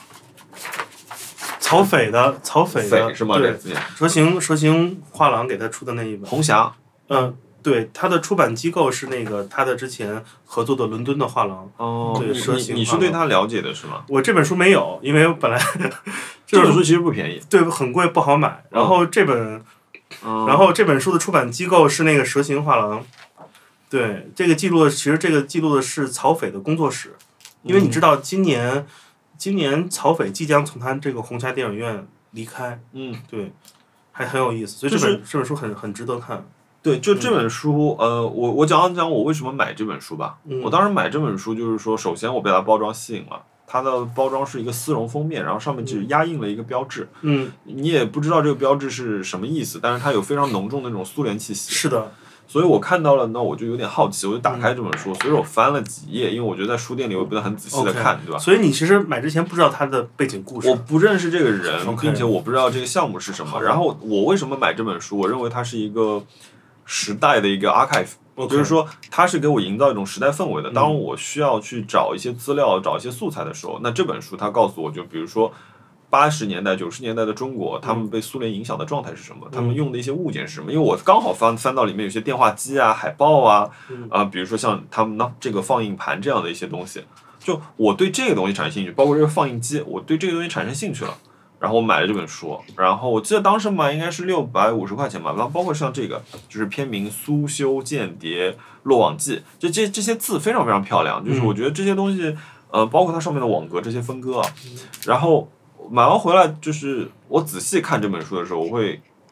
[SPEAKER 3] 曹斐的曹斐的
[SPEAKER 1] 是吗？
[SPEAKER 3] 对，蛇形蛇形画廊给他出的那一本
[SPEAKER 1] 红霞。
[SPEAKER 3] 嗯，对，他的出版机构是那个他的之前合作的伦敦的画廊。
[SPEAKER 1] 哦，
[SPEAKER 3] 对，蛇形。
[SPEAKER 1] 你是对他了解的是吗？
[SPEAKER 3] 我这本书没有，因为本来
[SPEAKER 1] 这本书其实不便宜，
[SPEAKER 3] 对，很贵，不好买。然后这本，
[SPEAKER 1] 嗯、
[SPEAKER 3] 然后这本书的出版机构是那个蛇形画廊。对，这个记录的其实这个记录的是曹斐的工作室。因为你知道，今年，嗯、今年曹斐即将从他这个红霞电影院离开，
[SPEAKER 1] 嗯，
[SPEAKER 3] 对，还很有意思，所以这本、就是、这本书很很值得看。
[SPEAKER 1] 对，就这本书，嗯、呃，我我讲讲我为什么买这本书吧。
[SPEAKER 3] 嗯、
[SPEAKER 1] 我当时买这本书就是说，首先我被它包装吸引了，它的包装是一个丝绒封面，然后上面只压印了一个标志，
[SPEAKER 3] 嗯，
[SPEAKER 1] 你也不知道这个标志是什么意思，但是它有非常浓重的那种苏联气息。
[SPEAKER 3] 是的。
[SPEAKER 1] 所以我看到了，那我就有点好奇，我就打开这本书，嗯、所以我翻了几页，因为我觉得在书店里我不能很仔细的看，
[SPEAKER 3] okay,
[SPEAKER 1] 对吧？
[SPEAKER 3] 所以你其实买之前不知道他的背景故事，
[SPEAKER 1] 我不认识这个人，
[SPEAKER 3] okay,
[SPEAKER 1] 并且我不知道这个项目是什么。然后我为什么买这本书？我认为它是一个时代的一个 archive，
[SPEAKER 3] okay,
[SPEAKER 1] 就是说它是给我营造一种时代氛围的。当我需要去找一些资料、找一些素材的时候，那这本书它告诉我就，比如说。八十年代、九十年代的中国，他们被苏联影响的状态是什么？
[SPEAKER 3] 嗯、
[SPEAKER 1] 他们用的一些物件是什么？因为我刚好翻翻到里面有些电话机啊、海报啊，
[SPEAKER 3] 嗯、
[SPEAKER 1] 呃，比如说像他们呢这个放映盘这样的一些东西，就我对这个东西产生兴趣，包括这个放映机，我对这个东西产生兴趣了。然后我买了这本书，然后我记得当时买应该是六百五十块钱吧，然后包括像这个就是片名《苏修间谍落网记》，这这这些字非常非常漂亮，就是我觉得这些东西，呃，包括它上面的网格这些分割啊，然后。买完回来就是我仔细看这本书的时候，我会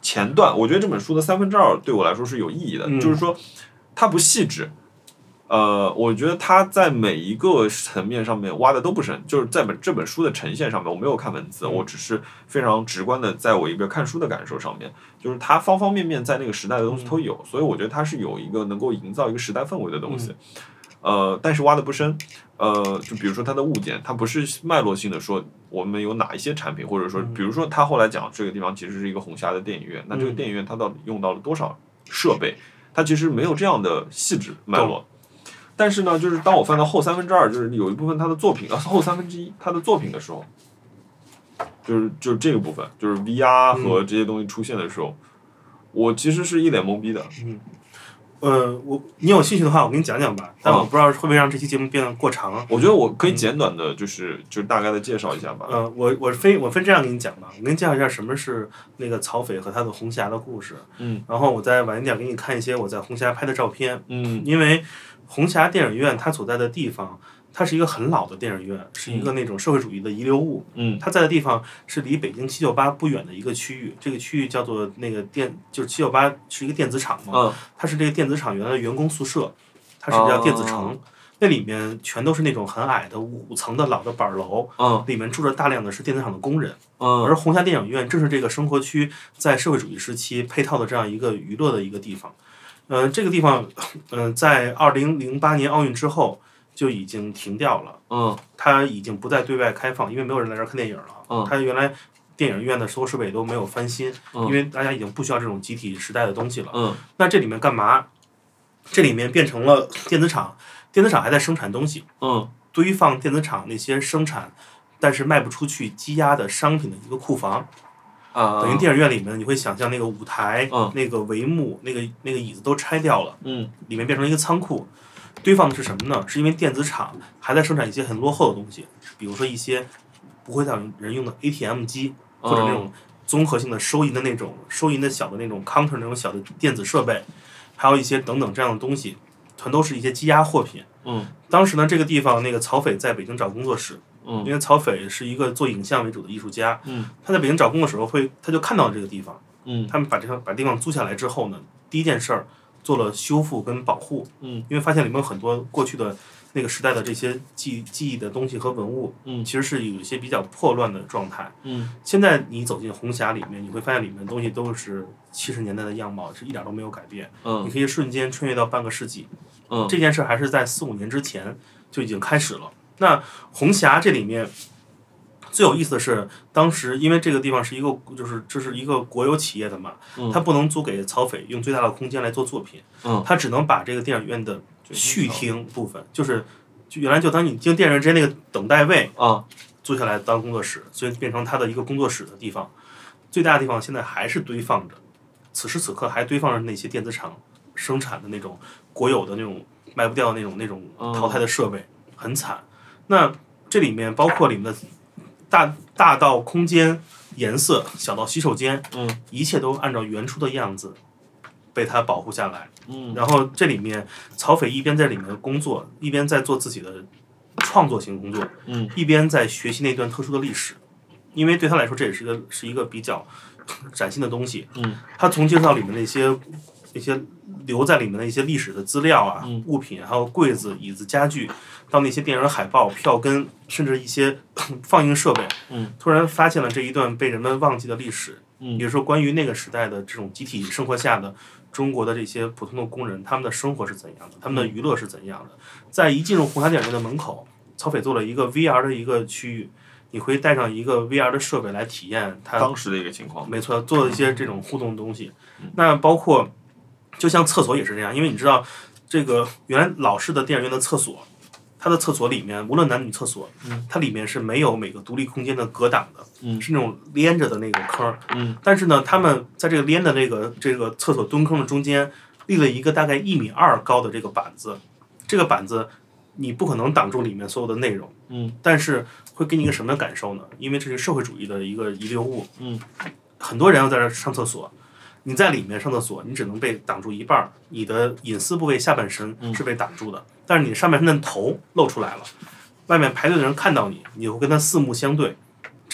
[SPEAKER 1] 前段，我觉得这本书的三分之二对我来说是有意义的，
[SPEAKER 3] 嗯、
[SPEAKER 1] 就是说它不细致。呃，我觉得他在每一个层面上面挖的都不深，就是在本这本书的呈现上面，我没有看文字，我只是非常直观的在我一个看书的感受上面，就是它方方面面在那个时代的东西都有，所以我觉得它是有一个能够营造一个时代氛围的东西，呃，但是挖的不深，呃，就比如说它的物件，它不是脉络性的说我们有哪一些产品，或者说，比如说他后来讲这个地方其实是一个红霞的电影院，那这个电影院它到底用到了多少设备，它其实没有这样的细致脉络。但是呢，就是当我翻到后三分之二，就是有一部分他的作品，啊，后三分之一他的作品的时候，就是就是这个部分，就是 V R 和这些东西出现的时候，嗯、我其实是一脸懵逼的。
[SPEAKER 3] 嗯，呃，我你有兴趣的话，我给你讲讲吧，但我不知道会不会让这期节目变得过长。
[SPEAKER 1] 我觉得我可以简短的，就是、嗯、就是大概的介绍一下吧。
[SPEAKER 3] 呃，我我分我分这样给你讲吧，我给你介绍一下什么是那个曹斐和他的红霞的故事。
[SPEAKER 1] 嗯，
[SPEAKER 3] 然后我再晚一点给你看一些我在红霞拍的照片。
[SPEAKER 1] 嗯，
[SPEAKER 3] 因为红霞电影院它所在的地方，它是一个很老的电影院，是一个那种社会主义的遗留物。
[SPEAKER 1] 嗯，
[SPEAKER 3] 它在的地方是离北京七九八不远的一个区域，这个区域叫做那个电，就是七九八是一个电子厂嘛，
[SPEAKER 1] 嗯、
[SPEAKER 3] 它是这个电子厂原来的员工宿舍，它是叫电子城。哦，那里面全都是那种很矮的五层的老的板楼，
[SPEAKER 1] 嗯，
[SPEAKER 3] 里面住着大量的是电子厂的工人，
[SPEAKER 1] 嗯，
[SPEAKER 3] 而红霞电影院正是这个生活区在社会主义时期配套的这样一个娱乐的一个地方。呃，这个地方，嗯、呃，在二零零八年奥运之后就已经停掉了，
[SPEAKER 1] 嗯，
[SPEAKER 3] 它已经不再对外开放，因为没有人来这儿看电影了，
[SPEAKER 1] 嗯，
[SPEAKER 3] 它原来电影院的所有设备都没有翻新，
[SPEAKER 1] 嗯，
[SPEAKER 3] 因为大家已经不需要这种集体时代的东西了，
[SPEAKER 1] 嗯，
[SPEAKER 3] 那这里面干嘛？这里面变成了电子厂，电子厂还在生产东西，
[SPEAKER 1] 嗯，
[SPEAKER 3] 堆放电子厂那些生产但是卖不出去积压的商品的一个库房。
[SPEAKER 1] 啊，
[SPEAKER 3] 等于电影院里面你会想象那个舞台、
[SPEAKER 1] 嗯、
[SPEAKER 3] 那个帷幕、那个那个椅子都拆掉了，
[SPEAKER 1] 嗯，
[SPEAKER 3] 里面变成了一个仓库，堆放的是什么呢？是因为电子厂还在生产一些很落后的东西，比如说一些不会让人用的 A T M 机，或者那种综合性的收银的那种收银的小的那种 counter 那种小的电子设备，还有一些等等这样的东西，全都是一些积压货品。
[SPEAKER 1] 嗯，
[SPEAKER 3] 当时呢，这个地方那个曹斐在北京找工作室。
[SPEAKER 1] 嗯，
[SPEAKER 3] 因为曹斐是一个做影像为主的艺术家，
[SPEAKER 1] 嗯，
[SPEAKER 3] 他在北京找工的时候会，他就看到了这个地方，
[SPEAKER 1] 嗯，
[SPEAKER 3] 他们把这个把地方租下来之后呢，第一件事儿做了修复跟保护，
[SPEAKER 1] 嗯，
[SPEAKER 3] 因为发现里面有很多过去的那个时代的这些记记忆的东西和文物，
[SPEAKER 1] 嗯，
[SPEAKER 3] 其实是有一些比较破乱的状态，
[SPEAKER 1] 嗯，
[SPEAKER 3] 现在你走进红霞里面，你会发现里面的东西都是七十年代的样貌，是一点都没有改变，
[SPEAKER 1] 嗯，
[SPEAKER 3] 你可以瞬间穿越到半个世纪，
[SPEAKER 1] 嗯，
[SPEAKER 3] 这件事还是在四五年之前就已经开始了。那红霞这里面。最有意思的是，当时因为这个地方是一个，就是这是一个国有企业的嘛，
[SPEAKER 1] 嗯，
[SPEAKER 3] 他不能租给曹斐用最大的空间来做作品，
[SPEAKER 1] 嗯，
[SPEAKER 3] 他只能把这个电影院的续厅部分，就是就原来就当你进电影院之间那个等待位
[SPEAKER 1] 啊，
[SPEAKER 3] 租下来当工作室，所以变成他的一个工作室的地方。最大的地方现在还是堆放着，此时此刻还堆放着那些电子厂生产的那种国有的那种卖不掉的那种那种淘汰的设备，很惨。那这里面包括里面的。大大到空间颜色，小到洗手间，
[SPEAKER 1] 嗯，
[SPEAKER 3] 一切都按照原初的样子被它保护下来，
[SPEAKER 1] 嗯，
[SPEAKER 3] 然后这里面曹斐一边在里面工作，一边在做自己的创作型工作，
[SPEAKER 1] 嗯，
[SPEAKER 3] 一边在学习那段特殊的历史，因为对他来说这也是一个是一个比较崭新的东西，
[SPEAKER 1] 嗯，
[SPEAKER 3] 他从介绍里面那些那些留在里面的一些历史的资料啊、
[SPEAKER 1] 嗯、
[SPEAKER 3] 物品，还有柜子、椅子、家具，到那些电影海报、票根，甚至一些放映设备，
[SPEAKER 1] 嗯，
[SPEAKER 3] 突然发现了这一段被人们忘记的历史，
[SPEAKER 1] 嗯，
[SPEAKER 3] 也就是说关于那个时代的这种集体生活下的中国的这些普通的工人，他们的生活是怎样的，他们的娱乐是怎样的。在一进入红霞电影院的门口，曹斐做了一个 V R 的一个区域，你会带上一个 V R 的设备来体验它
[SPEAKER 1] 当时的一个情况。
[SPEAKER 3] 没错，做一些这种互动的东西，嗯、那包括。就像厕所也是这样，因为你知道，这个原来老式的电影院的厕所，它的厕所里面无论男女厕所，
[SPEAKER 1] 嗯，
[SPEAKER 3] 它里面是没有每个独立空间的隔挡的，
[SPEAKER 1] 嗯，
[SPEAKER 3] 是那种连着的那个坑，
[SPEAKER 1] 嗯，
[SPEAKER 3] 但是呢，他们在这个连的这个这个厕所蹲坑的中间立了一个大概一米二高的这个板子，这个板子你不可能挡住里面所有的内容，
[SPEAKER 1] 嗯，
[SPEAKER 3] 但是会给你一个什么感受呢？因为这是社会主义的一个遗留物，
[SPEAKER 1] 嗯，
[SPEAKER 3] 很多人要在这上厕所。你在里面上厕所，你只能被挡住一半，你的隐私部位下半身是被挡住的，嗯、但是你上半身的头露出来了，外面排队的人看到你，你会跟他四目相对，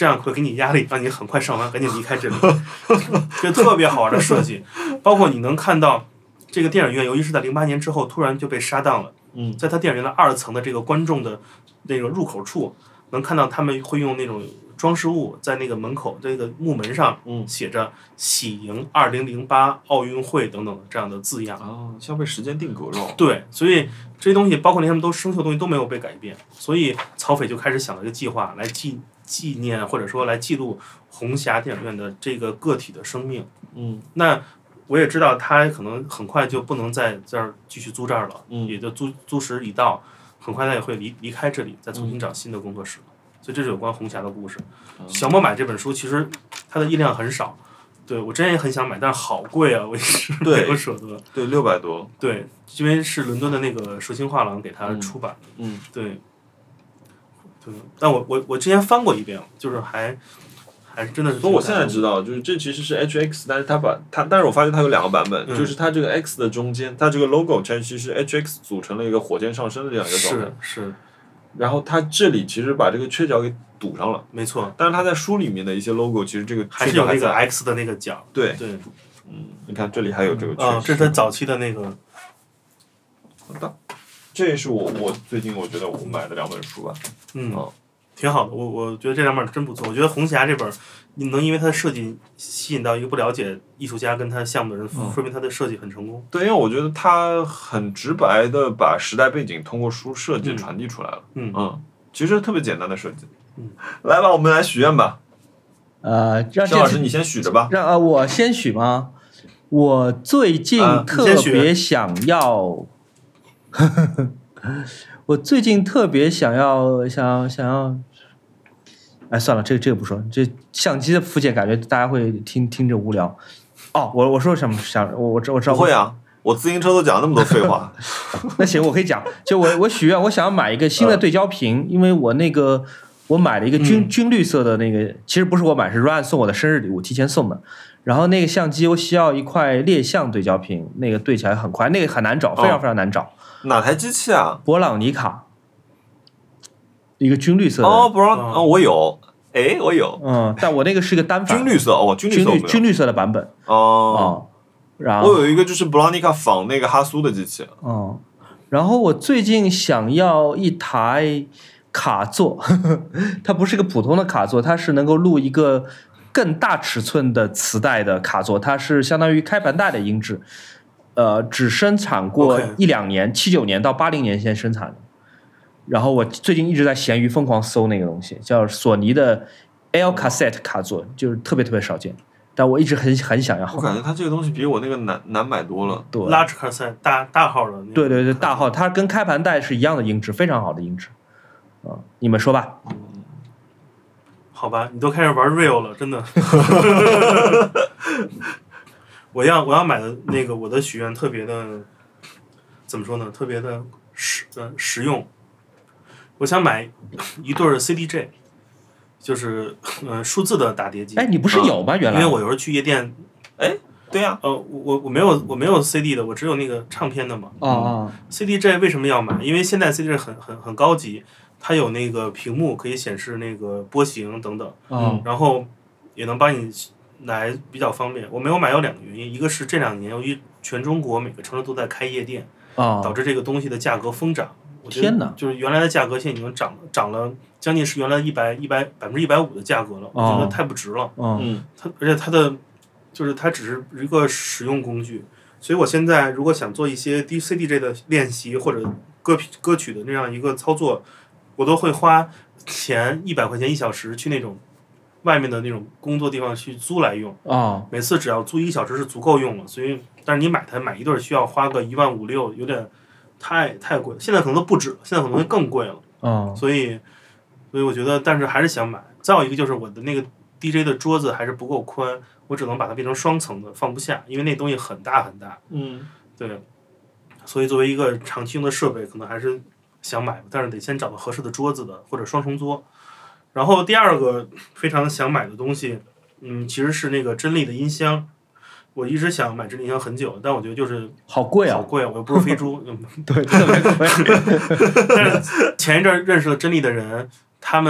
[SPEAKER 3] 这样会给你压力，让你很快上完，赶紧离开这里。这特别好玩的设计，包括你能看到这个电影院，尤其是在零八年之后，突然就被杀档了。
[SPEAKER 1] 嗯，
[SPEAKER 3] 在他电影院的二层的这个观众的那个入口处，能看到他们会用那种装饰物在那个门口这个木门上写着“喜迎二零零八奥运会”等等这样的字样。
[SPEAKER 1] 啊，像被时间定格了。
[SPEAKER 3] 对，所以这些东西，包括连他们都生锈的东西都没有被改变，所以曹斐就开始想了一个计划来纪纪念或者说来记录红霞电影院的这个个体的生命。
[SPEAKER 1] 嗯，
[SPEAKER 3] 那我也知道他可能很快就不能在这儿继续租这儿了，
[SPEAKER 1] 嗯，
[SPEAKER 3] 也就租租时已到，很快他也会离离开这里，再重新找新的工作室。嗯，所以这是有关红霞的故事。小莫买这本书其实它的印量很少，对我之前也很想买，但是好贵啊，我一直没有舍得。
[SPEAKER 1] 对，六百多。
[SPEAKER 3] 对，因为是伦敦的那个蛇形画廊给他出版的。
[SPEAKER 1] 嗯，
[SPEAKER 3] 对。对，但我我我之前翻过一遍，就是还还是真的是。
[SPEAKER 1] 所以我现在知道，就是这其实是 H X， 但是它把它，但是我发现它有两个版本，
[SPEAKER 3] 嗯、
[SPEAKER 1] 就是它这个 X 的中间，它这个 logo 其实是 H X 组成了一个火箭上升的这样一个状态。
[SPEAKER 3] 是是。
[SPEAKER 1] 然后它这里其实把这个缺角给堵上了，
[SPEAKER 3] 没错。
[SPEAKER 1] 但是它在书里面的一些 logo， 其实这个
[SPEAKER 3] 还是有那个 X 的那个角。
[SPEAKER 1] 对
[SPEAKER 3] 对，
[SPEAKER 1] 嗯，你看这里还有这个缺。
[SPEAKER 3] 啊、哦，这是他早期的那个。
[SPEAKER 1] 好的，这也是我我最近我觉得我买的两本书吧。
[SPEAKER 3] 嗯。哦，挺好的，我我觉得这两本真不错。我觉得红霞这本，你能因为它的设计吸引到一个不了解艺术家跟他项目的人，
[SPEAKER 1] 嗯、
[SPEAKER 3] 说明他的设计很成功。
[SPEAKER 1] 对，因为我觉得他很直白的把时代背景通过书设计传递出来了。
[SPEAKER 3] 嗯
[SPEAKER 1] 嗯，其实特别简单的设计。
[SPEAKER 3] 嗯，
[SPEAKER 1] 来吧，我们来许愿吧。
[SPEAKER 2] 呃，让
[SPEAKER 1] 肖老师你先许着吧。
[SPEAKER 2] 让呃我先许吗？我最近特别想要，呃、我最近特别想要想想要。哎，算了，这个这个不说，这相机的附件感觉大家会听听着无聊。哦，我我说什么想我我知我知道。
[SPEAKER 1] 不会啊，我自行车都讲那么多废话。
[SPEAKER 2] 那行，我可以讲，就我我许愿，我想要买一个新的对焦屏，因为我那个我买了一个军、嗯、军绿色的那个，其实不是我买，是 Ryan 送我的生日礼物，提前送的。然后那个相机我需要一块猎象对焦屏，那个对起来很快，那个很难找，非常非常难找。
[SPEAKER 1] 哦、哪台机器啊？
[SPEAKER 2] 博朗尼卡。一个军绿色的
[SPEAKER 1] 哦，不让哦，我有，哎，我有，
[SPEAKER 2] 嗯，但我那个是一个单反，
[SPEAKER 1] 军绿色哦，军绿
[SPEAKER 2] 色军绿军绿色的版本
[SPEAKER 1] 哦，
[SPEAKER 2] 哦，然后
[SPEAKER 1] 我有一个就是布朗尼卡仿那个哈苏的机器
[SPEAKER 2] 哦，然后我最近想要一台卡座，呵呵它不是个普通的卡座，它是能够录一个更大尺寸的磁带的卡座，它是相当于开盘带的音质，呃，只生产过一两年，七九年到八零年先生产的。然后我最近一直在闲鱼疯狂搜那个东西，叫索尼的 L cassette 卡座，就是特别特别少见，但我一直很很想要。
[SPEAKER 1] 我感觉它这个东西比我那个难难买多了。
[SPEAKER 2] 对
[SPEAKER 3] ，large cassette 大大号的那个。
[SPEAKER 2] 对对对，大号，它跟开盘带是一样的音质，非常好的音质。啊、嗯，你们说吧。
[SPEAKER 3] 嗯，好吧，你都开始玩 real 了，真的。我要我要买的那个我的许愿特别的，怎么说呢？特别的实呃实用。我想买一对 C D J， 就是呃数字的打碟机。
[SPEAKER 2] 哎，你不是有吗？原来
[SPEAKER 3] 因为我有时候去夜店，
[SPEAKER 1] 哎，对呀、啊，
[SPEAKER 3] 呃，我我没有我没有 C D 的，我只有那个唱片的嘛。
[SPEAKER 2] 啊啊
[SPEAKER 3] C D J 为什么要买？因为现在 C D J 很很很高级，它有那个屏幕可以显示那个波形等等，
[SPEAKER 2] 嗯，
[SPEAKER 3] 然后也能帮你来比较方便。我没有买有两个原因，一个是这两年由于全中国每个城市都在开夜店，
[SPEAKER 2] 啊，
[SPEAKER 3] 导致这个东西的价格疯涨。
[SPEAKER 2] 天哪！
[SPEAKER 3] 就是原来的价格现在已经涨涨了将近是原来一百一百百分之一百五的价格了，我觉得太不值了。
[SPEAKER 2] 嗯，
[SPEAKER 3] 它而且它的就是它只是一个使用工具，所以我现在如果想做一些 C D J 的练习或者歌歌曲的那样一个操作，我都会花钱一百块钱一小时去那种外面的那种工作地方去租来用。
[SPEAKER 2] 啊，
[SPEAKER 3] 每次只要租一个小时是足够用了，所以但是你买它买一对需要花个一万五六，有点。太太贵了，现在可能都不止了，现在可能会更贵了。
[SPEAKER 2] 嗯，
[SPEAKER 3] 所以，所以我觉得，但是还是想买。再有一个就是我的那个 D J 的桌子还是不够宽，我只能把它变成双层的，放不下，因为那东西很大很大。
[SPEAKER 1] 嗯，
[SPEAKER 3] 对。所以作为一个长期用的设备，可能还是想买，但是得先找到合适的桌子的或者双重桌。然后第二个非常想买的东西，嗯，其实是那个真力的音箱。我一直想买真力音箱很久，但我觉得就是
[SPEAKER 2] 好贵啊，
[SPEAKER 3] 好贵啊！我又不是飞猪，
[SPEAKER 2] 对，特别贵。
[SPEAKER 3] 但是前一阵认识了真力的人，他们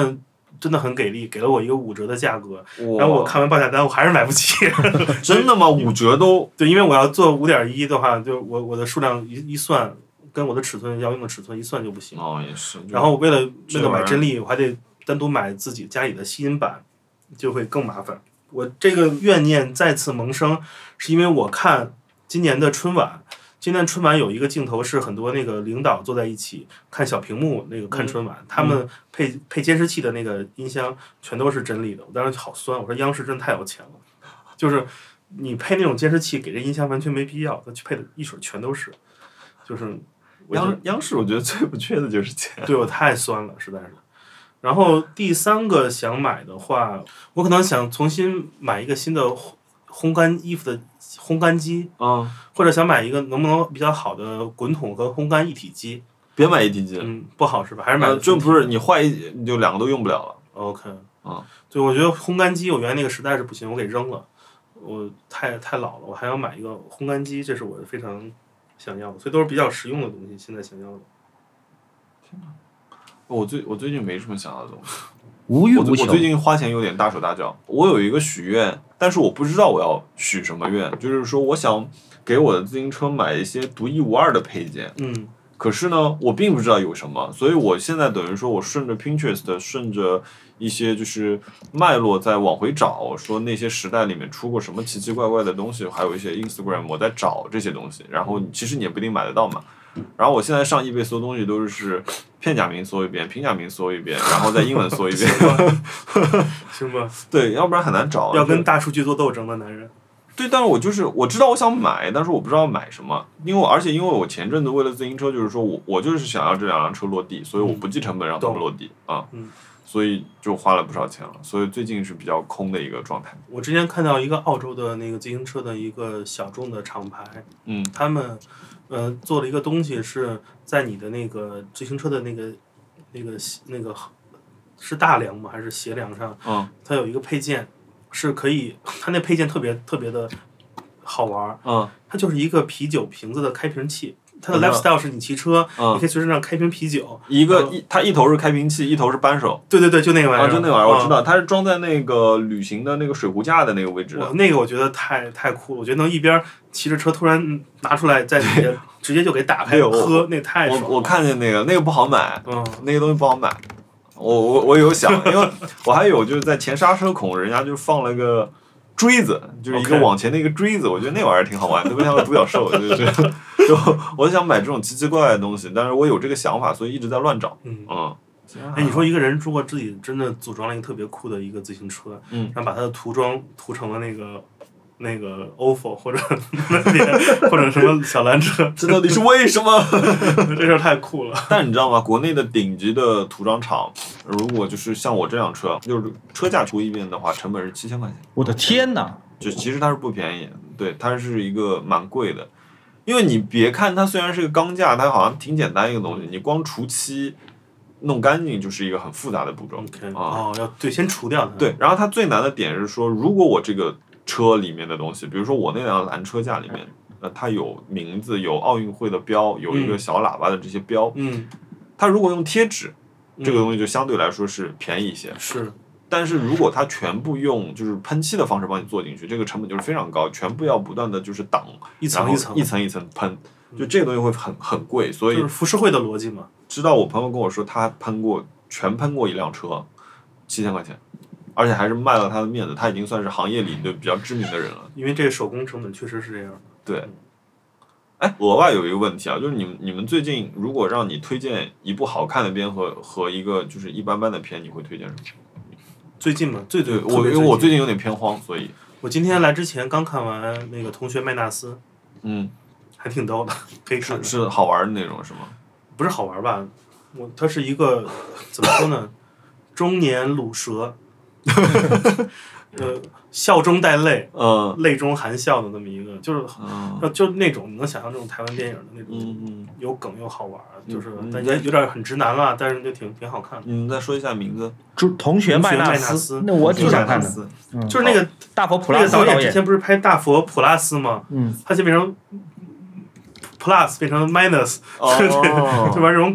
[SPEAKER 3] 真的很给力，给了我一个五折的价格，然后我看完报价单我还是买不起。
[SPEAKER 1] 真的吗？五折都？
[SPEAKER 3] 对，因为我要做五点一的话，就我我的数量一一算，跟我的尺寸要用的尺寸一算就不行。
[SPEAKER 1] 哦，也是。
[SPEAKER 3] 然后为了那个买真力，我还得单独买自己家里的吸音板，就会更麻烦。我这个怨念再次萌生，是因为我看今年的春晚，今年春晚有一个镜头是很多那个领导坐在一起看小屏幕那个看春晚，嗯、他们配配监视器的那个音箱全都是真力的，我当时好酸，我说央视真太有钱了，就是你配那种监视器给这音箱完全没必要，他去配的一水全都是，就是
[SPEAKER 1] 央央视我觉得最不缺的就是钱，
[SPEAKER 3] 对我太酸了，实在是。然后第三个想买的话，我可能想重新买一个新的烘干衣服的烘干机，
[SPEAKER 1] 嗯，
[SPEAKER 3] 或者想买一个能不能比较好的滚筒和烘干一体机。
[SPEAKER 1] 别买一体机，
[SPEAKER 3] 嗯，不好是吧？还是买、呃、
[SPEAKER 1] 就不是你坏一你就两个都用不了了。
[SPEAKER 3] OK，
[SPEAKER 1] 嗯，
[SPEAKER 3] 对，我觉得烘干机我原来那个实在是不行，我给扔了，我太太老了，我还要买一个烘干机，这是我非常想要的，所以都是比较实用的东西，现在想要的。
[SPEAKER 1] 天哪！我最我最近没什么想要的东西，
[SPEAKER 2] 无欲无求。
[SPEAKER 1] 我最近花钱有点大手大脚。我有一个许愿，但是我不知道我要许什么愿，就是说我想给我的自行车买一些独一无二的配件。
[SPEAKER 3] 嗯。
[SPEAKER 1] 可是呢，我并不知道有什么，所以我现在等于说我顺着 Pinterest， 顺着一些就是脉络在往回找，说那些时代里面出过什么奇奇怪怪的东西，还有一些 Instagram 我在找这些东西，然后其实你也不一定买得到嘛。然后我现在上易贝搜东西都是片假名搜一遍，平假名搜一遍，然后再英文搜一遍，
[SPEAKER 3] 行吧？
[SPEAKER 1] 对，要不然很难找。
[SPEAKER 3] 要跟大数据做斗争的男人。
[SPEAKER 1] 对，但是我就是我知道我想买，但是我不知道买什么，因为我而且因为我前阵子为了自行车，就是说我我就是想要这两辆车落地，所以我不计成本让他们落地、嗯、啊、
[SPEAKER 3] 嗯，
[SPEAKER 1] 所以就花了不少钱了，所以最近是比较空的一个状态。
[SPEAKER 3] 我之前看到一个澳洲的那个自行车的一个小众的厂牌，
[SPEAKER 1] 嗯，
[SPEAKER 3] 他们呃做了一个东西是在你的那个自行车的那个那个那个是大梁吗还是斜梁上，
[SPEAKER 1] 嗯，
[SPEAKER 3] 它有一个配件。是可以，它那配件特别特别的好玩，
[SPEAKER 1] 嗯，
[SPEAKER 3] 它就是一个啤酒瓶子的开瓶器，它的 lifestyle 是你骑车，
[SPEAKER 1] 嗯、
[SPEAKER 3] 你可以随身上开瓶啤酒，
[SPEAKER 1] 一个一它一头是开瓶器，一头是扳手，
[SPEAKER 3] 对对对，就那个玩意儿，
[SPEAKER 1] 啊，就那玩意儿，我知道，它是装在那个旅行的那个水壶架的那个位置的，
[SPEAKER 3] 那个我觉得太太酷了，我觉得能一边骑着车突然拿出来，在里面直接就给打开喝，那太爽了。
[SPEAKER 1] 我我看见那个那个不好买，
[SPEAKER 3] 嗯，
[SPEAKER 1] 那个东西不好买。我我我有想，因为我还有就是在前刹车孔，人家就放了个锥子，就是一个往前的一个锥子， okay. 我觉得那玩意儿挺好玩，特别像个独角兽，就是就我想买这种奇奇怪怪的东西，但是我有这个想法，所以一直在乱找。
[SPEAKER 3] 嗯
[SPEAKER 1] 嗯，
[SPEAKER 3] 哎，你说一个人如果自己真的组装了一个特别酷的一个自行车，
[SPEAKER 1] 嗯，
[SPEAKER 3] 然后把它的涂装涂成了那个。那个 O F O 或者或者什么小蓝车，
[SPEAKER 1] 这到底是为什么？
[SPEAKER 3] 这事儿太酷了。
[SPEAKER 1] 但你知道吗？国内的顶级的涂装厂，如果就是像我这辆车，就是车架涂一遍的话，成本是七千块钱。
[SPEAKER 2] 我的天哪！
[SPEAKER 1] 就其实它是不便宜，对，它是一个蛮贵的。因为你别看它虽然是个钢架，它好像挺简单一个东西，你光除漆。弄干净就是一个很复杂的步骤。
[SPEAKER 3] Okay,
[SPEAKER 1] 啊、
[SPEAKER 3] 哦，要对，先除掉它。
[SPEAKER 1] 对，然后它最难的点是说，如果我这个车里面的东西，比如说我那辆蓝车架里面，呃，它有名字，有奥运会的标，有一个小喇叭的这些标。
[SPEAKER 3] 嗯。
[SPEAKER 1] 它如果用贴纸，这个东西就相对来说是便宜一些。
[SPEAKER 3] 是。
[SPEAKER 1] 但是如果它全部用就是喷漆的方式帮你做进去，这个成本就是非常高，全部要不断的就是挡，
[SPEAKER 3] 一层一层
[SPEAKER 1] 一层一层喷，就这个东西会很很贵，所以
[SPEAKER 3] 就是浮世绘的逻辑嘛。
[SPEAKER 1] 知道我朋友跟我说，他喷过全喷过一辆车，七千块钱，而且还是卖了他的面子，他已经算是行业里的比较知名的人了。
[SPEAKER 3] 因为这个手工成本确实是这样。
[SPEAKER 1] 对。哎，额外有一个问题啊，就是你们你们最近如果让你推荐一部好看的片和和一个就是一般般的片，你会推荐什么？
[SPEAKER 3] 最近嘛，最最
[SPEAKER 1] 我因为我最近有点偏荒，所以
[SPEAKER 3] 我今天来之前刚看完那个《同学麦纳斯》，
[SPEAKER 1] 嗯，
[SPEAKER 3] 还挺逗的，可以看。
[SPEAKER 1] 是是好玩的那种是吗？
[SPEAKER 3] 不是好玩吧？我它是一个怎么说呢？中年鲁蛇，呃，笑中带泪，
[SPEAKER 1] 嗯，
[SPEAKER 3] 泪中含笑的那么一个，就是，
[SPEAKER 1] 嗯、
[SPEAKER 3] 就那种你能想象那种台湾电影的那种，
[SPEAKER 1] 嗯、
[SPEAKER 3] 有梗又好玩，就是
[SPEAKER 1] 嗯、
[SPEAKER 3] 但也有点很直男了，但是就挺挺好看的。
[SPEAKER 1] 你再说一下名字？
[SPEAKER 2] 同学麦纳斯，那我挺想看的。
[SPEAKER 3] 嗯、就是那个
[SPEAKER 2] 大佛普拉斯
[SPEAKER 3] 导演之前不是拍大佛普拉斯吗？
[SPEAKER 2] 嗯，
[SPEAKER 3] 他就变成 plus 变成 minus，、
[SPEAKER 1] 哦、
[SPEAKER 3] 就玩这种梗。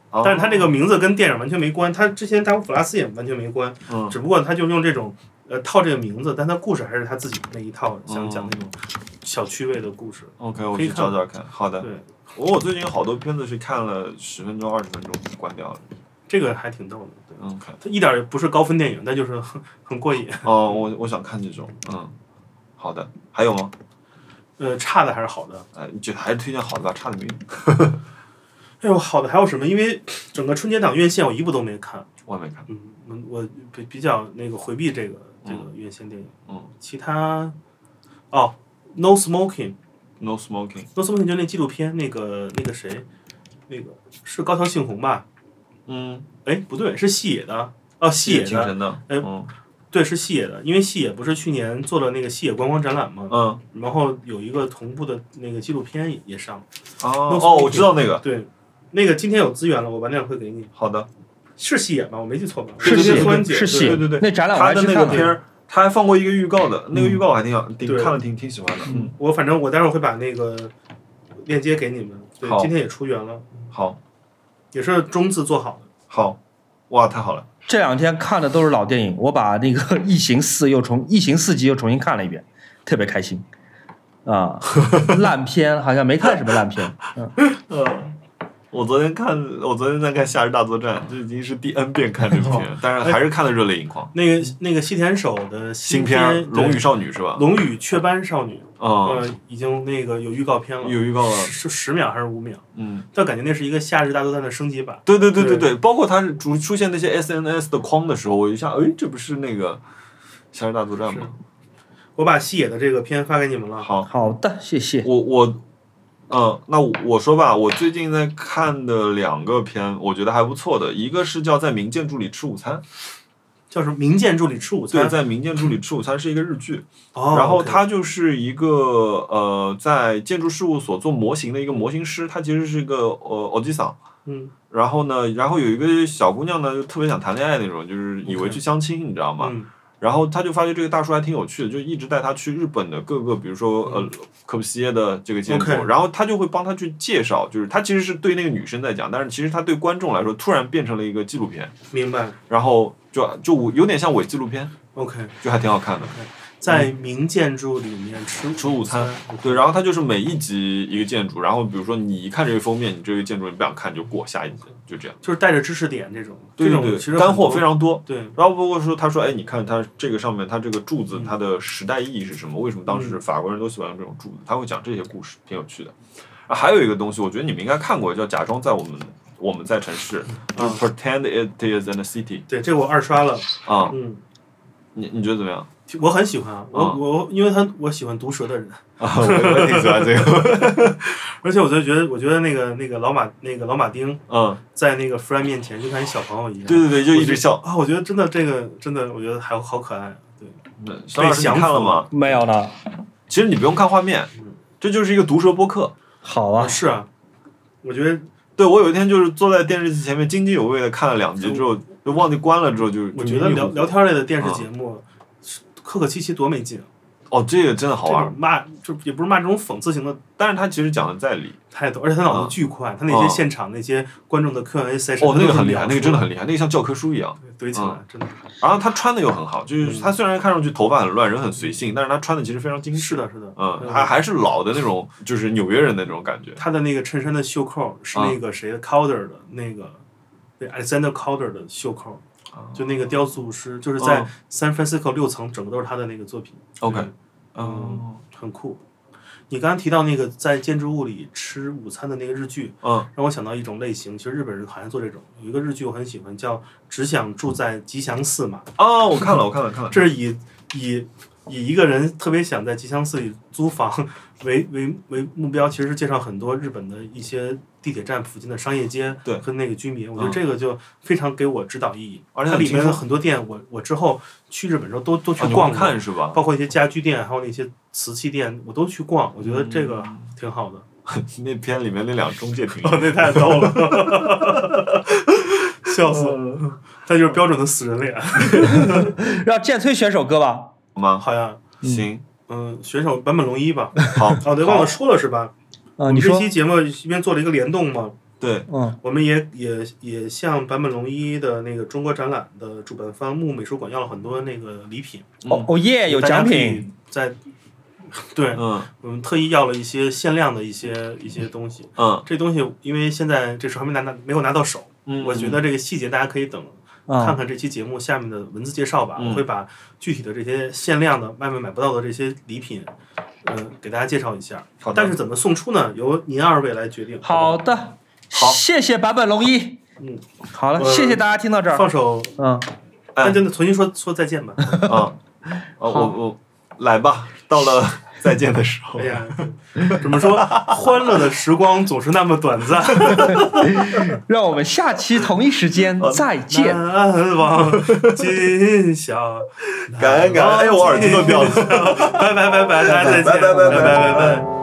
[SPEAKER 1] 哦、
[SPEAKER 3] 但是他这个名字跟电影完全没关，他之前达古弗拉斯也完全没关，
[SPEAKER 1] 嗯，
[SPEAKER 3] 只不过他就用这种呃套这个名字，但他故事还是他自己那一套，想讲那种小趣味的故事。
[SPEAKER 1] OK， 我去找找看。好的。
[SPEAKER 3] 对，
[SPEAKER 1] 我我最近有好多片子是看了十分钟、二十分钟就关掉了。
[SPEAKER 3] 这个还挺逗的。对，
[SPEAKER 1] 嗯，看。
[SPEAKER 3] 它一点也不是高分电影，但就是很很过瘾。
[SPEAKER 1] 哦，我我想看这种。嗯，好的。还有吗？
[SPEAKER 3] 呃，差的还是好的？
[SPEAKER 1] 哎，你就还是推荐好的吧，差的没有。
[SPEAKER 3] 哎呦，好的还有什么？因为整个春节档院线我一部都没看。
[SPEAKER 1] 我也没看。
[SPEAKER 3] 嗯，我比比较那个回避这个这个院线电影。
[SPEAKER 1] 嗯。
[SPEAKER 3] 其他，哦 ，No Smoking。No
[SPEAKER 1] Smoking。No
[SPEAKER 3] Smoking 就那纪录片，那个那个谁，那个是高桥幸宏吧？
[SPEAKER 1] 嗯。
[SPEAKER 3] 哎，不对，是细野的。哦，细野的。
[SPEAKER 1] 精神的。
[SPEAKER 3] 哎，
[SPEAKER 1] 嗯。
[SPEAKER 3] 对，是细野的，因为细野不是去年做了那个细野观光展览吗？
[SPEAKER 1] 嗯。
[SPEAKER 3] 然后有一个同步的那个纪录片也上。
[SPEAKER 1] 哦哦，我知道那个。
[SPEAKER 3] 对，那个今天有资源了，我晚点会给你。
[SPEAKER 1] 好的。
[SPEAKER 3] 是细野吧？我没记错吧？
[SPEAKER 2] 是细野，
[SPEAKER 3] 是
[SPEAKER 2] 细野。
[SPEAKER 1] 对对对，
[SPEAKER 2] 那展览我还
[SPEAKER 1] 去看了。他的那个片儿，他还放过一个预告的，那个预告我还挺好，挺看了挺挺喜欢的。
[SPEAKER 3] 嗯，我反正我待会儿会把那个链接给你们。对，今天也出源了。
[SPEAKER 1] 好。
[SPEAKER 3] 也是中字做好的。
[SPEAKER 1] 好。哇，太好了！
[SPEAKER 2] 这两天看的都是老电影，我把那个《异形四》又重《异形四集》又重新看了一遍，特别开心。啊，烂片好像没看什么烂片。嗯。
[SPEAKER 1] 嗯。我昨天看，我昨天在看《夏日大作战》，这已经是第 N 遍看这个片，但是还是看得热泪盈眶。
[SPEAKER 3] 那个那个细田守的
[SPEAKER 1] 新片《龙与少女》是吧？
[SPEAKER 3] 龙与雀斑少女。
[SPEAKER 1] 嗯。
[SPEAKER 3] 呃，已经那个有预告片了。
[SPEAKER 1] 有预告了。
[SPEAKER 3] 是十秒还是五秒？
[SPEAKER 1] 嗯。
[SPEAKER 3] 但感觉那是一个《夏日大作战》的升级版。
[SPEAKER 1] 对对对对对，包括它出出现那些 S N S 的框的时候，我一下，哎，这不是那个《夏日大作战》吗？
[SPEAKER 3] 我把细野的这个片发给你们了。
[SPEAKER 1] 好。
[SPEAKER 2] 好的，谢谢。
[SPEAKER 1] 我我。嗯，那我说吧，我最近在看的两个片，我觉得还不错的，一个是叫《在名建筑里吃午餐》，
[SPEAKER 3] 叫什么？名建筑里吃午餐。
[SPEAKER 1] 对，在名建筑里吃午餐是一个日剧，
[SPEAKER 3] 哦，
[SPEAKER 1] 然后他就是一个呃，在建筑事务所做模型的一个模型师，他其实是一个呃欧吉桑，
[SPEAKER 3] 嗯，
[SPEAKER 1] 然后呢，然后有一个小姑娘呢，就特别想谈恋爱那种，就是以为去相亲， okay. 你知道吗？
[SPEAKER 3] 嗯。
[SPEAKER 1] 然后他就发觉这个大叔还挺有趣的，就一直带他去日本的各个，比如说呃科布西耶的这个建筑，
[SPEAKER 3] okay.
[SPEAKER 1] 然后他就会帮他去介绍，就是他其实是对那个女生在讲，但是其实他对观众来说突然变成了一个纪录片。
[SPEAKER 3] 明白。
[SPEAKER 1] 然后就就有点像伪纪录片。
[SPEAKER 3] OK。
[SPEAKER 1] 就还挺好看的。
[SPEAKER 3] Okay. 在名建筑里面吃
[SPEAKER 1] 吃午餐，对，然后它就是每一集一个建筑，然后比如说你一看这个封面，你这个建筑你不想看就过下一集，就这样。
[SPEAKER 3] 就是带着知识点这种，
[SPEAKER 1] 对对对，
[SPEAKER 3] 这种其实
[SPEAKER 1] 干货非常多。
[SPEAKER 3] 对，
[SPEAKER 1] 然后包括说他说，哎，你看它这个上面它这个柱子它的时代意义是什么？为什么当时法国人都喜欢用这种柱子？他会讲这些故事，挺有趣的。啊，还有一个东西，我觉得你们应该看过，叫《假装在我们我们在城市》，就是 Pretend It Is in the City。
[SPEAKER 3] 对，这个我二刷了。
[SPEAKER 1] 啊，
[SPEAKER 3] 嗯，
[SPEAKER 1] 你你觉得怎么样？
[SPEAKER 3] 我很喜欢，我、嗯、我因为他我喜欢毒舌的人
[SPEAKER 1] 啊，我我挺喜欢这个，
[SPEAKER 3] 而且我就觉得，我觉得那个那个老马那个老马丁，
[SPEAKER 1] 嗯，
[SPEAKER 3] 在那个弗兰面前就像一小朋友一样，
[SPEAKER 1] 对对对，就一直笑
[SPEAKER 3] 啊，我觉得真的这个真的，我觉得还好可爱，对。
[SPEAKER 1] 张老师你看了吗？
[SPEAKER 2] 没有呢。
[SPEAKER 1] 其实你不用看画面，这就是一个毒舌播客。
[SPEAKER 2] 好啊，
[SPEAKER 3] 是啊，我觉得，
[SPEAKER 1] 对我有一天就是坐在电视机前面津津有味的看了两集之后，就忘记关了之后就，
[SPEAKER 3] 我觉得聊聊天类的电视节目。客客气气多没劲，
[SPEAKER 1] 哦，这个真的好玩。
[SPEAKER 3] 骂就也不是骂这种讽刺型的，
[SPEAKER 1] 但是他其实讲的在理，
[SPEAKER 3] 太多，而且他脑子巨快，嗯、他那些现场、嗯、那些观众的 Q and A session，
[SPEAKER 1] 哦，那个很厉害，那个真的很厉害，那个像教科书一样
[SPEAKER 3] 堆起来，
[SPEAKER 1] 嗯、
[SPEAKER 3] 真的。
[SPEAKER 1] 然后他穿的又很好，就是他虽然看上去头发很乱，人很随性，但是他穿的其实非常精致。
[SPEAKER 3] 是的，是的，
[SPEAKER 1] 嗯，还还是老的那种，就是纽约人的那种感觉。
[SPEAKER 3] 他的那个衬衫的袖扣是那个谁的 Calder 的那个，对 Alexander Calder 的袖扣。就那个雕塑师，就是在 San Francisco 六层，整个都是他的那个作品。
[SPEAKER 1] OK，
[SPEAKER 3] 嗯，很酷。你刚刚提到那个在建筑物里吃午餐的那个日剧，
[SPEAKER 1] 嗯，
[SPEAKER 3] 让我想到一种类型，其实日本人好像做这种，有一个日剧我很喜欢，叫《只想住在吉祥寺》嘛。
[SPEAKER 1] 哦，我看了，我看了，看了。
[SPEAKER 3] 这是以以以一个人特别想在吉祥寺里租房为为为目标，其实是介绍很多日本的一些地铁站附近的商业街和那个居民。我觉得这个就非常给我指导意义。而且它里面的很多店，我我之后去日本的时候都都去逛过，
[SPEAKER 1] 看是吧？
[SPEAKER 3] 包括一些家居店，还有那些瓷器店，我都去逛。我觉得这个挺好的。
[SPEAKER 1] 嗯、那片里面那两中介挺，
[SPEAKER 3] 哦，那太逗了，笑死了。他就是标准的死人脸。
[SPEAKER 2] 让剑崔选首歌吧。
[SPEAKER 1] 吗？
[SPEAKER 3] 好呀，
[SPEAKER 1] 行，
[SPEAKER 3] 嗯，选首坂本龙一吧。
[SPEAKER 1] 好，
[SPEAKER 3] 哦，对，忘了说了是吧？
[SPEAKER 2] 啊，你说
[SPEAKER 3] 这期节目一边做了一个联动嘛，
[SPEAKER 1] 对，
[SPEAKER 2] 嗯，
[SPEAKER 3] 我们也也也向坂本龙一的那个中国展览的主办方木美术馆要了很多那个礼品。
[SPEAKER 2] 哦哦耶，有奖品。
[SPEAKER 3] 在对，
[SPEAKER 1] 嗯，
[SPEAKER 3] 我们特意要了一些限量的一些一些东西。
[SPEAKER 1] 嗯，
[SPEAKER 3] 这东西因为现在这时候还没拿拿没有拿到手，
[SPEAKER 1] 嗯，
[SPEAKER 3] 我觉得这个细节大家可以等。看看这期节目下面的文字介绍吧，
[SPEAKER 1] 嗯、
[SPEAKER 3] 我会把具体的这些限量的、外面买不到的这些礼品，嗯、呃，给大家介绍一下。
[SPEAKER 1] 好的。
[SPEAKER 3] 但是怎么送出呢？由您二位来决定。
[SPEAKER 2] 好的，
[SPEAKER 1] 好，
[SPEAKER 2] 谢谢坂本龙一。
[SPEAKER 3] 嗯，
[SPEAKER 2] 好了，谢谢大家听到这儿。
[SPEAKER 3] 放手，
[SPEAKER 2] 嗯，
[SPEAKER 3] 那就重新说说再见吧。
[SPEAKER 1] 啊，我我来吧，到了。再见的时候，
[SPEAKER 3] 哎呀，怎么说？欢乐的时光总是那么短暂。
[SPEAKER 2] 让我们下期同一时间再见。
[SPEAKER 3] 难忘今宵，
[SPEAKER 1] 感恩感恩，哎，我耳机都掉了。
[SPEAKER 3] 拜拜拜拜，大家再见，
[SPEAKER 1] 拜拜拜拜
[SPEAKER 3] 拜拜拜拜。